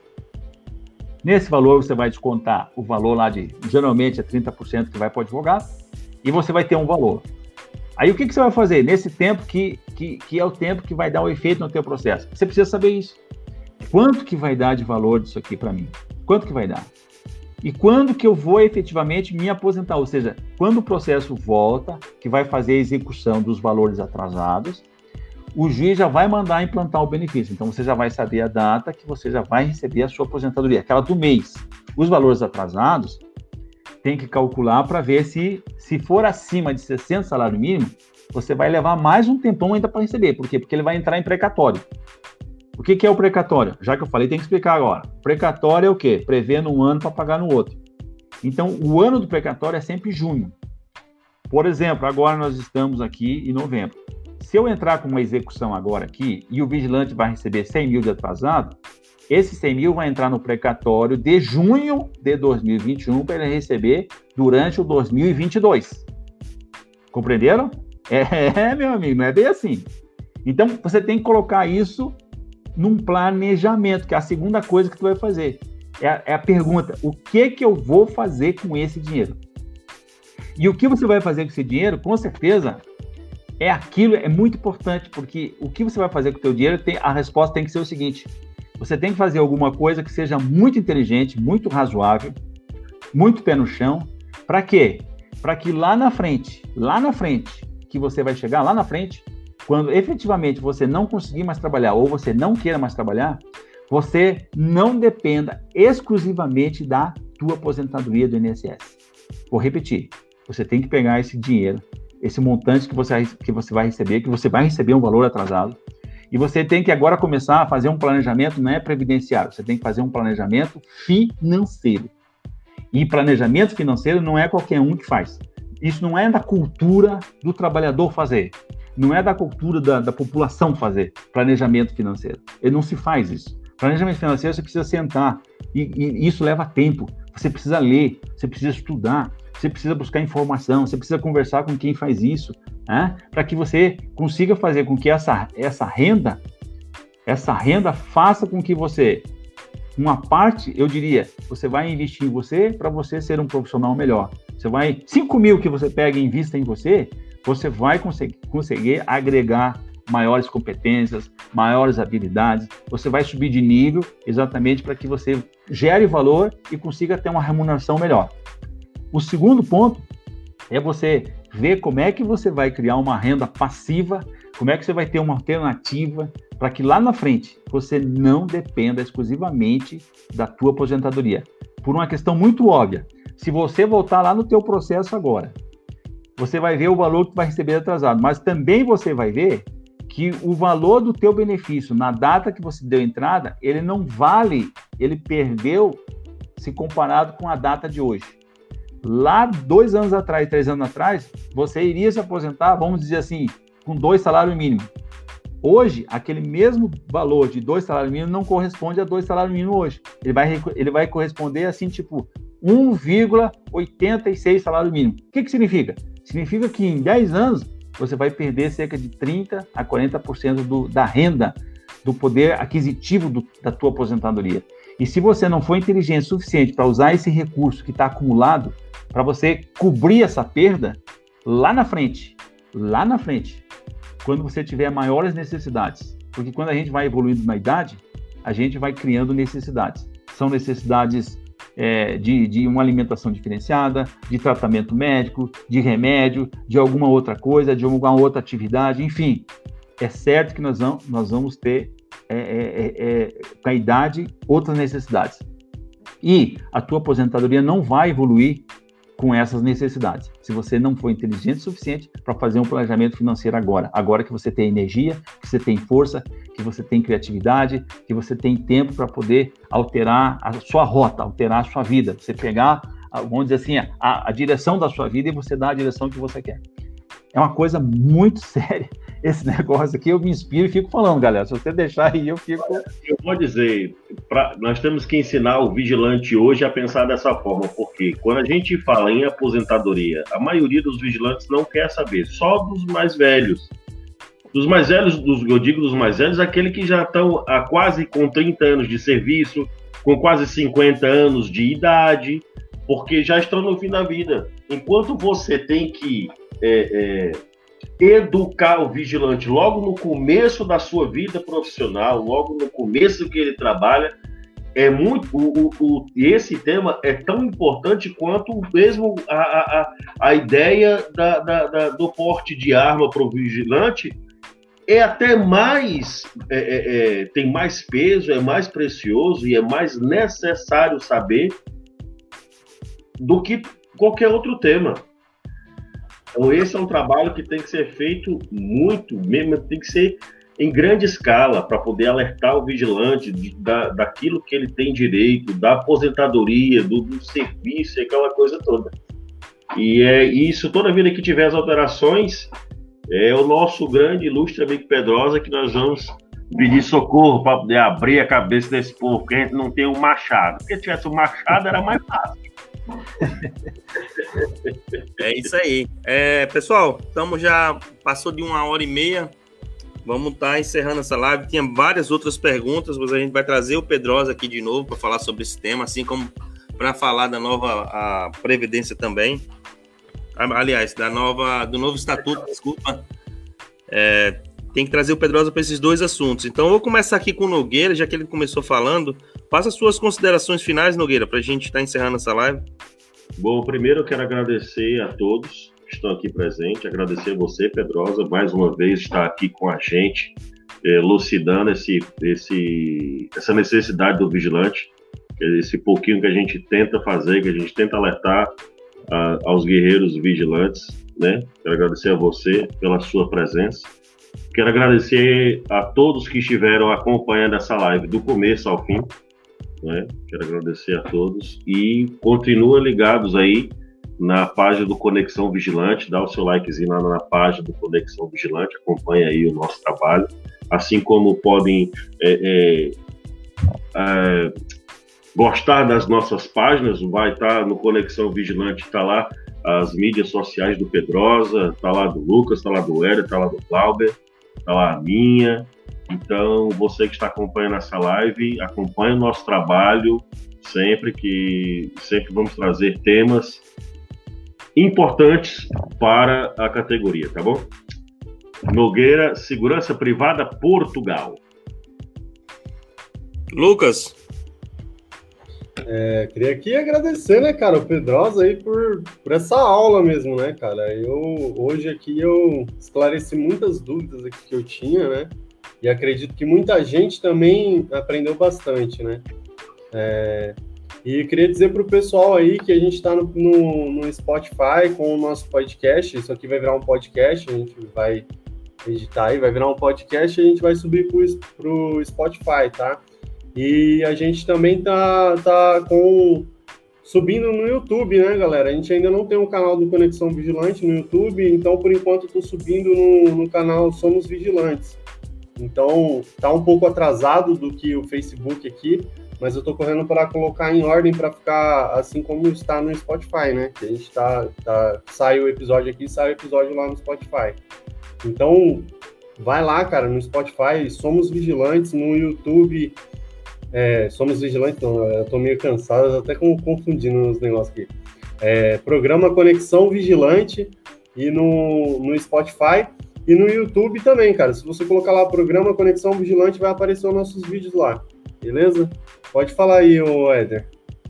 Nesse valor, você vai descontar o valor lá de, geralmente, é trinta por cento que vai para o advogado, e você vai ter um valor. Aí, o que, que você vai fazer? Nesse tempo que, que, que é o tempo que vai dar o efeito no teu processo. Você precisa saber isso. Quanto que vai dar de valor disso aqui para mim? Quanto que vai dar? E quando que eu vou efetivamente me aposentar? Ou seja, quando o processo volta, que vai fazer a execução dos valores atrasados, o juiz já vai mandar implantar o benefício. Então, você já vai saber a data que você já vai receber a sua aposentadoria, aquela do mês. Os valores atrasados, tem que calcular para ver se, se for acima de sessenta salário mínimo, você vai levar mais um tempão ainda para receber. Por quê? Porque ele vai entrar em precatório. O que, que é o precatório? Já que eu falei, tem que explicar agora. Precatório é o quê? Prevendo um ano para pagar no outro. Então, o ano do precatório é sempre junho. Por exemplo, agora nós estamos aqui em novembro. Se eu entrar com uma execução agora aqui e o vigilante vai receber cem mil de atrasado, esse cem mil vai entrar no precatório de junho de dois mil e vinte e um para ele receber durante o dois mil e vinte e dois. Compreenderam? É, meu amigo, não é bem assim. Então, você tem que colocar isso num planejamento, que é a segunda coisa que tu vai fazer. É a, é a pergunta, o que que eu vou fazer com esse dinheiro? E o que você vai fazer com esse dinheiro, com certeza, é aquilo, é muito importante, porque o que você vai fazer com o teu dinheiro, tem, a resposta tem que ser o seguinte, você tem que fazer alguma coisa que seja muito inteligente, muito razoável, muito pé no chão, para quê? Para que lá na frente, lá na frente, que você vai chegar lá na frente, quando efetivamente você não conseguir mais trabalhar ou você não queira mais trabalhar, você não dependa exclusivamente da tua aposentadoria do I N S S. Vou repetir, você tem que pegar esse dinheiro, esse montante que você, que você vai receber, que você vai receber um valor atrasado, e você tem que agora começar a fazer um planejamento, não é previdenciário, você tem que fazer um planejamento financeiro. E planejamento financeiro não é qualquer um que faz. Isso não é da cultura do trabalhador fazer. Não é da cultura da, da população fazer planejamento financeiro. Ele não se faz isso. Planejamento financeiro você precisa sentar. E, e isso leva tempo. Você precisa ler, você precisa estudar, você precisa buscar informação, você precisa conversar com quem faz isso, né? Para que você consiga fazer com que essa, essa renda, essa renda faça com que você, uma parte, eu diria, você vai investir em você para você ser um profissional melhor. Você vai, cinco mil que você pega e invista em você, você vai conseguir, conseguir agregar maiores competências, maiores habilidades, você vai subir de nível exatamente para que você gere valor e consiga ter uma remuneração melhor. O segundo ponto é você ver como é que você vai criar uma renda passiva, como é que você vai ter uma alternativa para que lá na frente você não dependa exclusivamente da tua aposentadoria. Por uma questão muito óbvia, se você voltar lá no teu processo agora, você vai ver o valor que vai receber atrasado, mas também você vai ver que o valor do teu benefício na data que você deu entrada, ele não vale, ele perdeu se comparado com a data de hoje. Lá dois anos atrás, três anos atrás, você iria se aposentar, vamos dizer assim, com dois salários mínimos. Hoje, aquele mesmo valor de dois salários mínimos não corresponde a dois salários mínimos hoje. Ele vai, ele vai corresponder assim, tipo, um vírgula oitenta e seis salário mínimo. O que que significa? Significa que em dez anos, você vai perder cerca de trinta a quarenta por cento do, da renda, do poder aquisitivo do, da tua aposentadoria. E se você não for inteligente o suficiente para usar esse recurso que está acumulado, para você cobrir essa perda, lá na frente, lá na frente, quando você tiver maiores necessidades, porque quando a gente vai evoluindo na idade, a gente vai criando necessidades. São necessidades É, de, de uma alimentação diferenciada, de tratamento médico, de remédio, de alguma outra coisa, de alguma outra atividade, enfim. É certo que nós vamos, nós vamos ter, é, é, é, com a idade, outras necessidades. E a tua aposentadoria não vai evoluir com essas necessidades, se você não for inteligente o suficiente para fazer um planejamento financeiro agora. Agora que você tem energia, que você tem força, que você tem criatividade, que você tem tempo para poder alterar a sua rota, alterar a sua vida. Você pegar, vamos dizer assim, a, a direção da sua vida e você dar a direção que você quer. É uma coisa muito séria esse negócio aqui. Eu me inspiro e fico falando, galera. Se você deixar aí, eu fico... Eu vou dizer, pra, nós temos que ensinar o vigilante hoje a pensar dessa forma, porque quando a gente fala em aposentadoria, a maioria dos vigilantes não quer saber, só dos mais velhos. Dos mais velhos, dos, eu digo dos mais velhos, aquele que já estão há quase com trinta anos de serviço, com quase cinquenta anos de idade, porque já estão no fim da vida. Enquanto você tem que é, é, educar o vigilante logo no começo da sua vida profissional, logo no começo que ele trabalha, é muito, o, o, o, esse tema é tão importante quanto mesmo a, a, a ideia da, da, da, do porte de arma para o vigilante. É até mais, é, é, é, tem mais peso, é mais precioso e é mais necessário saber do que qualquer outro tema. Então esse é um trabalho que tem que ser feito muito, mesmo tem que ser em grande escala para poder alertar o vigilante de, da, daquilo que ele tem direito, da aposentadoria, do, do serviço, aquela coisa toda. E é isso, toda vida que tiver as alterações, é o nosso grande ilustre amigo Pedrosa que nós vamos pedir socorro para poder abrir a cabeça desse povo, porque a gente não tem um machado. Porque se tivesse um machado era mais fácil. É isso aí. É, pessoal, estamos já, passou de uma hora e meia, vamos estar tá encerrando essa live. Tinha várias outras perguntas, mas a gente vai trazer o Pedrosa aqui de novo para falar sobre esse tema, assim como para falar da nova a Previdência também. Aliás, da nova, do novo estatuto, desculpa. É, tem que trazer o Pedrosa para esses dois assuntos. Então, eu vou começar aqui com o Nogueira, já que ele começou falando. Faça as suas considerações finais, Nogueira, para a gente estar tá encerrando essa live. Bom, primeiro eu quero agradecer a todos que estão aqui presentes, agradecer a você, Pedrosa, mais uma vez estar aqui com a gente, elucidando esse, esse, essa necessidade do vigilante, esse pouquinho que a gente tenta fazer, que a gente tenta alertar a, aos guerreiros vigilantes, né? Quero agradecer a você pela sua presença. Quero agradecer a todos que estiveram acompanhando essa live do começo ao fim, né? Quero agradecer a todos e continua ligados aí na página do Conexão Vigilante, dá o seu likezinho lá na página do Conexão Vigilante, acompanha aí o nosso trabalho, assim como podem é, é, é, gostar das nossas páginas, vai estar no Conexão Vigilante, está lá as mídias sociais do Pedrosa, está lá do Lucas, está lá do Éder, está lá do Glauber, está lá a minha. Então, você que está acompanhando essa live, acompanhe o nosso trabalho, sempre que sempre vamos trazer temas importantes para a categoria, tá bom? Nogueira, Segurança Privada, Portugal. Lucas. É, queria aqui agradecer, né, cara, o Pedrosa aí por, por essa aula mesmo, né, cara. Eu, hoje aqui eu esclareci muitas dúvidas aqui que eu tinha, né, e acredito que muita gente também aprendeu bastante, né. É, e queria dizer para o pessoal aí que a gente está no, no, no Spotify com o nosso podcast. Isso aqui vai virar um podcast, a gente vai editar aí, vai virar um podcast e a gente vai subir para o Spotify, tá? E a gente também tá, tá com, subindo no YouTube, né, galera? A gente ainda não tem um canal do Conexão Vigilante no YouTube, então, por enquanto, eu tô subindo no, no canal Somos Vigilantes. Então, tá um pouco atrasado do que o Facebook aqui, mas eu tô correndo para colocar em ordem para ficar assim como está no Spotify, né? Que a gente tá, tá... Sai o episódio aqui, sai o episódio lá no Spotify. Então, vai lá, cara, no Spotify, Somos Vigilantes, no YouTube... É, Somos Vigilantes, não, eu tô meio cansado, até confundindo os negócios aqui. É, programa Conexão Vigilante e no, no Spotify e no YouTube também, cara. Se você colocar lá Programa Conexão Vigilante, vai aparecer os nossos vídeos lá, beleza? Pode falar aí, ô Éder.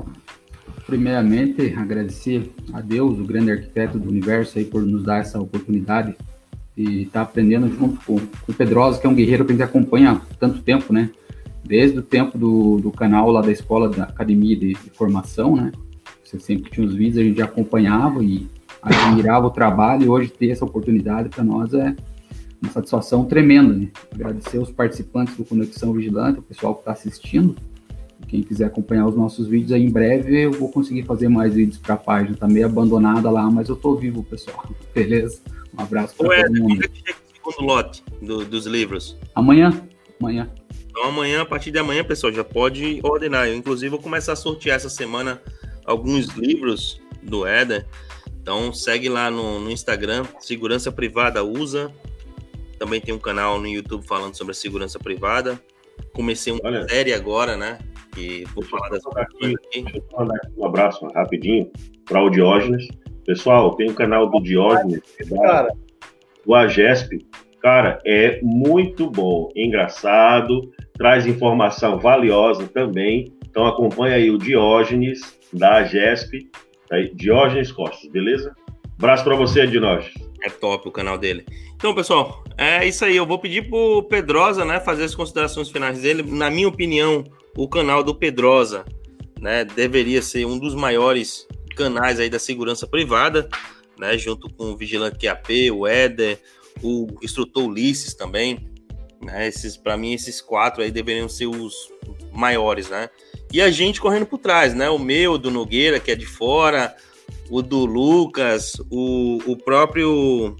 Primeiramente, agradecer a Deus, o grande arquiteto do universo, aí, por nos dar essa oportunidade de estar aprendendo junto com, com o Pedrosa, que é um guerreiro que a gente acompanha há tanto tempo, né? Desde o tempo do, do canal lá da escola, da academia de, de formação, né? Você sempre tinha os vídeos, a gente acompanhava e admirava o trabalho, e hoje ter essa oportunidade para nós é uma satisfação tremenda, né? Agradecer aos participantes do Conexão Vigilante, o pessoal que está assistindo. Quem quiser acompanhar os nossos vídeos aí, em breve eu vou conseguir fazer mais vídeos para a página, tá meio abandonada lá, mas eu tô vivo, pessoal. Beleza? Um abraço para todo mundo. Quando chega o segundo lote do, dos livros? Amanhã, amanhã. Então amanhã, a partir de amanhã, pessoal, já pode ordenar. Eu, inclusive, vou começar a sortear essa semana alguns livros do Éder. Então segue lá no, no Instagram, Segurança Privada Usa. Também tem um canal no YouTube falando sobre a segurança privada. Comecei uma Olha, série agora, né? Que vou falar dessa aqui. aqui. Deixa eu mandar um abraço rapidinho para o Diógenes. Pessoal, tem um canal do Diógenes, cara. do AGESP. Cara, é muito bom, engraçado, traz informação valiosa também. Então acompanha aí o Diógenes, da AGESP, aí, Diógenes Costas, beleza? Abraço para você, Diógenes. É top o canal dele. Então, pessoal, é isso aí. Eu vou pedir pro Pedrosa, né, fazer as considerações finais dele. Na minha opinião, o canal do Pedrosa, né, deveria ser um dos maiores canais aí da segurança privada, né, junto com o Vigilante Q A P, o Éder, o instrutor Ulisses também, né? Esses, para mim, esses quatro aí deveriam ser os maiores, né? E a gente correndo por trás, né? O meu, do Nogueira, que é de fora, o do Lucas, o, o próprio...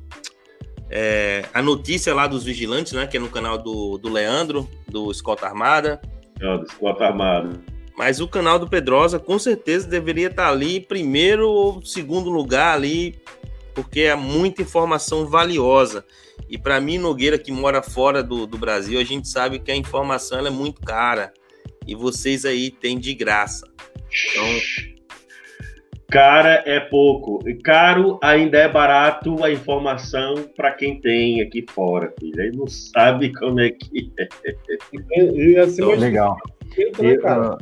É, a notícia lá dos vigilantes, né? Que é no canal do, do Leandro, do Escolta Armada. É, do Escolta Armada. Mas o canal do Pedrosa, com certeza, deveria estar ali, primeiro ou segundo lugar ali, porque é muita informação valiosa. E para mim, Nogueira, que mora fora do, do Brasil, a gente sabe que a informação ela é muito cara. E vocês aí têm de graça. Então... Cara é pouco. Caro ainda é barato a informação para quem tem aqui fora, filho. Ele não sabe como é que é. E, e assim, então, legal. Né, cara?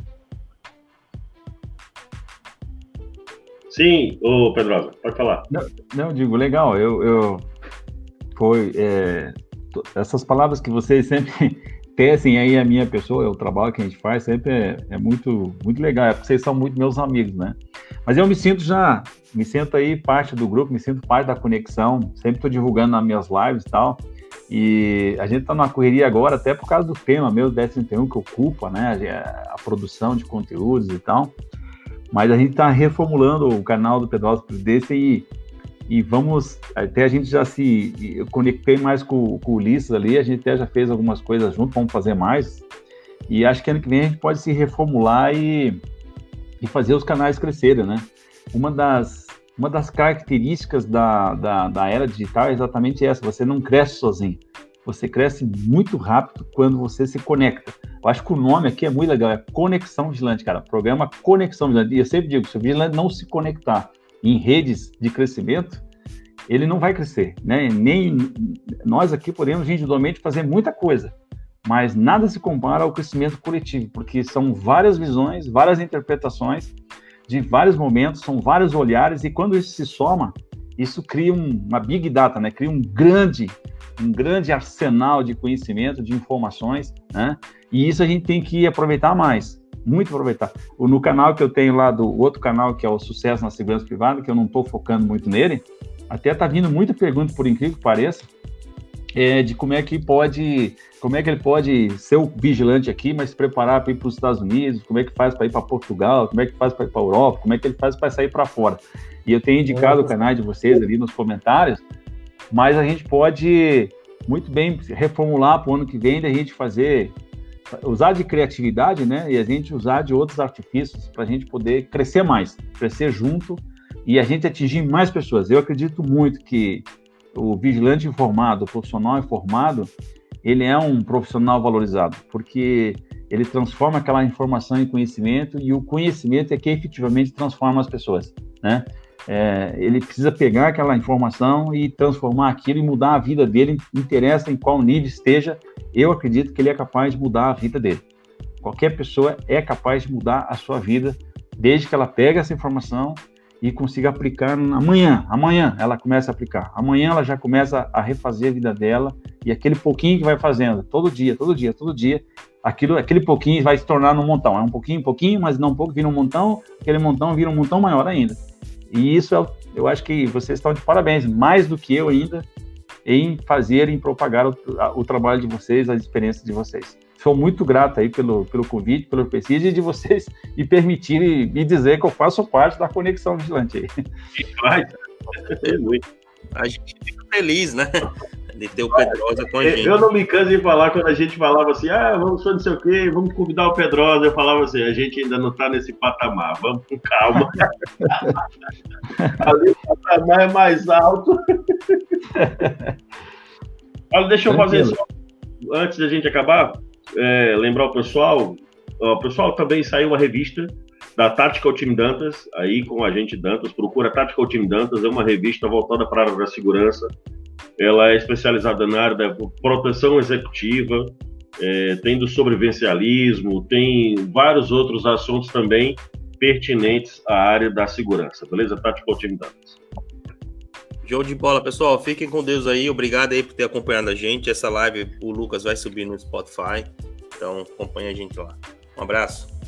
Sim, ô Pedrosa, pode falar. Não, não digo, legal, eu, eu foi, é, essas palavras que vocês sempre tecem aí a minha pessoa, o trabalho que a gente faz, sempre é, é muito, muito legal, é porque vocês são muito meus amigos, né? Mas eu me sinto já, me sinto aí parte do grupo, me sinto parte da conexão, sempre estou divulgando nas minhas lives e tal, e a gente está numa correria agora, até por causa do tema meu, dez trinta e um, que ocupa, né, a, a produção de conteúdos e tal. Mas a gente está reformulando o canal do Pedrosa desse e, e vamos, até a gente já se, eu conectei mais com, com o Ulisses ali, a gente até já fez algumas coisas junto, vamos fazer mais, e acho que ano que vem a gente pode se reformular e, e fazer os canais crescerem, né? Uma das, uma das características da, da, da era digital é exatamente essa, você não cresce sozinho, você cresce muito rápido quando você se conecta. Eu acho que o nome aqui é muito legal, é Conexão Vigilante, cara, programa Conexão Vigilante, e eu sempre digo, se o vigilante não se conectar em redes de crescimento, ele não vai crescer, né? Nem nós aqui podemos individualmente fazer muita coisa, mas nada se compara ao crescimento coletivo, porque são várias visões, várias interpretações de vários momentos, são vários olhares, e quando isso se soma, isso cria um, uma big data, né? Cria um grande, um grande arsenal de conhecimento, de informações, né? E isso a gente tem que aproveitar mais, muito aproveitar. No canal que eu tenho lá, do outro canal, que é o Sucesso na Segurança Privada, que eu não estou focando muito nele, até tá vindo muita pergunta, por incrível que pareça, é, de como é que pode, como é que ele pode ser o vigilante aqui, mas se preparar para ir para os Estados Unidos, como é que faz para ir para Portugal, como é que faz para ir para a Europa, como é que ele faz para sair para fora. E eu tenho indicado o canal de vocês ali nos comentários, mas a gente pode muito bem reformular para o ano que vem, da gente fazer, usar de criatividade, né, e a gente usar de outros artifícios para a gente poder crescer mais, crescer junto e a gente atingir mais pessoas. Eu acredito muito que o vigilante informado, o profissional informado, ele é um profissional valorizado, porque ele transforma aquela informação em conhecimento, e o conhecimento é que efetivamente transforma as pessoas, né? É, ele precisa pegar aquela informação e transformar aquilo e mudar a vida dele, interessa em qual nível esteja, eu acredito que ele é capaz de mudar a vida dele. Qualquer pessoa é capaz de mudar a sua vida, desde que ela pegue essa informação e consiga aplicar amanhã, amanhã ela começa a aplicar, amanhã ela já começa a refazer a vida dela, e aquele pouquinho que vai fazendo, todo dia, todo dia, todo dia, aquilo, aquele pouquinho vai se tornar um montão, é um pouquinho, pouquinho, mas não um pouco, vira um montão, aquele montão vira um montão maior ainda, e isso é, eu acho que vocês estão de parabéns, mais do que eu ainda, em fazer, em propagar o, o trabalho de vocês, as experiências de vocês. Sou muito grato aí pelo, pelo convite, pelo prestígio de vocês me permitirem me dizer que eu faço parte da Conexão Vigilante aí. É muito. A gente fica feliz, né? De ter o Pedrosa com a gente. Eu não me canso de falar quando a gente falava assim, ah, vamos fazer não sei o quê, vamos convidar o Pedrosa. Eu falava assim, a gente ainda não está nesse patamar, vamos com calma. Ali o patamar é mais alto. Olha, deixa eu fazer isso antes da gente acabar. É, lembrar o pessoal, o pessoal também saiu uma revista da Tactical Team Dantas, aí com o agente Dantas, procura Tactical Team Dantas, é uma revista voltada para a área da segurança, ela é especializada na área da proteção executiva, é, tem do sobrevivencialismo, tem vários outros assuntos também pertinentes à área da segurança, beleza? Tactical Team Dantas. Show de bola, pessoal. Fiquem com Deus aí. Obrigado aí por ter acompanhado a gente. Essa live o Lucas vai subir no Spotify. Então acompanha a gente lá. Um abraço.